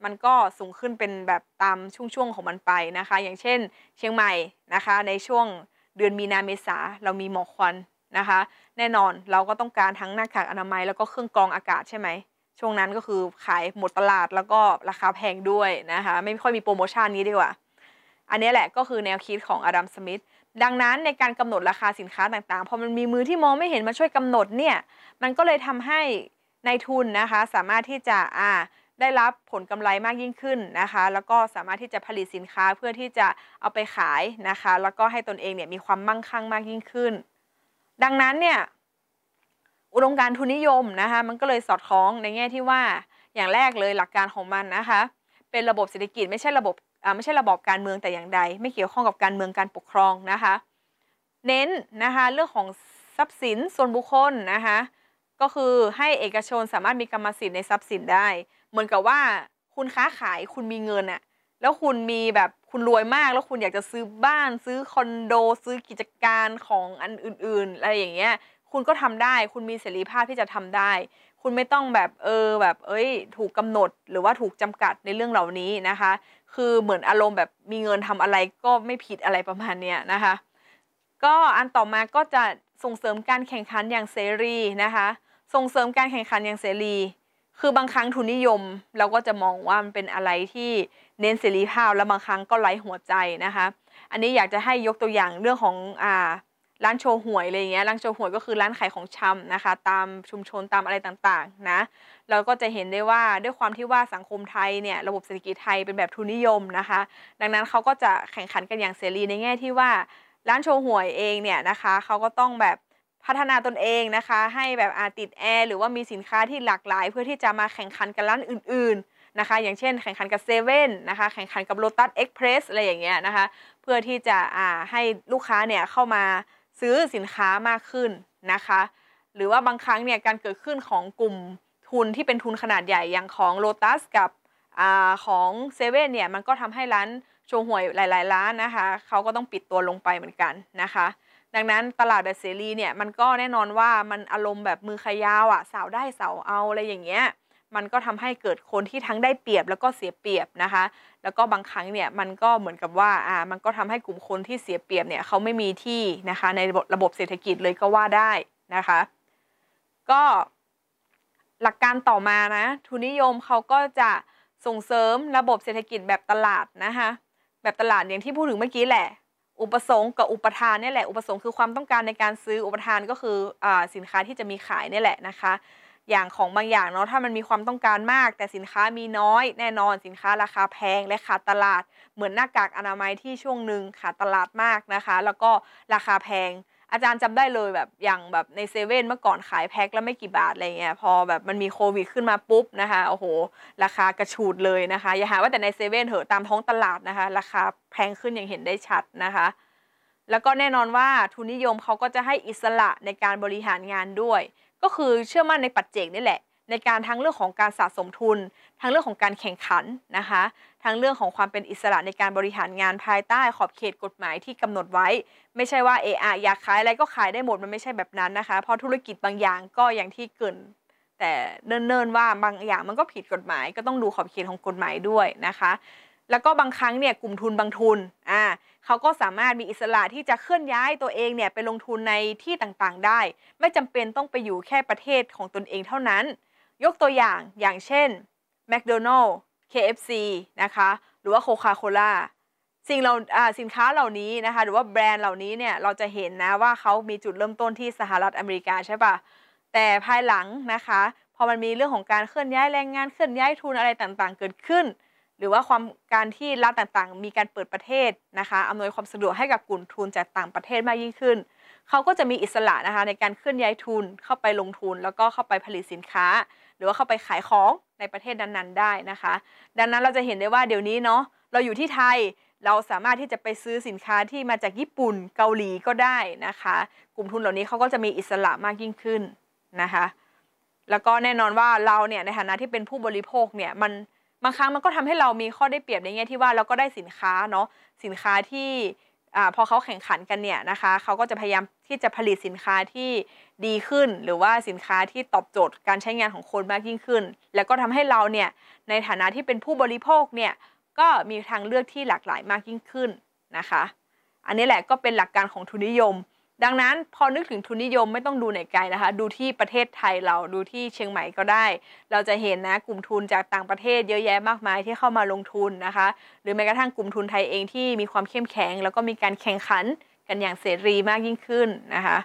มันก็สูงขึ้นเป็นแบบตามช่วงๆของมันไปนะคะอย่างเช่นเชียงใหม่นะคะในช่วงเดือนมีนาเมษาเรามีหมอกควันนะคะแน่นอนเราก็ต้องการทั้งหน้ากากอนามัยแล้วก็เครื่องกรองอากาศใช่ไหมช่วงนั้นก็คือขายหมดตลาดแล้วก็ราคาแพงด้วยนะคะไม่ค่อยมีโปรโมชั่นนี้ดีกว่าอันนี้แหละก็คือแนวคิดของอดัมสมิธดังนั้นในการกำหนดราคาสินค้าต่างๆพอมันมีมือที่มองไม่เห็นมาช่วยกำหนดเนี่ยมันก็เลยทำให้นายทุนนะคะสามารถที่จะอ่าได้รับผลกำไรมากยิ่งขึ้นนะคะแล้วก็สามารถที่จะผลิตสินค้าเพื่อที่จะเอาไปขายนะคะแล้วก็ให้ตนเองเนี่ยมีความมั่งคั่งมากยิ่งขึ้นดังนั้นเนี่ยอุดมการณ์ทุนนิยมนะคะมันก็เลยสอดคล้องในแง่ที่ว่าอย่างแรกเลยหลักการของมันนะคะเป็นระบบเศรษฐกิจไม่ใช่ระบบอ่าไม่ใช่ระบบการเมืองแต่อย่างใดไม่เกี่ยวข้องกับการเมืองการปกครองนะคะเน้นนะคะเรื่องของทรัพย์สินส่วนบุคคลนะคะก็คือให้เอกชนสามารถมีกรรมสิทธิ์ในทรัพย์สินได้เหมือนกับว่าคุณค้าขายคุณมีเงินอะแล้วคุณมีแบบคุณรวยมากแล้วคุณอยากจะซื้อบ้านซื้อคอนโดซื้อกิจการของอันอื่นๆอะไรอย่างเงี้ยคุณก็ทำได้คุณมีเสรีภาพที่จะทำได้คุณไม่ต้องแบบเออแบบเอ้ยถูกกำหนดหรือว่าถูกจำกัดในเรื่องเหล่านี้นะคะคือเหมือนอารมณ์แบบมีเงินทำอะไรก็ไม่ผิดอะไรประมาณเนี้ยนะคะก็อันต่อมาก็จะส่งเสริมการแข่งขันอย่างเสรีนะคะส่งเสริมการแข่งขันอย่างเสรีคือบางครั้งทุนนิยมเราก็จะมองว่ามันเป็นอะไรที่เน้นเสรีภาพและบางครั้งก็ไร้หัวใจนะคะอันนี้อยากจะให้ยกตัวอย่างเรื่องของอ่าร้านโชว์หวยอะไรอย่างเงี้ยร้านโชว์หวยก็คือร้านขายของชำนะคะตามชุมชนตามอะไรต่างๆนะเราก็จะเห็นได้ว่าด้วยความที่ว่าสังคมไทยเนี่ยระบบเศรษฐกิจไทยเป็นแบบทุนนิยมนะคะดังนั้นเขาก็จะแข่งขันกันอย่างเสรีในแง่ที่ว่าร้านโชว์หวยเองเนี่ยนะคะเขาก็ต้องแบบพัฒนาตนเองนะคะให้แบบอาติดแอร์หรือว่ามีสินค้าที่หลากหลายเพื่อที่จะมาแข่งขันกับร้านอื่นๆนะคะอย่างเช่นแข่งขันกับเซเว่นนะคะแข่งขันกับโลตัสเอ็กเพรสอะไรอย่างเงี้ยนะคะเพื่อที่จะอ่าให้ลูกค้าเนี่ยเข้ามาซื้อสินค้ามากขึ้นนะคะหรือว่าบางครั้งเนี่ยการเกิดขึ้นของกลุ่มทุนที่เป็นทุนขนาดใหญ่อย่างของโลตัสกับอ่าของเซเว่นเนี่ยมันก็ทำให้ร้านโชว์หวยหลายๆร้านนะคะเขาก็ต้องปิดตัวลงไปเหมือนกันนะคะดังนั้นตลาดแบบเสรีเนี่ยมันก็แน่นอนว่ามันอารมณ์แบบมือขยาวอ่ะสาวได้สาวเอาอะไรอย่างเงี้ยมันก็ทำให้เกิดคนที่ทั้งได้เปรียบแล้วก็เสียเปรียบนะคะแล้วก็บางครั้งเนี่ยมันก็เหมือนกับว่าอ่ามันก็ทำให้กลุ่มคนที่เสียเปรียบเนี่ยเขาไม่มีที่นะคะในระบบเศรษฐกิจเลยก็ว่าได้นะคะก็หลักการต่อมานะทุนนิยมเขาก็จะส่งเสริมระบบเศรษฐกิจแบบตลาดนะคะแบบตลาดอย่างที่พูดถึงเมื่อกี้แหละอุปสงค์กับอุปทานนี่แหละอุปสงค์คือความต้องการในการซื้ออุปทานก็คืออ่าสินค้าที่จะมีขายนี่แหละนะคะอย่างของบางอย่างเนาะถ้ามันมีความต้องการมากแต่สินค้ามีน้อยแน่นอนสินค้าราคาแพงและขาดตลาดเหมือนหน้ากากอนามัยที่ช่วงหนึ่งขาดตลาดมากนะคะแล้วก็ราคาแพงอาจารย์จำได้เลยแบบอย่างแบบในเซเว่นเมื่อก่อนขายแพ็คแล้วไม่กี่บาทอะไรเงี้ยพอแบบมันมีโควิดขึ้นมาปุ๊บนะคะโอ้โหราคากระฉูดเลยนะคะอย่าหาว่าแต่ในเซเว่นเถอะตามท้องตลาดนะคะราคาแพงขึ้นอย่างเห็นได้ชัดนะคะแล้วก็แน่นอนว่าทุนนิยมเขาก็จะให้อิสระในการบริหารงานด้วยก็คือเชื่อมั่นในปัจเจกนี่แหละในการทั้งเรื่องของการสะสมทุนทั้งเรื่องของการแข่งขันนะคะทั้งเรื่องของความเป็นอิสระในการบริหารงานภายใต้ขอบเขตกฎหมายที่กำหนดไว้ไม่ใช่ว่าเอออยากขายอะไรก็ขายได้หมดมันไม่ใช่แบบนั้นนะคะเพราะธุรกิจบางอย่างก็อย่างที่เกริ่นแต่เนิ่นๆว่าบางอย่างมันก็ผิดกฎหมายก็ต้องดูขอบเขตของกฎหมายด้วยนะคะแล้วก็บางครั้งเนี่ยกลุ่มทุนบางทุนอ่าเขาก็สามารถมีอิสระที่จะเคลื่อนย้ายตัวเองเนี่ยไปลงทุนในที่ต่างๆได้ไม่จำเป็นต้องไปอยู่แค่ประเทศของตนเองเท่านั้นยกตัวอย่างอย่างเช่น แมคโดนัลด์ เค เอฟ ซี นะคะหรือว่าโคคาโคล่าสิ่งเราอ่าสินค้าเหล่านี้นะคะหรือว่าแบรนด์เหล่านี้เนี่ยเราจะเห็นนะว่าเขามีจุดเริ่มต้นที่สหรัฐอเมริกาใช่ปะแต่ภายหลังนะคะพอมันมีเรื่องของการเคลื่อนย้ายแรงงานเคลื่อนย้ายทุนอะไรต่างๆเกิดขึ้นหรือว่าความการที่รัฐต่างๆมีการเปิดประเทศนะคะอำนวยความสะดวกให้กับกลุ่มทุนจากต่างประเทศมากยิ่งขึ้นเขาก็จะมีอิสระนะคะในการเคลื่อนย้ายทุนเข้าไปลงทุนแล้วก็เข้าไปผลิตสินค้าหรือว่าเข้าไปขายของในประเทศนั้นๆได้นะคะดังนั้นเราจะเห็นได้ว่าเดี๋ยวนี้เนาะเราอยู่ที่ไทยเราสามารถที่จะไปซื้อสินค้าที่มาจากญี่ปุ่นเกาหลีก็ได้นะคะกลุ่มทุนเหล่านี้เขาก็จะมีอิสระมากยิ่งขึ้นนะคะแล้วก็แน่นอนว่าเราเนี่ยในฐานะที่เป็นผู้บริโภคเนี่ยมันบางครั้งมันก็ทำให้เรามีข้อได้เปรียบในแง่ที่ว่าเราก็ได้สินค้าเนาะสินค้าที่อ่าพอเขาแข่งขันกันเนี่ยนะคะเขาก็จะพยายามที่จะผลิตสินค้าที่ดีขึ้นหรือว่าสินค้าที่ตอบโจทย์การใช้งานของคนมากยิ่งขึ้นแล้วก็ทำให้เราเนี่ยในฐานะที่เป็นผู้บริโภคเนี่ยก็มีทางเลือกที่หลากหลายมากยิ่งขึ้นนะคะอันนี้แหละก็เป็นหลักการของทุนนิยมดังนั้นพอนึกถึงทุนนิยมไม่ต้องดูไหนไกลนะคะดูที่ประเทศไทยเราดูที่เชียงใหม่ก็ได้เราจะเห็นนะกลุ่มทุนจากต่างประเทศเยอะแยะมากมายที่เข้ามาลงทุนนะคะหรือแม้กระทั่งกลุ่มทุนไทยเองที่มีความเข้มแข็งแล้วก็มีการแข่งขันกันอย่างเสรีมากยิ่งขึ้นนะคะ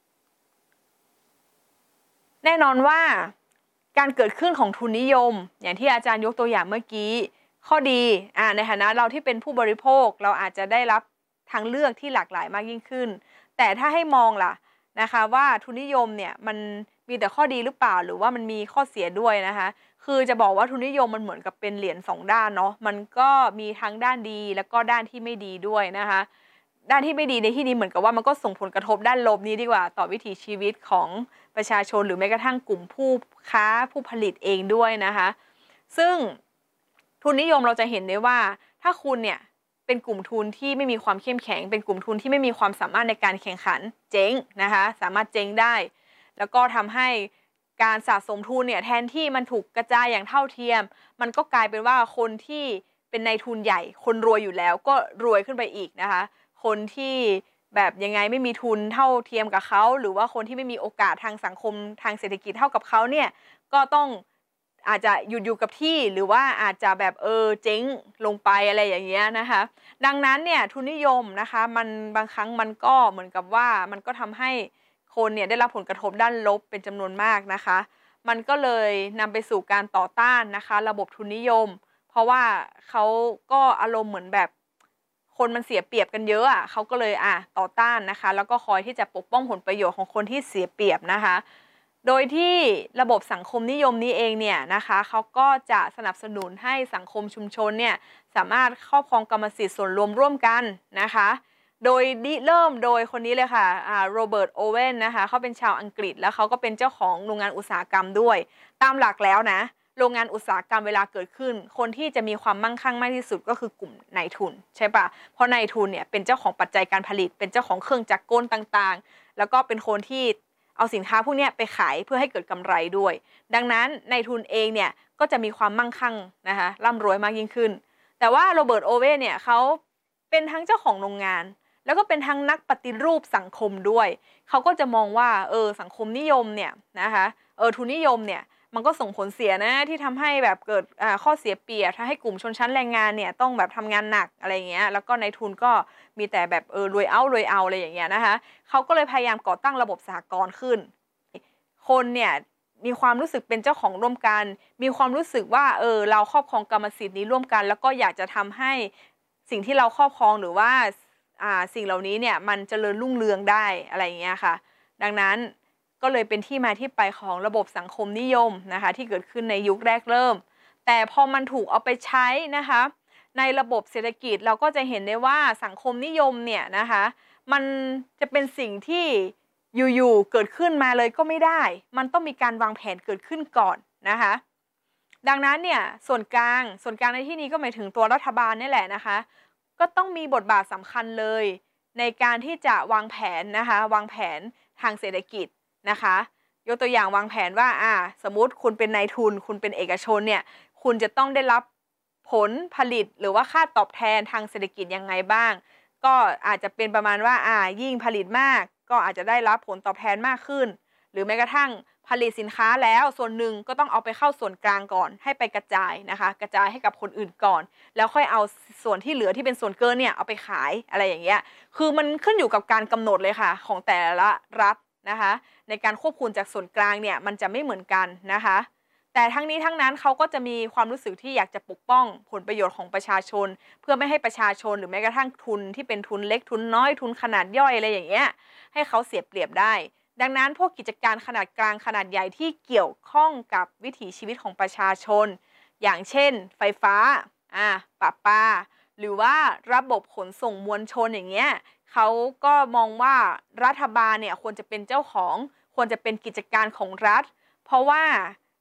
แน่นอนว่าการเกิดขึ้นของทุนนิยมอย่างที่อาจารย์ยกตัวอย่างเมื่อกี้ข้อดีอ่าในฐานะเราที่เป็นผู้บริโภคเราอาจจะได้รับทางเลือกที่หลากหลายมากยิ่งขึ้นแต่ถ้าให้มองล่ะนะคะว่าทุนนิยมเนี่ยมันมีแต่ข้อดีหรือเปล่าหรือว่ามันมีข้อเสียด้วยนะคะคือจะบอกว่าทุนนิยมมันเหมือนกับเป็นเหรียญสองด้านเนาะมันก็มีทั้งด้านดีแล้วก็ด้านที่ไม่ดีด้วยนะคะด้านที่ไม่ดีในที่นี้เหมือนกับว่ามันก็ส่งผลกระทบด้านลบนี้ดีกว่าต่อวิถีชีวิตของประชาชนหรือแม้กระทั่งกลุ่มผู้ค้าผู้ผลิตเองด้วยนะคะซึ่งทุนนิยมเราจะเห็นได้ว่าถ้าคุณเนี่ยเป็นกลุ่มทุนที่ไม่มีความเข้มแข็งเป็นกลุ่มทุนที่ไม่มีความสามารถในการแข่งขันเจ๊งนะคะสามารถเจ๊งได้แล้วก็ทำให้การสะสมทุนเนี่ยแทนที่มันถูกกระจายอย่างเท่าเทียมมันก็กลายเป็นว่าคนที่เป็นนายทุนใหญ่คนรวยอยู่แล้วก็รวยขึ้นไปอีกนะคะคนที่แบบยังไงไม่มีทุนเท่าเทียมกับเขาหรือว่าคนที่ไม่มีโอกาสทางสังคมทางเศรษฐกิจเท่ากับเขาเนี่ยก็ต้องอาจจะหยุดอยู่กับที่หรือว่าอาจจะแบบเออเจ๊งลงไปอะไรอย่างเงี้ยนะคะดังนั้นเนี่ยทุนนิยมนะคะมันบางครั้งมันก็เหมือนกับว่ามันก็ทำให้คนเนี่ยได้รับผลกระทบด้านลบเป็นจำนวนมากนะคะมันก็เลยนำไปสู่การต่อต้านนะคะระบบทุนนิยมเพราะว่าเขาก็อารมณ์เหมือนแบบคนมันเสียเปรียบกันเยอะอ่ะเขาก็เลยอ่ะต่อต้านนะคะแล้วก็คอยที่จะปกป้องผลประโยชน์ของคนที่เสียเปรียบนะคะโดยที่ระบบสังคมนิยมนี้เองเนี่ยนะคะเขาก็จะสนับสนุนให้สังคมชุมชนเนี่ยสามารถครอบครองกรรมสิทธิ์ส่วนรวมร่วมกันนะคะโดยเริ่มโดยคนนี้เลยค่ะโรเบิร์ตโอเว่นนะคะเขาเป็นชาวอังกฤษแล้วเขาก็เป็นเจ้าของโรงงานอุตสาหกรรมด้วยตามหลักแล้วนะโรงงานอุตสาหกรรมเวลาเกิดขึ้นคนที่จะมีความมั่งคั่งมากที่สุดก็คือกลุ่มนายทุนใช่ปะเพราะนายทุนเนี่ยเป็นเจ้าของปัจจัยการผลิตเป็นเจ้าของเครื่องจักรกลต่างๆแล้วก็เป็นคนที่เอาสินค้าพวกนี้ไปขายเพื่อให้เกิดกำไรด้วยดังนั้นนายทุนเองเนี่ยก็จะมีความมั่งคั่งนะคะร่ำรวยมากยิ่งขึ้นแต่ว่าโรเบิร์ตโอเว่นเนี่ยเขาเป็นทั้งเจ้าของโรงงานแล้วก็เป็นทั้งนักปฏิรูปสังคมด้วยเขาก็จะมองว่าเออสังคมนิยมเนี่ยนะคะเออทุนนิยมเนี่ยมันก็ส่งผลเสียนะที่ทำให้แบบเกิดข้อเสียเปรียบทำให้กลุ่มชนชั้นแรงงานเนี่ยต้องแบบทำงานหนักอะไรเงี้ยแล้วก็นายทุนก็มีแต่แบบเออรวยเอารวยเอาอะไรอย่างเงี้ยนะคะเขาก็เลยพยายามก่อตั้งระบบสหกรณ์ขึ้นคนเนี่ยมีความรู้สึกเป็นเจ้าของร่วมกันมีความรู้สึกว่าเออเราครอบครองกรรมสิทธิ์นี้ร่วมกันแล้วก็อยากจะทำให้สิ่งที่เราครอบครองหรือว่าอ่าสิ่งเหล่านี้เนี่ยมันเจริญรุ่งเรืองได้อะไรอย่างเงี้ยค่ะดังนั้นก็เลยเป็นที่มาที่ไปของระบบสังคมนิยมนะคะที่เกิดขึ้นในยุคแรกเริ่มแต่พอมันถูกเอาไปใช้นะคะในระบบเศรษฐกิจเราก็จะเห็นได้ว่าสังคมนิยมเนี่ยนะคะมันจะเป็นสิ่งที่อยู่ๆเกิดขึ้นมาเลยก็ไม่ได้มันต้องมีการวางแผนเกิดขึ้นก่อนนะคะดังนั้นเนี่ยส่วนกลางส่วนกลางในที่นี้ก็หมายถึงตัวรัฐบาลนี่แหละนะคะก็ต้องมีบทบาทสำคัญเลยในการที่จะวางแผนนะคะวางแผนทางเศรษฐกิจนะคะยกตัวอย่างวางแผนว่าอ่าสมมุติคุณเป็นนายทุนคุณเป็นเอกชนเนี่ยคุณจะต้องได้รับผลผลิตหรือว่าค่าตอบแทนทางเศรษฐกิจยังไงบ้างก็อาจจะเป็นประมาณว่าอ่ายิ่งผลิตมากก็อาจจะได้รับผลตอบแทนมากขึ้นหรือแม้กระทั่งผลิตสินค้าแล้วส่วนหนึ่งก็ต้องเอาไปเข้าส่วนกลางก่อนให้ไปกระจายนะคะกระจายให้กับคนอื่นก่อนแล้วค่อยเอาส่วนที่เหลือที่เป็นส่วนเกินเนี่ยเอาไปขายอะไรอย่างเงี้ยคือมันขึ้นอยู่กับการกำหนดเลยค่ะของแต่ละรัฐนะคะในการควบคุมจากส่วนกลางเนี่ยมันจะไม่เหมือนกันนะคะแต่ทั้งนี้ทั้งนั้นเขาก็จะมีความรู้สึกที่อยากจะปกป้องผลประโยชน์ของประชาชนเพื่อไม่ให้ประชาชนหรือแม้กระทั่งทุนที่เป็นทุนเล็กทุนน้อยทุนขนาดย่อยอะไรอย่างเงี้ยให้เขาเสียเปรียบได้ดังนั้นพวกกิจการขนาดกลางขนาดใหญ่ที่เกี่ยวข้องกับวิถีชีวิตของประชาชนอย่างเช่นไฟฟ้าอ่าประปาหรือว่าระบบขนส่งมวลชนอย่างเงี้ยเขาก็มองว่ารัฐบาลเนี่ยควรจะเป็นเจ้าของควรจะเป็นกิจการของรัฐเพราะว่า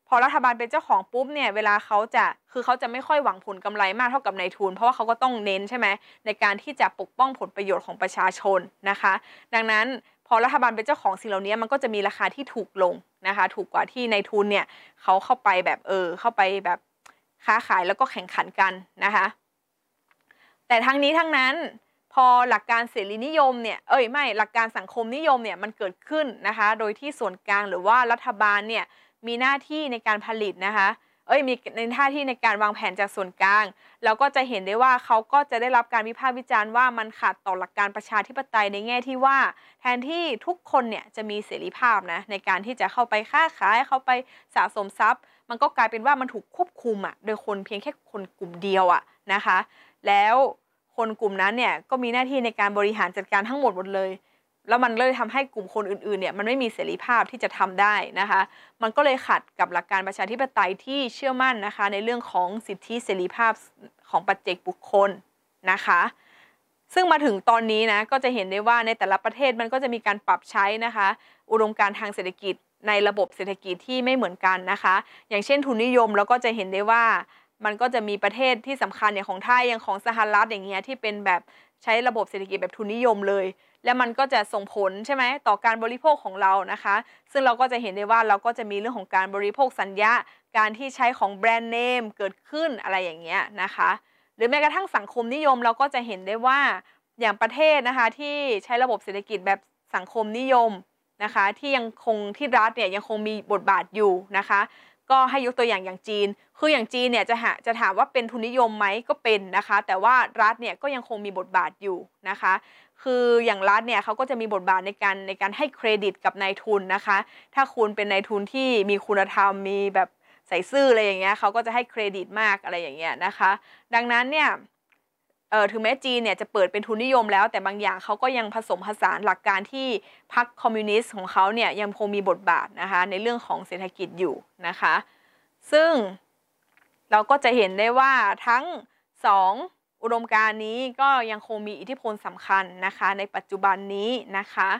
พอรัฐบาลเป็นเจ้าของปุ๊บเนี่ยเวลาเขาจะคือเขาจะไม่ค่อยหวังผลกำไรมากเท่ากับนายทุนเพราะว่าเขาก็ต้องเน้นใช่ไหมในการที่จะปกป้องผลประโยชน์ของประชาชนนะคะดังนั้นพอรัฐบาลเป็นเจ้าของสิ่งเหล่านี้มันก็จะมีราคาที่ถูกลงนะคะถูกกว่าที่นายทุนเนี่ยเขาเข้าไปแบบเออเข้าไปแบบค้าขายแล้วก็แข่งขันกันนะคะแต่ทั้งนี้ทั้งนั้นพอหลักการเสรีนิยมเนี่ยเอ้ยไม่หลักการสังคมนิยมเนี่ยมันเกิดขึ้นนะคะโดยที่ส่วนกลางหรือว่ารัฐบาลเนี่ยมีหน้าที่ในการผลิตนะคะเอ้ยมีในหน้าที่ในการวางแผนจากส่วนกลางแล้วก็จะเห็นได้ว่าเขาก็จะได้รับการวิพากษ์วิจารณ์ว่ามันขัดต่อหลักการประชาธิปไตยในแง่ที่ว่าแทนที่ทุกคนเนี่ยจะมีเสรีภาพนะในการที่จะเข้าไปค้าขายเข้าไปสะสมทรัพย์มันก็กลายเป็นว่ามันถูกควบคุมอ่ะโดยคนเพียงแค่คนกลุ่มเดียวอ่ะนะคะแล้วคนกลุ่มนั้นเนี่ยก็มีหน้าที่ในการบริหารจัดการทั้งหมดหมดเลยแล้วมันเลยทำให้กลุ่มคนอื่นๆเนี่ยมันไม่มีเสรีภาพที่จะทำได้นะคะมันก็เลยขัดกับหลักการประชาธิปไตยที่เชื่อมั่นนะคะในเรื่องของสิทธิเสรีภาพของปัจเจกบุคคลนะคะซึ่งมาถึงตอนนี้นะก็จะเห็นได้ว่าในแต่ละประเทศมันก็จะมีการปรับใช้นะคะอุดมการณ์ทางเศรษฐกิจในระบบเศรษฐกิจที่ไม่เหมือนกันนะคะอย่างเช่นทุนนิยมเราก็จะเห็นได้ว่ามันก็จะมีประเทศที่สำคัญอย่างของไทยอย่างของสหรัฐอย่างเงี้ยที่เป็นแบบใช้ระบบเศรษฐกิจแบบทุนนิยมเลยและมันก็จะส่งผลใช่ไหมต่อการบริโภคของเรานะคะซึ่งเราก็จะเห็นได้ว่าเราก็จะมีเรื่องของการบริโภคสัญญาการที่ใช้ของแบรนด์เนมเกิดขึ้นอะไรอย่างเงี้ยนะคะหรือแม้กระทั่งสังคมนิยมเราก็จะเห็นได้ว่าอย่างประเทศนะคะที่ใช้ระบบเศรษฐกิจแบบสังคมนิยมนะคะที่ยังคงที่รัฐเนี่ยยังคงมีบทบาทอยู่นะคะก็ให้ยกตัวอย่างอย่างจีนคืออย่างจีนเนี่ยจะหาจะถามว่าเป็นทุนนิยมไหมก็เป็นนะคะแต่ว่ารัฐเนี่ยก็ยังคงมีบทบาทอยู่นะคะคืออย่างรัฐเนี่ยเขาก็จะมีบทบาทในการในการให้เครดิตกับนายทุนนะคะถ้าคุณเป็นนายทุนที่มีคุณธรรมมีแบบใส่ซื่ออะไรอย่างเงี้ยเขาก็จะให้เครดิตมากอะไรอย่างเงี้ยนะคะดังนั้นเนี่ยเอ่อถึงแม้จีนเนี่ยจะเปิดเป็นทุนนิยมแล้วแต่บางอย่างเขาก็ยังผสมผสานหลักการที่พรรคคอมมิวนิสต์ของเขาเนี่ยยังคงมีบทบาทนะคะในเรื่องของเศรษฐกิจอยู่นะคะซึ่งเราก็จะเห็นได้ว่าทั้งสองอุดมการณ์นี้ก็ยังคงมีอิทธิพลสำคัญนะคะในปัจจุบันนี้นะคะ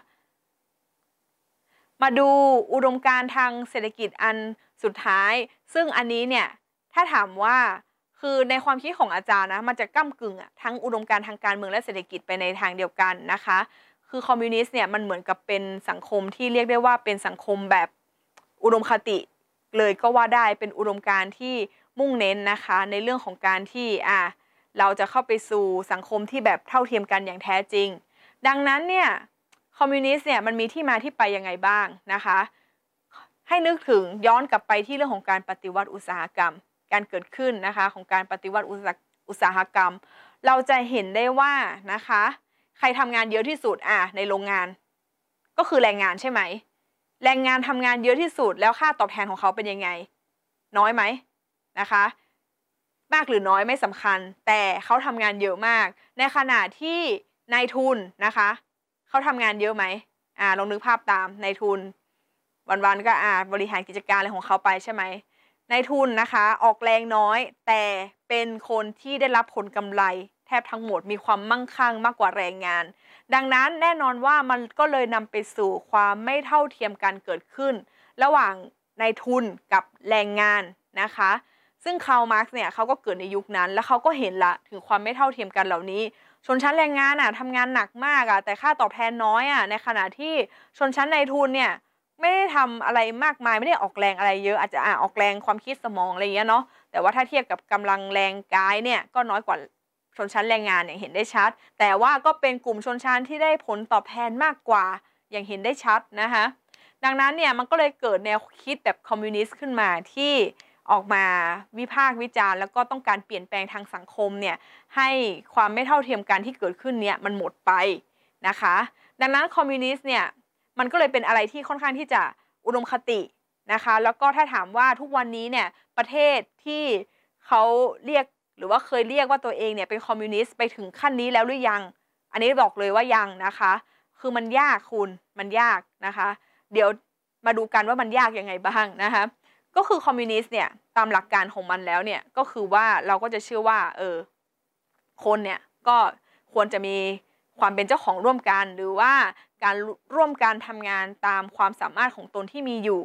มาดูอุดมการณ์ทางเศรษฐกิจอันสุดท้ายซึ่งอันนี้เนี่ยถ้าถามว่าคือในความคิดของอาจารย์นะมันจะก้ำกึ่งอะทั้งอุดมการณ์ทางการเมืองและเศรษฐกิจไปในทางเดียวกันนะคะคือคอมมิวนิสต์เนี่ยมันเหมือนกับเป็นสังคมที่เรียกได้ว่าเป็นสังคมแบบอุดมคติเลยก็ว่าได้เป็นอุดมการณ์ที่มุ่งเน้นนะคะในเรื่องของการที่อ่ะเราจะเข้าไปสู่สังคมที่แบบเท่าเทียมกันอย่างแท้จริงดังนั้นเนี่ยคอมมิวนิสต์เนี่ยมันมีที่มาที่ไปยังไงบ้างนะคะให้นึกถึงย้อนกลับไปที่เรื่องของการปฏิวัติอุตสาหกรรมการเกิดขึ้นนะคะของการปฏิวัติอุตสาหกรรมเราจะเห็นได้ว่านะคะใครทำงานเยอะที่สุดอ่ะในโรงงานก็คือแรงงานใช่ไหมแรงงานทำงานเยอะที่สุดแล้วค่าตอบแทนของเขาเป็นยังไงน้อยไหมนะคะมากหรือน้อยไม่สำคัญแต่เขาทำงานเยอะมากในขณะที่นายทุนนะคะเขาทำงานเยอะไหมอ่าลองนึกภาพตามนายทุนวันๆก็อ่าบริหารกิจการอะไรของเขาไปใช่ไหมนายทุนนะคะออกแรงน้อยแต่เป็นคนที่ได้รับผลกำไรแทบทั้งหมดมีความมั่งคั่งมากกว่าแรงงานดังนั้นแน่นอนว่ามันก็เลยนำไปสู่ความไม่เท่าเทียมกันเกิดขึ้นระหว่างนายทุนกับแรงงานนะคะซึ่งคาร์ล มาร์กซ์เนี่ยเขาก็เกิดในยุคนั้นแล้วเขาก็เห็นละถึงความไม่เท่าเทียมกันเหล่านี้ชนชั้นแรงงานอ่ะทำงานหนักมากอ่ะแต่ค่าตอบแทนน้อยอ่ะในขณะที่ชนชั้นนายทุนเนี่ยไม่ได้ทำอะไรมากมายไม่ได้ออกแรงอะไรเยอะอาจจะอ่ะออกแรงความคิดสมองอะไรอย่างเงี้ยเนาะแต่ว่าถ้าเทียบกับกำลังแรงกายเนี่ยก็น้อยกว่าชนชั้นแรงงานอย่างเห็นได้ชัดแต่ว่าก็เป็นกลุ่มชนชั้นที่ได้ผลตอบแทนมากกว่าอย่างเห็นได้ชัดนะคะดังนั้นเนี่ยมันก็เลยเกิดแนวคิดแบบคอมมิวนิสต์ขึ้นมาที่ออกมาวิพากษ์วิจารณ์แล้วก็ต้องการเปลี่ยนแปลงทางสังคมเนี่ยให้ความไม่เท่าเทียมกันที่เกิดขึ้นเนี่ยมันหมดไปนะคะดังนั้นคอมมิวนิสต์เนี่ยมันก็เลยเป็นอะไรที่ค่อนข้างที่จะอุดมคตินะคะแล้วก็ถ้าถามว่าทุกวันนี้เนี่ยประเทศที่เขาเรียกหรือว่าเคยเรียกว่าตัวเองเนี่ยเป็นคอมมิวนิสต์ไปถึงขั้นนี้แล้วหรือยังอันนี้บอกเลยว่ายังนะคะคือมันยากคุณมันยากนะคะเดี๋ยวมาดูกันว่ามันยากยังไงบ้างนะคะก็คือคอมมิวนิสต์เนี่ยตามหลักการของมันแล้วเนี่ยก็คือว่าเราก็จะเชื่อว่าเออคนเนี่ยก็ควรจะมีความเป็นเจ้าของร่วมกันหรือว่าการร่วมกันทำงานตามความสามารถของตนที่มีอยู่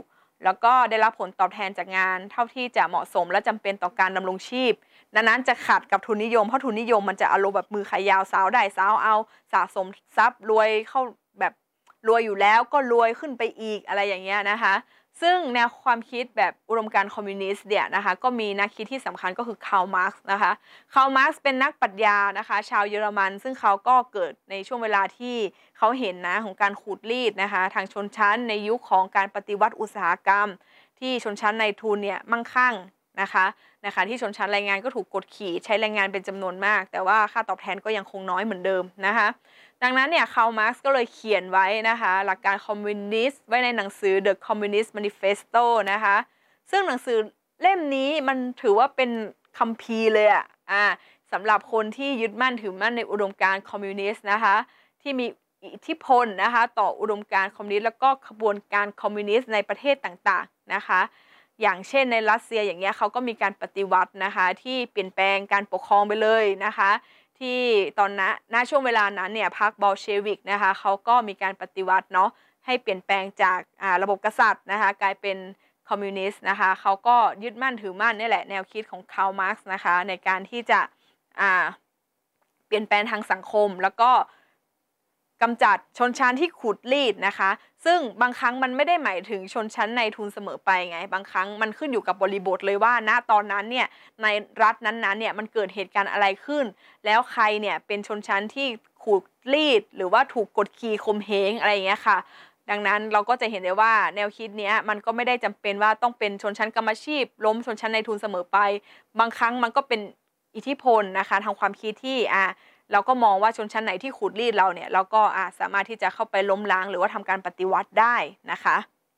แล้วก็ได้รับผลตอบแทนจากงานเท่าที่จะเหมาะสมและจำเป็นต่อการดำรงชีพดังนั้นจะขัดกับทุนนิยมเพราะทุนนิยมมันจะอารมณ์แบบมือขายาวสาวได้สาวเอาสะสมทรัพย์รวยเข้าแบบรวยอยู่แล้วก็รวยขึ้นไปอีกอะไรอย่างเงี้ยนะคะซึ่งแนวความคิดแบบอุดมการณ์คอมมิวนิสต์เนี่ยนะคะก็มีนักคิดที่สำคัญก็คือคาร์ลมาร์กซ์นะคะคาร์ลมาร์กซ์เป็นนักปรัชญานะคะชาวเยอรมันซึ่งเขาก็เกิดในช่วงเวลาที่เขาเห็นนะของการขูดรีดนะคะทางชนชั้นในยุคของการปฏิวัติอุตสาหกรรมที่ชนชั้นนายทุนเนี่ยมั่งคั่งนะคะนะคะที่ชนชั้นแรงงานก็ถูกกดขี่ใช้แรงงานเป็นจำนวนมากแต่ว่าค่าตอบแทนก็ยังคงน้อยเหมือนเดิมนะคะดังนั้นเนี่ยคาร์ลมาร์กซ์ก็เลยเขียนไว้นะคะหลักการคอมมิวนิสต์ไว้ในหนังสือ The Communist Manifesto นะคะซึ่งหนังสือเล่มนี้มันถือว่าเป็นคัมภีร์เลยอะอ่าสำหรับคนที่ยึดมั่นถือมั่นในอุดมการณ์คอมมิวนิสต์นะคะที่มีอิทธิพลนะคะต่ออุดมการณ์คอมมิวนิสต์แล้วก็ขบวนการคอมมิวนิสต์ในประเทศต่างๆนะคะอย่างเช่นในรัสเซียอย่างเงี้ยเขาก็มีการปฏิวัตินะคะที่เปลี่ยนแปลงการปกครองไปเลยนะคะที่ตอนนั้นณช่วงเวลานั้นเนี่ยพรรคบอลเชวิกนะคะเขาก็มีการปฏิวัติเนาะให้เปลี่ยนแปลงจากระบบกษัตริย์นะคะกลายเป็นคอมมิวนิสต์นะคะเขาก็ยึดมั่นถือมั่นนี่แหละแนวคิดของคาร์ลมาร์กซ์นะคะในการที่จะเปลี่ยนแปลงทางสังคมแล้วก็กำจัดชนชั้นที่ขูดรีดนะคะซึ่งบางครั้งมันไม่ได้หมายถึงชนชั้นในทุนเสมอไปไงบางครั้งมันขึ้นอยู่กับบริบทเลยว่าณตอนนั้นเนี่ยในรัฐนั้นๆเนี่ยมันเกิดเหตุการณ์อะไรขึ้นแล้วใครเนี่ยเป็นชนชั้นที่ขูดรีดหรือว่าถูกกดขี่ข่มเหงอะไรอย่างเงี้ยค่ะดังนั้นเราก็จะเห็นได้ว่าแนวคิดนี้มันก็ไม่ได้จำเป็นว่าต้องเป็นชนชั้นกรรมอาชีพล้มชนชั้นในทุนเสมอไปบางครั้งมันก็เป็นอิทธิพลนะคะทางความคิดที่อ่าเราก็มองว่าชนชั้นไหนที่ขูดรีดเราเนี่ยเราก็อาจสามารถที่จะเข้าไปล้มล้างหรือว่าทำการปฏิวัติได้นะคะ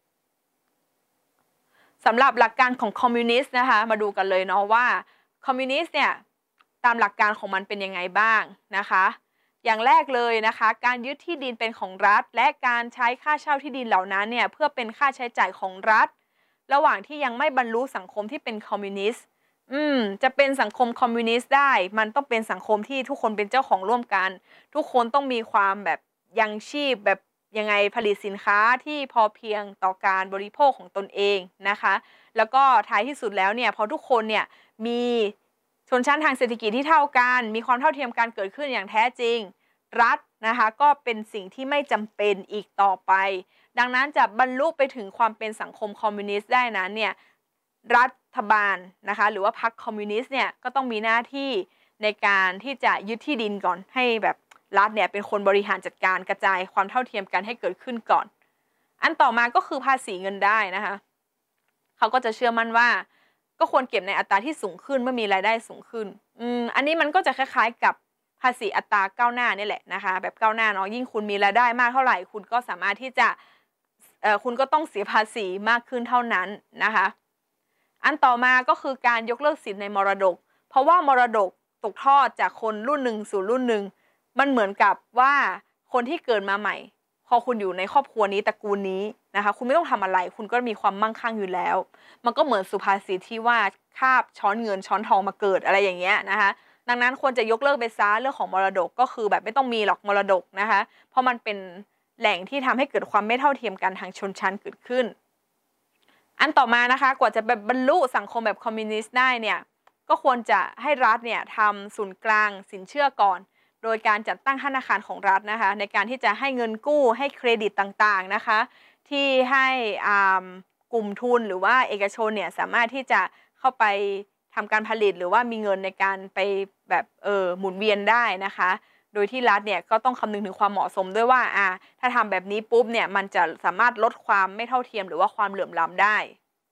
สำหรับหลักการของคอมมิวนิสต์นะคะมาดูกันเลยเนาะว่าคอมมิวนิสต์เนี่ยตามหลักการของมันเป็นยังไงบ้างนะคะอย่างแรกเลยนะคะการยึดที่ดินเป็นของรัฐและการใช้ค่าเช่าที่ดินเหล่านั้นเนี่ยเพื่อเป็นค่าใช้จ่ายของรัฐระหว่างที่ยังไม่บรรลุสังคมที่เป็นคอมมิวนิสต์อืมจะเป็นสังคมคอมมิวนิสต์ได้มันต้องเป็นสังคมที่ทุกคนเป็นเจ้าของร่วมกันทุกคนต้องมีความแบบยังชีพแบบยังไงผลิตสินค้าที่พอเพียงต่อการบริโภคของตนเองนะคะแล้วก็ท้ายที่สุดแล้วเนี่ยพอทุกคนเนี่ยมีชนชั้นทางเศรษฐกิจที่เท่ากันมีความเท่าเทียมกันเกิดขึ้นอย่างแท้จริงรัฐนะคะก็เป็นสิ่งที่ไม่จำเป็นอีกต่อไปดังนั้นจะบรรลุไปถึงความเป็นสังคมคอมมิวนิสต์ได้นั้นเนี่ยรัฐบาลนะคะหรือว่าพรรคคอมมิวนิสต์เนี่ยก็ต้องมีหน้าที่ในการที่จะยึดที่ดินก่อนให้แบบรัฐเนี่ยเป็นคนบริหารจัดการกระจายความเท่าเทียมกันให้เกิดขึ้นก่อนอันต่อมาก็คือภาษีเงินได้นะคะเขาก็จะเชื่อมั่นว่าก็ควรเก็บในอัตราที่สูงขึ้นเมื่อมีรายได้สูงขึ้นอืมอันนี้มันก็จะคล้ายๆกับภาษีอัตราก้าวหน้านี่แหละนะคะแบบก้าวหน้าเนาะยิ่งคุณมีรายได้มากเท่าไหร่คุณก็สามารถที่จะเอ่อคุณก็ต้องเสียภาษีมากขึ้นเท่านั้นนะคะอันต่อมาก็คือการยกเลิกสิทธิ์ในมรดกเพราะว่ามรดกตกทอดจากคนรุ่นหนึ่งสู่รุ่นหนึ่งมันเหมือนกับว่าคนที่เกิดมาใหม่พอคุณอยู่ในครอบครัวนี้ตระกูลนี้นะคะคุณไม่ต้องทำอะไรคุณก็มีความมั่งคั่งอยู่แล้วมันก็เหมือนสุภาษิตที่ว่าคาบช้อนเงินช้อนทองมาเกิดอะไรอย่างเงี้ยนะคะดังนั้นควรจะยกเลิกไปซะเรื่องของมรดกก็คือแบบไม่ต้องมีหรอกมรดกนะคะเพราะมันเป็นแหล่งที่ทำให้เกิดความไม่เท่าเทียมกันทางชนชั้นเกิดขึ้นอันต่อมานะคะกว่าจะแบบบรรลุสังคมแบบคอมมิวนิสต์ได้เนี่ยก็ควรจะให้รัฐเนี่ยทำศูนย์กลางสินเชื่อก่อนโดยการจัดตั้งธนาคารของรัฐนะคะในการที่จะให้เงินกู้ให้เครดิตต่างๆนะคะที่ให้กลุ่มทุนหรือว่าเอกชนเนี่ยสามารถที่จะเข้าไปทำการผลิตหรือว่ามีเงินในการไปแบบเออหมุนเวียนได้นะคะโดยที่รัฐเนี่ยก็ต้องคำนึงถึงความเหมาะสมด้วยว่าอ่าถ้าทำแบบนี้ปุ๊บเนี่ยมันจะสามารถลดความไม่เท่าเทียมหรือว่าความเหลื่อมล้ำได้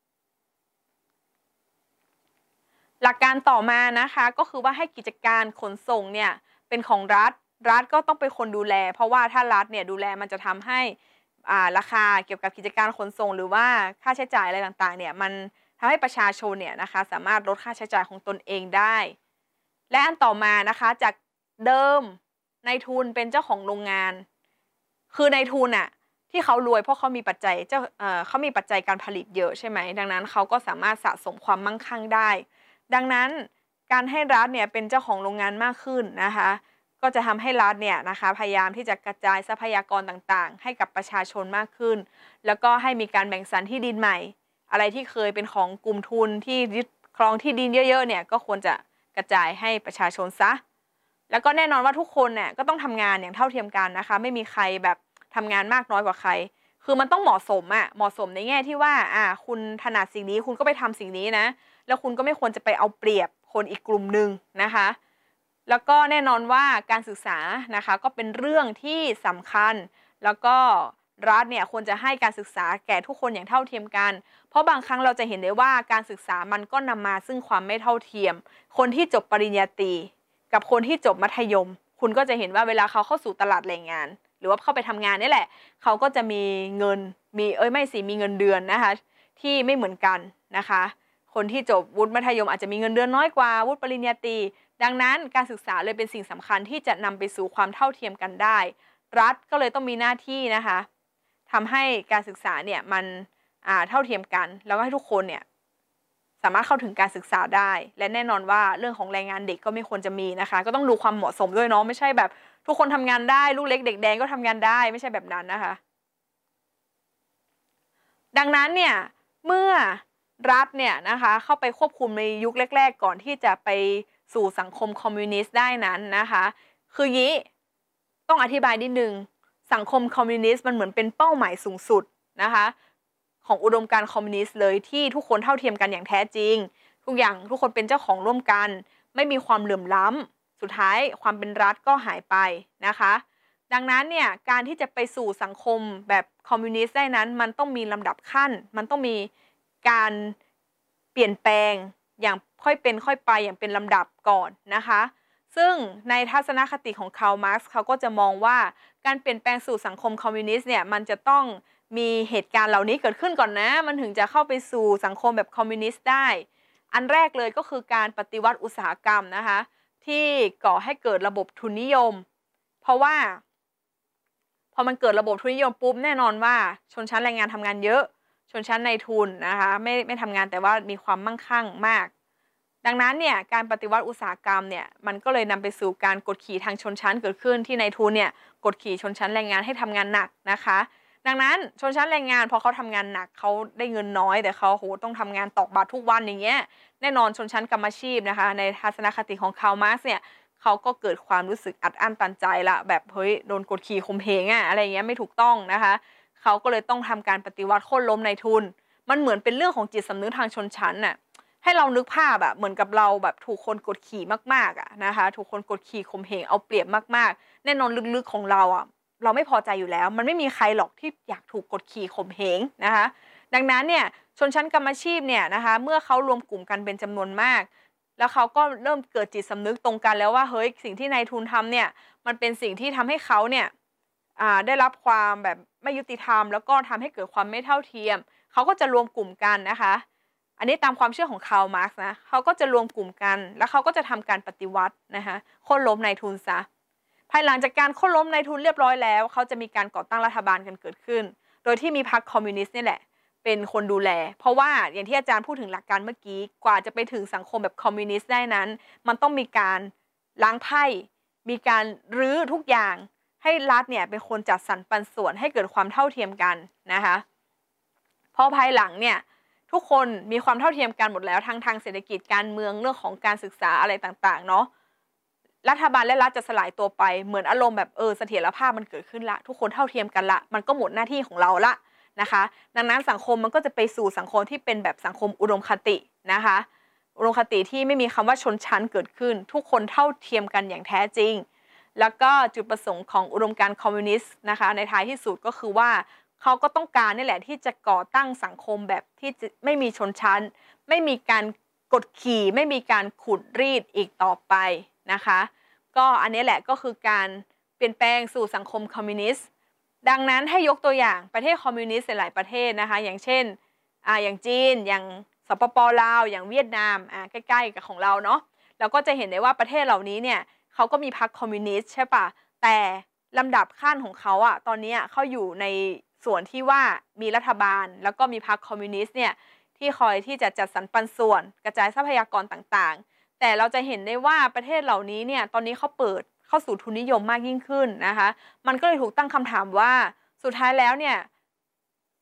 หลักการต่อมานะคะก็คือว่าให้กิจการขนส่งเนี่ยเป็นของรัฐรัฐก็ต้องเป็นคนดูแลเพราะว่าถ้ารัฐเนี่ยดูแลมันจะทำให้อ่าราคาเกี่ยวกับกิจการขนส่งหรือว่าค่าใช้จ่ายอะไรต่างๆเนี่ยมันทำให้ประชาชนเนี่ยนะคะสามารถลดค่าใช้จ่ายของตนเองได้และอันต่อมานะคะจากเดิมนายทุนเป็นเจ้าของโรงงานคือนายทุนอะที่เขารวยเพราะเขามีปัจจัยเจ้าเอ่อเขามีปัจจัยการผลิตเยอะใช่ไหมดังนั้นเขาก็สามารถสะสมความมั่งคั่งได้ดังนั้นการให้รัฐเนี่ยเป็นเจ้าของโรงงานมากขึ้นนะคะก็จะทำให้รัฐเนี่ยนะคะพยายามที่จะกระจายทรัพยากรต่างๆให้กับประชาชนมากขึ้นแล้วก็ให้มีการแบ่งสรรที่ดินใหม่อะไรที่เคยเป็นของกลุ่มทุนที่ยึดครองที่ดินเยอะๆเนี่ยก็ควรจะกระจายให้ประชาชนซะแล้วก็แน่นอนว่าทุกคนเนี่ยก็ต้องทำงานอย่างเท่าเทียมกันนะคะไม่มีใครแบบทำงานมากน้อยกว่าใครคือมันต้องเหมาะสมอะเหมาะสมในแง่ที่ว่าอ่าคุณถนัดสิ่งนี้คุณก็ไปทำสิ่งนี้นะแล้วคุณก็ไม่ควรจะไปเอาเปรียบคนอีกกลุ่มหนึ่งนะคะแล้วก็แน่นอนว่าการศึกษานะคะก็เป็นเรื่องที่สำคัญแล้วก็รัฐเนี่ยควรจะให้การศึกษาแก่ทุกคนอย่างเท่าเทียมกันเพราะบางครั้งเราจะเห็นได้ว่าการศึกษามันก็นำมาซึ่งความไม่เท่าเทียมคนที่จบปริญญาตรีกับคนที่จบมัธยมคุณก็จะเห็นว่าเวลาเขาเข้าสู่ตลาดแรงงานหรือว่าเข้าไปทำงานนี่แหละเขาก็จะมีเงินมีเอ้ยไม่สิมีเงินเดือนนะคะที่ไม่เหมือนกันนะคะคนที่จบวุฒิมัธยมอาจจะมีเงินเดือนน้อยกว่าวุฒิปริญญาตรีดังนั้นการศึกษาเลยเป็นสิ่งสำคัญที่จะนำไปสู่ความเท่าเทียมกันได้รัฐก็เลยต้องมีหน้าที่นะคะทำให้การศึกษาเนี่ยมันอ่าเท่าเทียมกันแล้วก็ให้ทุกคนเนี่ยสามารถเข้าถึงการศึกษาได้และแน่นอนว่าเรื่องของแรงงานเด็กก็ไม่ควรจะมีนะคะก็ต้องดูความเหมาะสมด้วยเนาะไม่ใช่แบบทุกคนทำงานได้ลูกเล็กเด็กแดงก็ทำงานได้ไม่ใช่แบบนั้นนะคะดังนั้นเนี่ยเมื่อรัฐเนี่ยนะคะเข้าไปควบคุมในยุคแรกๆก่อนที่จะไปสู่สังคมคอมมิวนิสต์ได้นั้นนะคะคืองี้ต้องอธิบายนิดนึงสังคมคอมมิวนิสต์มันเหมือนเป็นเป้าหมายสูงสุดนะคะของอุดมการณ์คอมมิวนิสต์เลยที่ทุกคนเท่าเทียมกันอย่างแท้จริงทุกอย่างทุกคนเป็นเจ้าของร่วมกันไม่มีความเหลื่อมล้ำสุดท้ายความเป็นรัฐก็หายไปนะคะดังนั้นเนี่ยการที่จะไปสู่สังคมแบบคอมมิวนิสต์ได้นั้นมันต้องมีลำดับขั้นมันต้องมีการเปลี่ยนแปลงอย่างค่อยเป็นค่อยไปอย่างเป็นลำดับก่อนนะคะซึ่งในทัศนคติของคาร์ล มาร์กซ์เขาก็จะมองว่าการเปลี่ยนแปลงสู่สังคมคอมมิวนิสต์เนี่ยมันจะต้องมีเหตุการณ์เหล่านี้เกิดขึ้นก่อนนะมันถึงจะเข้าไปสู่สังคมแบบคอมมิวนิสต์ได้อันแรกเลยก็คือการปฏิวัติอุตสาหกรรมนะคะที่ก่อให้เกิดระบบทุนนิยมเพราะว่าพอมันเกิดระบบทุนนิยมปุ๊บแน่นอนว่าชนชั้นแรงงานทำงานเยอะชนชั้นนายทุนนะคะไม่ไม่ทำงานแต่ว่ามีความมั่งคั่งมากดังนั้นเนี่ยการปฏิวัติอุตสาหกรรมเนี่ยมันก็เลยนำไปสู่การกดขี่ทางชนชั้นเกิดขึ้นที่นายทุนเนี่ยกดขี่ชนชั้นแรงงานให้ทำงานหนักนะคะดังนั้นชนชั้นแรงงานพอเขาทำงานหนักเขาได้เงินน้อยแต่เขาโหต้องทำงานตอกบัตรทุกวันอย่างเงี้ยแน่นอนชนชั้นกรรมอาชีพนะคะในทัศนคติของคาร์ล มาร์กซ์เนี่ยเขาก็เกิดความรู้สึกอัดอั้นตันใจละแบบเฮ้ยโดนกดขี่ข่มเหงอะอะไรเงี้ยไม่ถูกต้องนะคะเขาก็เลยต้องทำการปฏิวัติโค่นล้มนายทุนมันเหมือนเป็นเรื่องของจิตสำนึกทางชนชั้นน่ะให้เรานึกภาพอะเหมือนกับเราแบบถูกคนกดขี่มากๆอะนะคะถูกคนกดขี่ข่มเหงเอาเปรียบมากๆแน่นอนลึกๆของเราอะเราไม่พอใจอยู่แล้วมันไม่มีใครหรอกที่อยากถูกกดขี่ข่มเหงนะคะดังนั้นเนี่ยชนชั้นกรรมอาชีพเนี่ยนะคะเมื่อเขารวมกลุ่มกันเป็นจำนวนมากแล้วเขาก็เริ่มเกิดจิตสำนึกตรงกันแล้วว่าเฮ้ยสิ่งที่นายทุนทำเนี่ยมันเป็นสิ่งที่ทำให้เขาเนี่ยได้รับความแบบไม่ยุติธรรมแล้วก็ทำให้เกิดความไม่เท่าเทียมเขาก็จะรวมกลุ่มกันนะคะอันนี้ตามความเชื่อของคาร์ล มาร์กซ์นะเขาก็จะรวมกลุ่มกันแล้วเขาก็จะทำการปฏิวัตินะคะโค่นล้มนายทุนซะภายหลังจากการโค่นล้มนายทุนเรียบร้อยแล้วเขาจะมีการก่อตั้งรัฐบาลกันเกิดขึ้นโดยที่มีพรรคคอมมิวนิสต์นี่แหละเป็นคนดูแลเพราะว่าอย่างที่อาจารย์พูดถึงหลักการเมื่อกี้กว่าจะไปถึงสังคมแบบคอมมิวนิสต์ได้นั้นมันต้องมีการล้างไพ่มีการรื้อทุกอย่างให้รัฐเนี่ยเป็นคนจัดสรรปันส่วนให้เกิดความเท่าเทียมกันนะคะพอภายหลังเนี่ยทุกคนมีความเท่าเทียมกันหมดแล้วทั้งทางเศรษฐกิจการเมืองเรื่องของการศึกษาอะไรต่างๆเนาะรัฐบาลและรัฐจะสลายตัวไปเหมือนอารมณ์แบบเออเสถียรภาพมันเกิดขึ้นละทุกคนเท่าเทียมกันละมันก็หมดหน้าที่ของเราละนะคะดังนั้นสังคมมันก็จะไปสู่สังคมที่เป็นแบบสังคมอุดมคตินะคะอุดมคติที่ไม่มีคำว่าชนชั้นเกิดขึ้นทุกคนเท่าเทียมกันอย่างแท้จริงแล้วก็จุดประสงค์ของอุดมการณ์คอมมิวนิสต์นะคะในท้ายที่สุดก็คือว่าเขาก็ต้องการนี่แหละที่จะก่อตั้งสังคมแบบที่ไม่มีชนชั้นไม่มีการกดขี่ไม่มีการขูดรีดอีกต่อไปนะคะก็อันนี้แหละก็คือการเปลี่ยนแปลงสู่สังคมคอมมิวนิสต์ดังนั้นให้ยกตัวอย่างประเทศคอมมิวนิสต์หลายประเทศนะคะอย่างเช่นอ่าอย่างจีนอย่างสปป.ลาวอย่างเวียดนามอ่าใกล้ๆกับของเราเนาะเราก็จะเห็นได้ว่าประเทศเหล่านี้เนี่ยเขาก็มีพรรคคอมมิวนิสต์ใช่ปะแต่ลำดับขั้นของเขาอะตอนนี้เขาอยู่ในส่วนที่ว่ามีรัฐบาลแล้วก็มีพรรคคอมมิวนิสต์เนี่ยที่คอยที่จะจัดสรรปันส่วนกระจายทรัพยากรต่างๆแต่เราจะเห็นได้ว่าประเทศเหล่านี้เนี่ยตอนนี้เขาเปิดเข้าสู่ทุนนิยมมากยิ่งขึ้นนะคะมันก็เลยถูกตั้งคำถามว่าสุดท้ายแล้วเนี่ย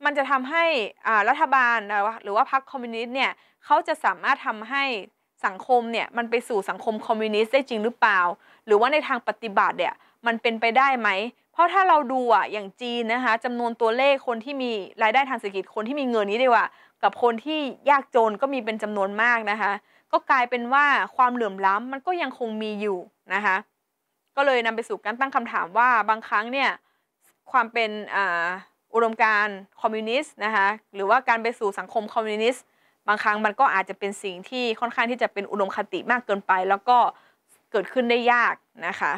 มันจะทำให้อ่ารัฐบาลหรือว่าพรรคคอมมิวนิสต์เนี่ยเขาจะสามารถทำให้สังคมเนี่ยมันไปสู่สังคมคอมมิวนิสต์ได้จริงหรือเปล่าหรือว่าในทางปฏิบัติเนี่ยมันเป็นไปได้ไหมเพราะถ้าเราดูอ่ะอย่างจีนนะคะจำนวนตัวเลขคนที่มีรายได้ทางเศรษฐกิจคนที่มีเงินนี้ดีกว่ากับคนที่ยากจนก็มีเป็นจำนวนมากนะคะก็กลายเป็นว่าความเหลื่อมล้ำมันก็ยังคงมีอยู่นะคะก็เลยนำไปสู่การตั้งคำถามว่าบางครั้งเนี่ยความเป็นอ่าอุดมการณ์คอมมิวนิสต์นะคะหรือว่าการไปสู่สังคมคอมมิวนิสต์บางครั้งมันก็อาจจะเป็นสิ่งที่ค่อนข้างที่จะเป็นอุดมคติมากเกินไปแล้วก็เกิดขึ้นได้ยากนะคะ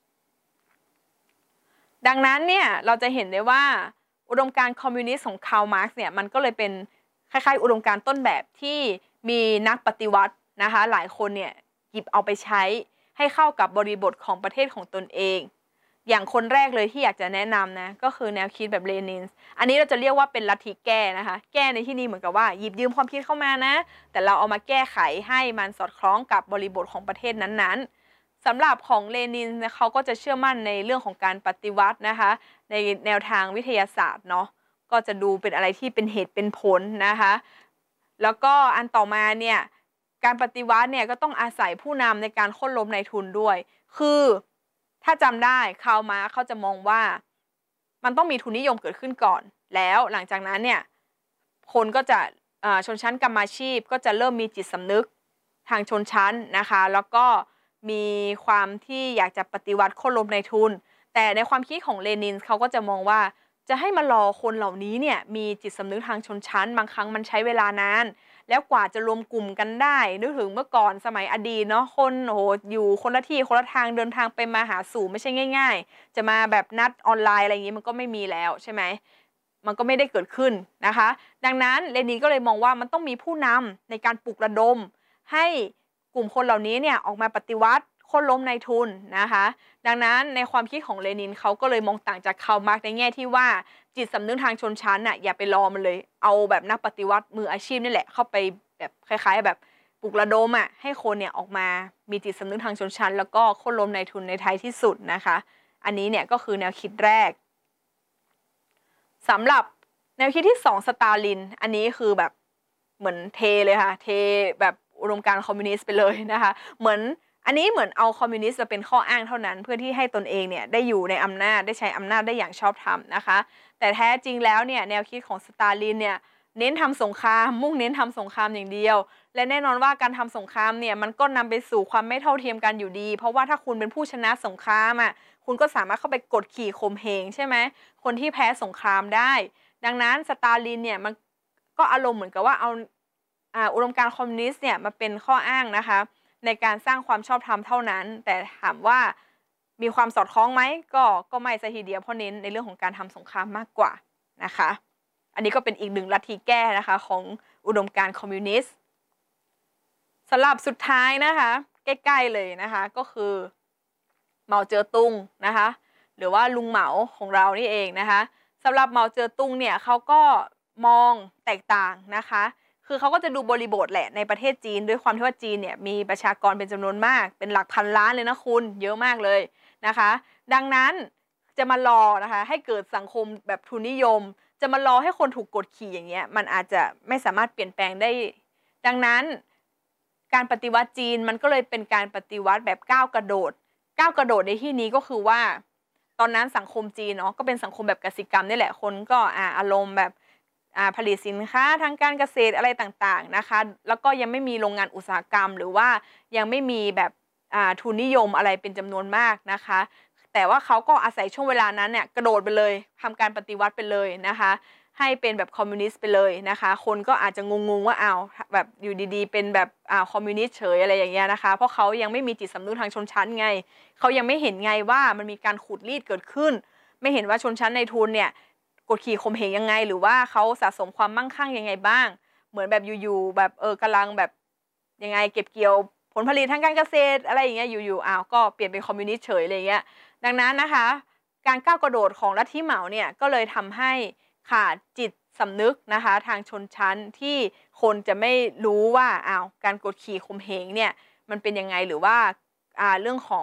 ดังนั้นเนี่ยเราจะเห็นได้ว่าอุดมการณ์คอมมิวนิสต์ของคาร์ล มาร์กซ์เนี่ยมันก็เลยเป็นคล้ายๆอุดมการณ์ต้นแบบที่มีนักปฏิวัตินะคะหลายคนเนี่ยหยิบเอาไปใช้ให้เข้ากับบริบทของประเทศของตนเองอย่างคนแรกเลยที่อยากจะแนะนำนะก็คือแนวคิดแบบเลนินอันนี้เราจะเรียกว่าเป็นลัทธิแก้นะคะแก้ในที่นี้เหมือนกับว่าหยิบยืมความคิดเข้ามานะแต่เราเอามาแก้ไขให้มันสอดคล้องกับบริบทของประเทศนั้นๆสำหรับของเลนินเขาก็จะเชื่อมั่นในเรื่องของการปฏิวัตินะคะในแนวทางวิทยาศาสตร์เนาะก็จะดูเป็นอะไรที่เป็นเหตุเป็นผลนะคะแล้วก็อันต่อมาเนี่ยการปฏิวัติเนี่ยก็ต้องอาศัยผู้นำในการโค่นล้มนายทุนด้วยคือถ้าจำได้คาร์ล มาร์กซ์เขาจะมองว่ามันต้องมีทุนนิยมเกิดขึ้นก่อนแล้วหลังจากนั้นเนี่ยคนก็จะชนชั้นกรรมาชีพก็จะเริ่มมีจิตสำนึกทางชนชั้นนะคะแล้วก็มีความที่อยากจะปฏิวัติโค่นล้มนายทุนแต่ในความคิดของเลนินเขาก็จะมองว่าจะให้มารอคนเหล่านี้เนี่ยมีจิตสำนึกทางชนชั้นบางครั้งมันใช้เวลานานแล้วกว่าจะรวมกลุ่มกันได้นึกถึงเมื่อก่อนสมัยอดีตเนาะคนโอ้โหอยู่คนละที่คนละทางเดินทางไปมาหาสู่ไม่ใช่ง่ายๆจะมาแบบนัดออนไลน์อะไรอย่างนี้มันก็ไม่มีแล้วใช่ไหมมันก็ไม่ได้เกิดขึ้นนะคะดังนั้นเลนินก็เลยมองว่ามันต้องมีผู้นำในการปลุกระดมให้กลุ่มคนเหล่านี้เนี่ยออกมาปฏิวัติโค่นล้มนายทุนนะคะดังนั้นในความคิดของเลนินเขาก็เลยมองต่างจากคาร์ล มาร์กซ์ในแง่ที่ว่าจิตสำนึกทางชนชั้นน่ะอย่าไปรอมันเลยเอาแบบนักปฏิวัติมืออาชีพนี่แหละเข้าไปแบบคล้ายๆแบบปลุกระดมอ่ะให้คนเนี่ยออกมามีจิตสำนึกทางชนชั้นแล้วก็โค่นล้มนายทุนในท้ายที่สุดนะคะอันนี้เนี่ยก็คือแนวคิดแรกสำหรับแนวคิดที่สองสตาลินอันนี้คือแบบเหมือนเทเลยค่ะเทแบบอุดมการณ์คอมมิวนิสต์ไปเลยนะคะเหมือนอันนี้เหมือนเอาคอมมิวนิสต์มาเป็นข้ออ้างเท่านั้นเพื่อที่ให้ตนเองเนี่ยได้อยู่ในอำนาจได้ใช้อำนาจได้อย่างชอบธรรมนะคะแต่แท้จริงแล้วเนี่ยแนวคิดของสตาลินเนี่ยเน้นทำสงครามมุ่งเน้นทำสงครามอย่างเดียวและแน่นอนว่าการทำสงครามเนี่ยมันก็นำไปสู่ความไม่เท่าเทียมกันอยู่ดีเพราะว่าถ้าคุณเป็นผู้ชนะสงครามอ่ะคุณก็สามารถเข้าไปกดขี่ข่มเหงใช่ไหมคนที่แพ้สงครามได้ดังนั้นสตาลินเนี่ยมันก็อารมณ์เหมือนกับว่าเอาอ่าอุดมการณ์คอมมิวนิสต์เนี่ยมาเป็นข้ออ้างนะคะในการสร้างความชอบธรรมเท่านั้นแต่ถามว่ามีความสอดคล้องไหมก็ก็ไม่ซะทีเดียวเพราะเน้นในเรื่องของการทำสงครามมากกว่านะคะอันนี้ก็เป็นอีกหนึ่งลัทธิแก้นะคะของอุดมการณ์คอมมิวนิสต์สำหรับสุดท้ายนะคะใกล้ๆเลยนะคะก็คือเหมาเจ๋อตุงนะคะหรือว่าลุงเหมาของเรานี่เองนะคะสำหรับเหมาเจ๋อตุงเนี่ยเขาก็มองแตกต่างนะคะคือเขาก็จะดูบริบทแหละในประเทศจีนด้วยความที่ว่าจีนเนี่ยมีประชากรเป็นจำนวนมากเป็นหลักพันล้านเลยนะคุณเยอะมากเลยนะคะดังนั้นจะมารอนะคะให้เกิดสังคมแบบทุนนิยมจะมารอให้คนถูกกดขี่อย่างเงี้ยมันอาจจะไม่สามารถเปลี่ยนแปลงได้ดังนั้นการปฏิวัติจีนมันก็เลยเป็นการปฏิวัติแบบก้าวกระโดดก้าวกระโดดในที่นี้ก็คือว่าตอนนั้นสังคมจีนเนาะก็เป็นสังคมแบบกสิกรรมนี่แหละคนก็อ่าอารมณ์แบบผลิตสินค้าทางการเกษตรอะไรต่างๆนะคะแล้วก็ยังไม่มีโรงงานอุตสาหกรรมหรือว่ายังไม่มีแบบทุนนิยมอะไรเป็นจำนวนมากนะคะแต่ว่าเขาก็อาศัยช่วงเวลานั้นเนี่ยกระโดดไปเลยทำการปฏิวัติไปเลยนะคะให้เป็นแบบคอมมิวนิสต์ไปเลยนะคะคนก็อาจจะงงๆว่าอ้าวแบบอยู่ดีๆเป็นแบบอ่าคอมมิวนิสต์เฉยอะไรอย่างเงี้ยนะคะเพราะเขายังไม่มีจิตสำนึกทางชนชั้นไงเขายังไม่เห็นไงว่ามันมีการขูดรีดเกิดขึ้นไม่เห็นว่าชนชั้นในทุนเนี่ยกดขี่ข่มเหงยังไงหรือว่าเขาสะสมความมั่งคั่งยังไงบ้างเหมือนแบบอยู่ๆแบบเออกำลังแบบยังไงเก็บเกี่ยวผลผลิตทางการเกษตรอะไรอย่างเงี้ยอยู่ๆอ้าวก็เปลี่ยนเป็นคอมมิวนิสต์เฉยอะไรเงี้ยดังนั้นนะคะการก้าวกระโดดของลัทธิเหมาเนี่ยก็เลยทำให้ขาดจิตสำนึกนะคะทางชนชั้นที่คนจะไม่รู้ว่าอ้าวการกดขี่ข่มเหงเนี่ยมันเป็นยังไงหรือว่าอ่าเรื่องของ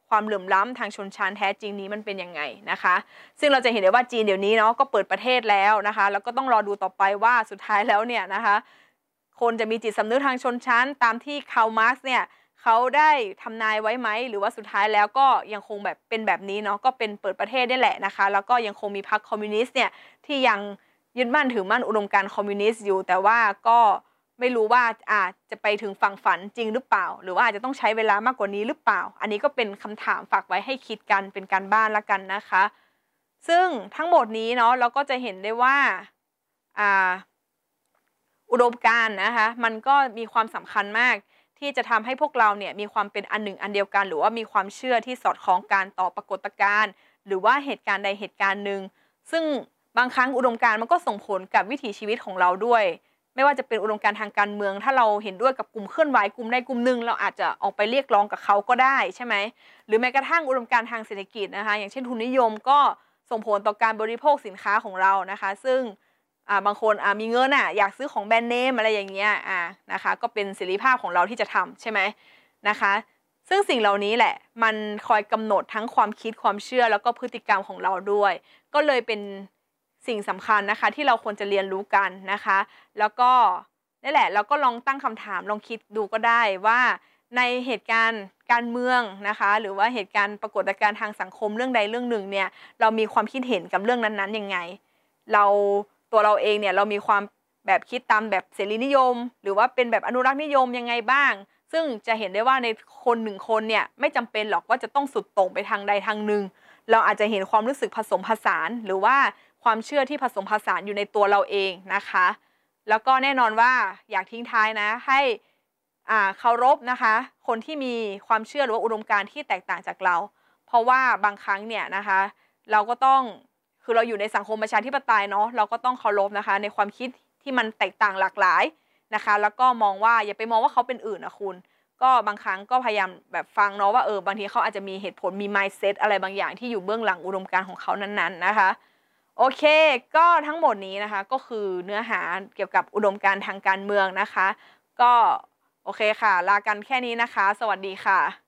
ความเหลื่อมล้ำทางชนชั้นแท้จริงนี้มันเป็นยังไงนะคะซึ่งเราจะเห็นได้ว่าจีนเดี๋ยวนี้เนาะก็เปิดประเทศแล้วนะคะแล้วก็ต้องรอดูต่อไปว่าสุดท้ายแล้วเนี่ยนะคะคนจะมีจิตสำนึกทางชนชั้นตามที่คาร์ล มาร์กซ์เนี่ยเขาได้ทำนายไว้ไหมหรือว่าสุดท้ายแล้วก็ยังคงแบบเป็นแบบนี้เนาะก็เป็นเปิดประเทศได้แหละนะคะแล้วก็ยังคงมีพรรคคอมมิวนิสต์เนี่ยที่ยังยึดมั่นถือมั่นอุดมการณ์คอมมิวนิสต์อยู่แต่ว่าก็ไม่รู้ว่าอาจจะไปถึงฝั่งฝันจริงหรือเปล่าหรือว่าอาจจะต้องใช้เวลามากกว่านี้หรือเปล่าอันนี้ก็เป็นคำถามฝากไว้ให้คิดกันเป็นการบ้านละกันนะคะซึ่งทั้งหมดนี้เนาะเราก็จะเห็นได้ว่าอ่าอุดมการณ์นะคะมันก็มีความสำคัญมากที่จะทำให้พวกเราเนี่ยมีความเป็นอันหนึ่งอันเดียวกันหรือว่ามีความเชื่อที่สอดคล้องกันต่อปรากฏการณ์หรือว่าเหตุการณ์ใดเหตุการณ์หนึ่งซึ่งบางครั้งอุดมการณ์มันก็ส่งผลกับวิถีชีวิตของเราด้วยไม่ว่าจะเป็นอุดมการณ์ทางการเมืองถ้าเราเห็นด้วยกับกลุ่มเคลื่อนไหวกลุ่มใดกลุ่มหนึ่งเราอาจจะออกไปเรียกร้องกับเขาก็ได้ใช่ไหมหรือแม้กระทั่งอุดมการณ์ทางเศรษฐกิจนะคะอย่างเช่นทุนนิยมก็ส่งผลต่อการบริโภคสินค้าของเรานะคะซึ่งอ่าบางคนอ่ามีเงินอ่ะอยากซื้อของแบรนด์เนมอะไรอย่างเงี้ยอ่านะคะก็เป็นเสรีภาพของเราที่จะทำใช่ไหมนะคะซึ่งสิ่งเหล่านี้แหละมันคอยกำหนดทั้งความคิดความเชื่อแล้วก็พฤติกรรมของเราด้วยก็เลยเป็นสิ่งสำคัญนะคะที่เราควรจะเรียนรู้กันนะคะแล้วก็นี่แหละเราก็ลองตั้งคำถามลองคิดดูก็ได้ว่าในเหตุการณ์การเมืองนะคะหรือว่าเหตุการณ์ปรากฏการณ์ทางสังคมเรื่องใดเรื่องหนึ่งเนี่ยเรามีความคิดเห็นกับเรื่องนั้นๆยังไงเราตัวเราเองเนี่ยเรามีความแบบคิดตามแบบเสรีนิยมหรือว่าเป็นแบบอนุรักษ์นิยมยังไงบ้างซึ่งจะเห็นได้ว่าในคนหนึ่งคนเนี่ยไม่จำเป็นหรอกว่าจะต้องสุดโต่งไปทางใดทางหนึ่งเราอาจจะเห็นความรู้สึกผสมผสานหรือว่าความเชื่อที่ผสมผสานอยู่ในตัวเราเองนะคะแล้วก็แน่นอนว่าอยากทิ้งท้ายนะให้อ่าเคารพนะคะคนที่มีความเชื่อหรือว่าอุดมการณ์ที่แตกต่างจากเราเพราะว่าบางครั้งเนี่ยนะคะเราก็ต้องคือเราอยู่ในสังคมประชาธิปไตยเนาะเราก็ต้องเคารพนะคะในความคิดที่มันแตกต่างหลากหลายนะคะแล้วก็มองว่าอย่าไปมองว่าเขาเป็นอื่นนะคุณก็บางครั้งก็พยายามแบบฟังเนาะว่าเออบางทีเขาอาจจะมีเหตุผลมี mindset อะไรบางอย่างที่อยู่เบื้องหลังอุดมการณ์ของเขานั้นๆนะคะโอเคก็ทั้งหมดนี้นะคะก็คือเนื้อหาเกี่ยวกับอุดมการณ์ทางการเมืองนะคะก็โอเคค่ะลากันแค่นี้นะคะสวัสดีค่ะ